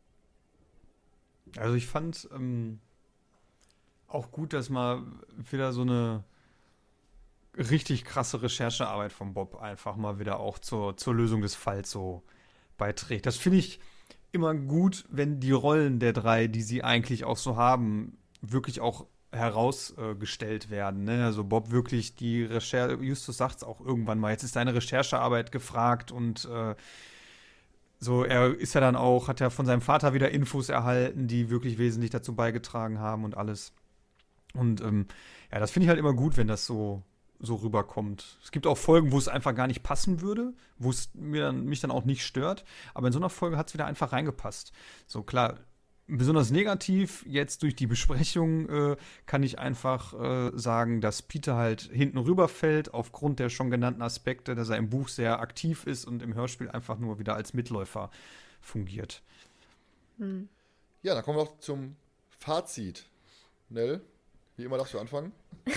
C: Also ich fand ähm, auch gut, dass mal wieder so eine richtig krasse Recherchearbeit von Bob einfach mal wieder auch zur, zur Lösung des Falls so beiträgt. Das finde ich immer gut, wenn die Rollen der drei, die sie eigentlich auch so haben, wirklich auch herausgestellt äh, werden. Ne? Also Bob wirklich die Recherche, Justus sagt es auch irgendwann mal, jetzt ist seine Recherchearbeit gefragt und äh, so, er ist ja dann auch, hat ja von seinem Vater wieder Infos erhalten, die wirklich wesentlich dazu beigetragen haben und alles. Und ähm, ja, das finde ich halt immer gut, wenn das so, so rüberkommt. Es gibt auch Folgen, wo es einfach gar nicht passen würde, wo es mir dann, mich dann auch nicht stört, aber in so einer Folge hat es wieder einfach reingepasst. So, klar, besonders negativ, jetzt durch die Besprechung äh, kann ich einfach äh, sagen, dass Peter halt hinten rüberfällt, aufgrund der schon genannten Aspekte, dass er im Buch sehr aktiv ist und im Hörspiel einfach nur wieder als Mitläufer fungiert.
B: Hm.
A: Ja, dann kommen wir noch zum Fazit. Nell, wie immer darfst du anfangen.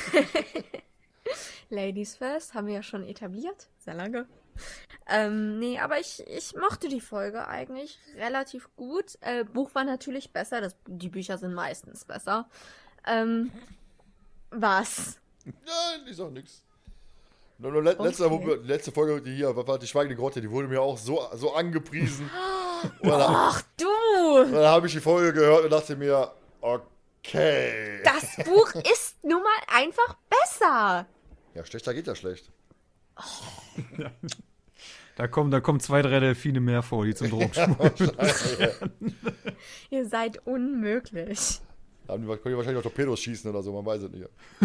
B: Ladies first, haben wir ja schon etabliert. Sehr lange. Ähm, nee, aber ich, ich mochte die Folge eigentlich relativ gut. Äh, Buch war natürlich besser. Das, die Bücher sind meistens besser. Ähm, was?
A: Nein, ich sag nix. Letzte, okay. letzte Folge, die hier war, die Schweigende Grotte, die wurde mir auch so, so angepriesen.
B: Ach du!
A: Und dann habe ich die Folge gehört und dachte mir, okay.
B: Das Buch ist nun mal einfach besser.
A: Ja, schlechter geht ja schlecht.
C: Oh. Da kommen, da kommen zwei, drei Delfine mehr vor, die zum Drogenschmuggel werden.
B: Ihr seid unmöglich.
A: Da können die wahrscheinlich auch Torpedos schießen oder so, man weiß es nicht.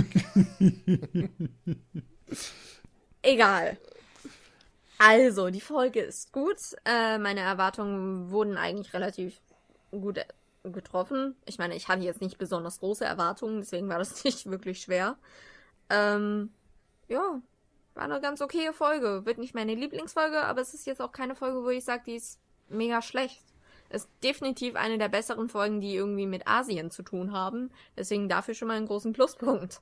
B: Egal. Also, die Folge ist gut. Äh, meine Erwartungen wurden eigentlich relativ gut getroffen. Ich meine, ich hatte jetzt nicht besonders große Erwartungen, deswegen war das nicht wirklich schwer. Ähm, ja, war eine ganz okaye Folge. Wird nicht meine Lieblingsfolge, aber es ist jetzt auch keine Folge, wo ich sage, die ist mega schlecht. Ist definitiv eine der besseren Folgen, die irgendwie mit Asien zu tun haben. Deswegen dafür schon mal einen großen Pluspunkt.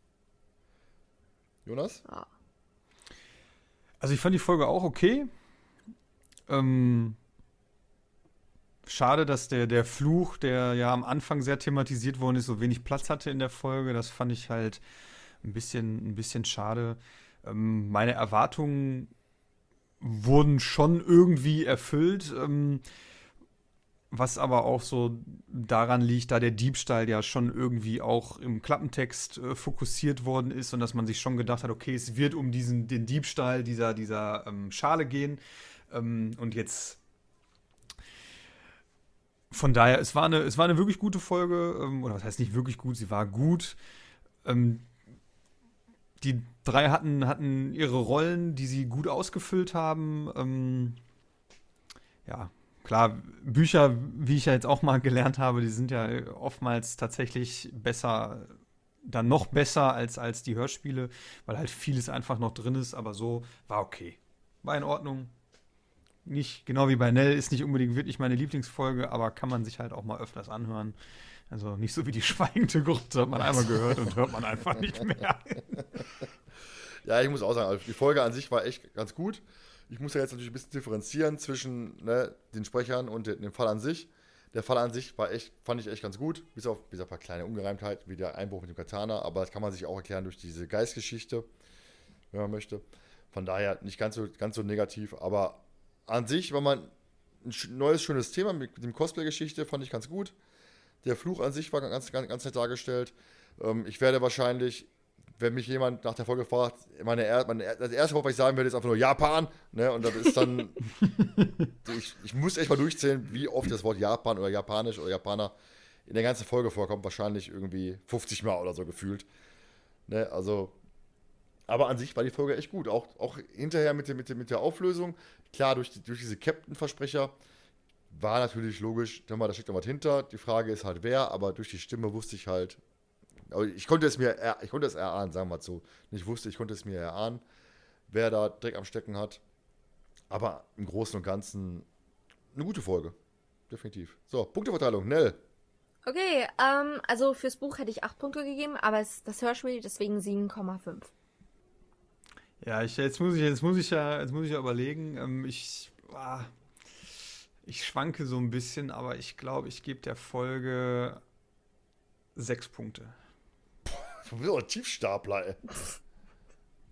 A: Jonas?
B: Ja.
C: Also ich fand die Folge auch okay. Ähm, schade, dass der, der Fluch, der ja am Anfang sehr thematisiert worden ist, so wenig Platz hatte in der Folge. Das fand ich halt ein bisschen, ein bisschen schade. Ähm, meine Erwartungen wurden schon irgendwie erfüllt. Ähm, was aber auch so daran liegt, da der Diebstahl ja schon irgendwie auch im Klappentext äh, fokussiert worden ist und dass man sich schon gedacht hat, okay, es wird um diesen, den Diebstahl dieser, dieser ähm, Schale gehen. Ähm, und jetzt von daher, es war eine, es war eine wirklich gute Folge, ähm, oder was heißt nicht wirklich gut, sie war gut. Ähm, die drei hatten, hatten ihre Rollen, die sie gut ausgefüllt haben. Ähm, ja, klar, Bücher, wie ich ja jetzt auch mal gelernt habe, die sind ja oftmals tatsächlich besser, dann noch besser als, als die Hörspiele, weil halt vieles einfach noch drin ist, aber so war okay. War in Ordnung. Nicht, genau wie bei Nell, ist nicht unbedingt wirklich meine Lieblingsfolge, aber kann man sich halt auch mal öfters anhören. Also nicht so wie die Schweigende Grotte, hat man einmal gehört und hört man einfach nicht mehr.
A: Ja, ich muss auch sagen, also die Folge an sich war echt ganz gut. Ich muss ja jetzt natürlich ein bisschen differenzieren zwischen ne, den Sprechern und dem Fall an sich. Der Fall an sich war echt, fand ich echt ganz gut, bis auf, bis auf ein paar kleine Ungereimtheiten, wie der Einbruch mit dem Katana, aber das kann man sich auch erklären durch diese Geistgeschichte, wenn man möchte. Von daher nicht ganz so, ganz so negativ, aber an sich war man ein neues, schönes Thema mit dem Cosplay-Geschichte, fand ich ganz gut. Der Fluch an sich war ganz, ganz, ganz nett dargestellt. Ähm, ich werde wahrscheinlich, wenn mich jemand nach der Folge fragt, meine, er, meine das erste Wort, was ich sagen werde, ist einfach nur Japan. Ne? Und das ist dann, ich, ich muss echt mal durchzählen, wie oft das Wort Japan oder Japanisch oder Japaner in der ganzen Folge vorkommt. Wahrscheinlich irgendwie fünfzig Mal oder so gefühlt. Ne? Also, aber an sich war die Folge echt gut. Auch, auch hinterher mit, dem, mit, dem, mit der Auflösung. Klar, durch, die, durch diese Captain-Versprecher war natürlich logisch, da steckt noch was hinter. Die Frage ist halt wer, aber durch die Stimme wusste ich halt, aber ich konnte es mir, er, ich konnte es erahnen, sagen wir mal so. Nicht wusste, ich konnte es mir erahnen, wer da Dreck am Stecken hat. Aber im Großen und Ganzen eine gute Folge. Definitiv. So, Punkteverteilung, Nell.
B: Okay, ähm, also fürs Buch hätte ich acht Punkte gegeben, aber es ist das Hörspiel, deswegen sieben Komma fünf.
C: Ja, ich, jetzt muss ich, jetzt muss ich ja, jetzt muss ich ja überlegen. Ähm, ich, ah, ich schwanke so ein bisschen, aber ich glaube, ich gebe der Folge sechs Punkte.
A: Du bist doch ein Tiefstapler, ey.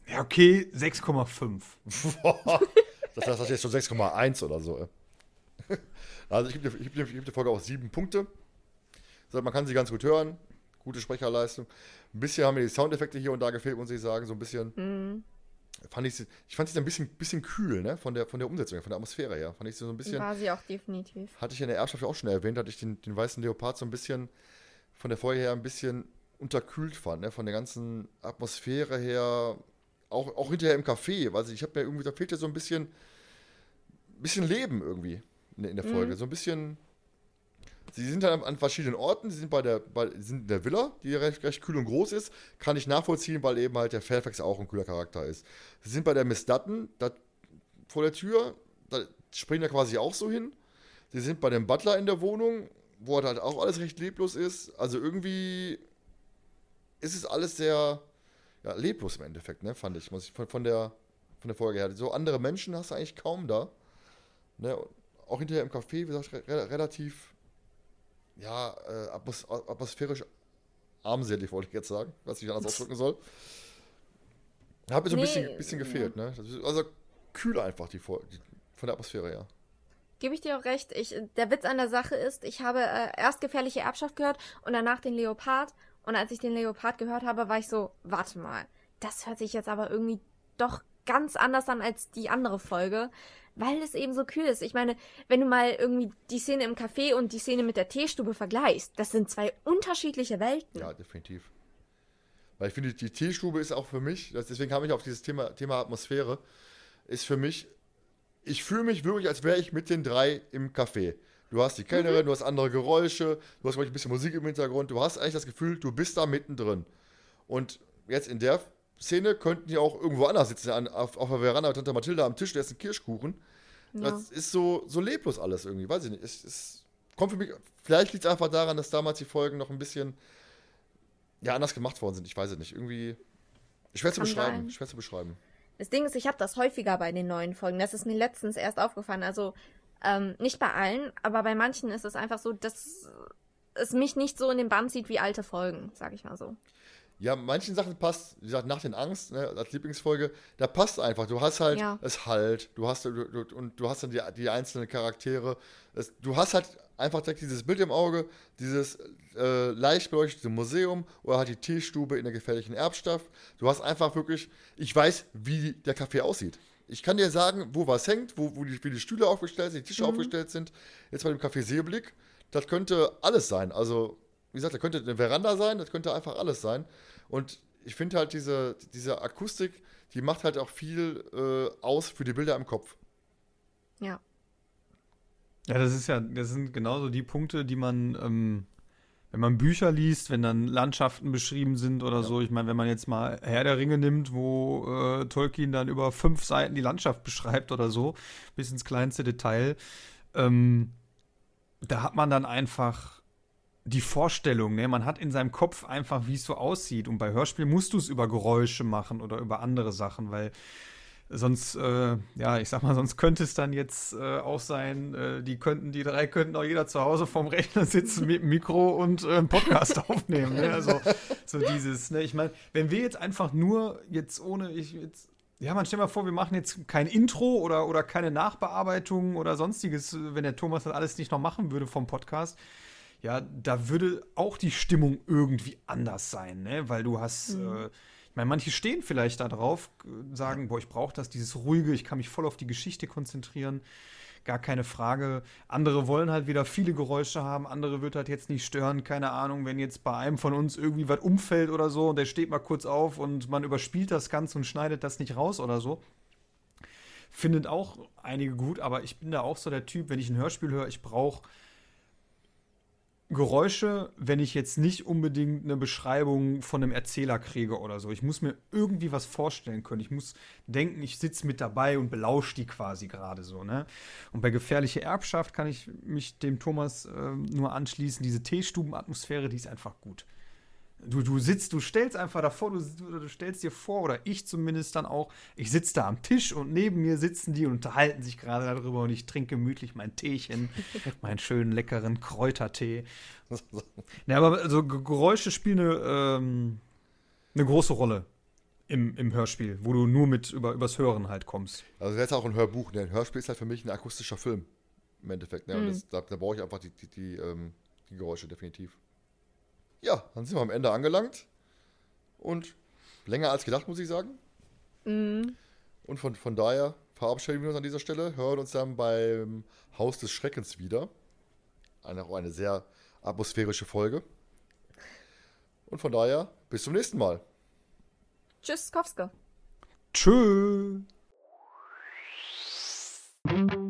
C: Ja, okay, sechs Komma fünf.
A: Das heißt, das ist jetzt schon sechs Komma eins oder so. Also ich gebe geb, geb der Folge auch sieben Punkte. Man kann sie ganz gut hören. Gute Sprecherleistung. Ein bisschen haben mir die Soundeffekte hier und da gefehlt, muss ich sagen. So ein bisschen. Mhm. Fand ich, ich fand sie ein bisschen, bisschen kühl, ne? Von der, von der Umsetzung, von der Atmosphäre her. Fand ich sie so ein bisschen.
B: War sie auch definitiv.
A: Hatte ich in der Erbschaft auch schon erwähnt, hatte ich den, den weißen Leopard so ein bisschen von der Folge her ein bisschen unterkühlt fand, ne? Von der ganzen Atmosphäre her. Auch, auch hinterher im Café. Also ich habe mir irgendwie, da fehlt ja so ein bisschen, bisschen Leben irgendwie in, in der Folge. Mhm. So ein bisschen. Sie sind dann an verschiedenen Orten, sie sind bei der, bei, sind in der Villa, die recht, recht kühl und groß ist. Kann ich nachvollziehen, weil eben halt der Fairfax auch ein cooler Charakter ist. Sie sind bei der Miss Dutton, da, vor der Tür, da springen wir quasi auch so hin. Sie sind bei dem Butler in der Wohnung, wo halt auch alles recht leblos ist. Also irgendwie ist es alles sehr ja, leblos im Endeffekt, ne, fand ich, muss ich von, von, der, von der Folge her. So andere Menschen hast du eigentlich kaum da. Ne? Auch hinterher im Café, wie gesagt, re- relativ ja, äh, atmos- atmosphärisch armselig, wollte ich jetzt sagen, was ich anders ausdrücken soll. Hat mir so ein nee, bisschen, bisschen gefehlt, ja. Ne? Also kühl einfach die, die von der Atmosphäre her.
B: Gebe ich dir auch recht. Ich, der Witz an der Sache ist, ich habe äh, erst Gefährliche Erbschaft gehört und danach den Leopard. Und als ich den Leopard gehört habe, war ich so, warte mal, das hört sich jetzt aber irgendwie doch ganz anders an als die andere Folge. Weil es eben so kühl ist. Ich meine, wenn du mal irgendwie die Szene im Café und die Szene mit der Teestube vergleichst, das sind zwei unterschiedliche Welten.
A: Ja, definitiv. Weil ich finde, die Teestube ist auch für mich, deswegen kam ich auf dieses Thema, Thema Atmosphäre, ist für mich, ich fühle mich wirklich, als wäre ich mit den drei im Café. Du hast die Kellnerin, mhm. du hast andere Geräusche, du hast ein bisschen Musik im Hintergrund, du hast eigentlich das Gefühl, du bist da mittendrin. Und jetzt in der Szene könnten die auch irgendwo anders sitzen, an, auf, auf der Veranda mit Tante Mathilda am Tisch, der ist ein Kirschkuchen. Ja. Das ist so, so leblos alles irgendwie, weiß ich nicht. Es, es kommt für mich, vielleicht liegt es einfach daran, dass damals die Folgen noch ein bisschen ja, anders gemacht worden sind. Ich weiß es nicht. Irgendwie schwer zu beschreiben. Schwer zu beschreiben.
B: Das Ding ist, ich habe das häufiger bei den neuen Folgen. Das ist mir letztens erst aufgefallen. Also ähm, nicht bei allen, aber bei manchen ist es einfach so, dass es mich nicht so in den Bann zieht wie alte Folgen, sag ich mal so.
A: Ja, manchen Sachen passt, wie gesagt, nach den Angst, ne, als Lieblingsfolge, da passt einfach. Du hast halt ja. es halt, du hast du, du, und du hast dann die, die einzelnen Charaktere. Es, du hast halt einfach direkt dieses Bild im Auge, dieses äh, leicht beleuchtete Museum oder halt die Teestube in der gefährlichen Erbschaft. Du hast einfach wirklich, ich weiß, wie der Café aussieht. Ich kann dir sagen, wo was hängt, wo, wo die, wie die Stühle aufgestellt sind, die Tische mhm. aufgestellt sind. Jetzt bei dem Café Seeblick, das könnte alles sein. Also, wie gesagt, das könnte eine Veranda sein, das könnte einfach alles sein. Und ich finde halt diese, diese Akustik, die macht halt auch viel äh, aus für die Bilder im Kopf.
B: Ja.
C: Ja, das ist ja, das sind genauso die Punkte, die man, ähm, wenn man Bücher liest, wenn dann Landschaften beschrieben sind oder ja. so. Ich meine, wenn man jetzt mal Herr der Ringe nimmt, wo äh, Tolkien dann über fünf Seiten die Landschaft beschreibt oder so, bis ins kleinste Detail, ähm, da hat man dann einfach die Vorstellung, ne? Man hat in seinem Kopf einfach, wie es so aussieht. Und bei Hörspielen musst du es über Geräusche machen oder über andere Sachen, weil sonst, äh, ja, ich sag mal, sonst könnte es dann jetzt äh, auch sein, äh, die könnten, die drei könnten auch jeder zu Hause vorm Rechner sitzen mit dem Mikro und äh, einen Podcast aufnehmen. Ne? Also so dieses, ne? Ich meine, wenn wir jetzt einfach nur jetzt ohne, ich jetzt ja, man, stell mal vor, wir machen jetzt kein Intro oder, oder keine Nachbearbeitung oder sonstiges, wenn der Thomas das alles nicht noch machen würde vom Podcast. Ja, da würde auch die Stimmung irgendwie anders sein, ne? Weil du hast, mhm. äh, ich meine, manche stehen vielleicht da drauf, sagen, boah, ich brauche das, dieses Ruhige, ich kann mich voll auf die Geschichte konzentrieren, gar keine Frage. Andere wollen halt wieder viele Geräusche haben, andere wird halt jetzt nicht stören, keine Ahnung, wenn jetzt bei einem von uns irgendwie was umfällt oder so und der steht mal kurz auf und man überspielt das Ganze und schneidet das nicht raus oder so. Findet auch einige gut, aber ich bin da auch so der Typ, wenn ich ein Hörspiel höre, ich brauche Geräusche, wenn ich jetzt nicht unbedingt eine Beschreibung von einem Erzähler kriege oder so. Ich muss mir irgendwie was vorstellen können. Ich muss denken, ich sitze mit dabei und belausche die quasi gerade so, ne? Und bei Gefährliche Erbschaft kann ich mich dem Thomas äh, nur anschließen. Diese Teestubenatmosphäre, die ist einfach gut. Du, du sitzt, du stellst einfach davor, du, du stellst dir vor, oder ich zumindest dann auch, ich sitze da am Tisch und neben mir sitzen die und unterhalten sich gerade darüber und ich trinke gemütlich mein Teechen, meinen schönen, leckeren Kräutertee. Ja, aber also Geräusche spielen eine, ähm, eine große Rolle im, im Hörspiel, wo du nur mit über, übers Hören halt kommst.
A: Also jetzt auch ein Hörbuch. Ne? Ein Hörspiel ist halt für mich ein akustischer Film. Im Endeffekt. Ne? Und
B: Mhm.
A: das, da, da brauche ich einfach die, die, die, ähm, die Geräusche definitiv. Ja, dann sind wir am Ende angelangt. Und länger als gedacht, muss ich sagen.
B: Mhm.
A: Und von, von daher verabschieden wir uns an dieser Stelle, hören uns dann beim Haus des Schreckens wieder. Eine, auch eine sehr atmosphärische Folge. Und von daher, bis zum nächsten Mal.
B: Tschüss, Kowske.
C: Tschö.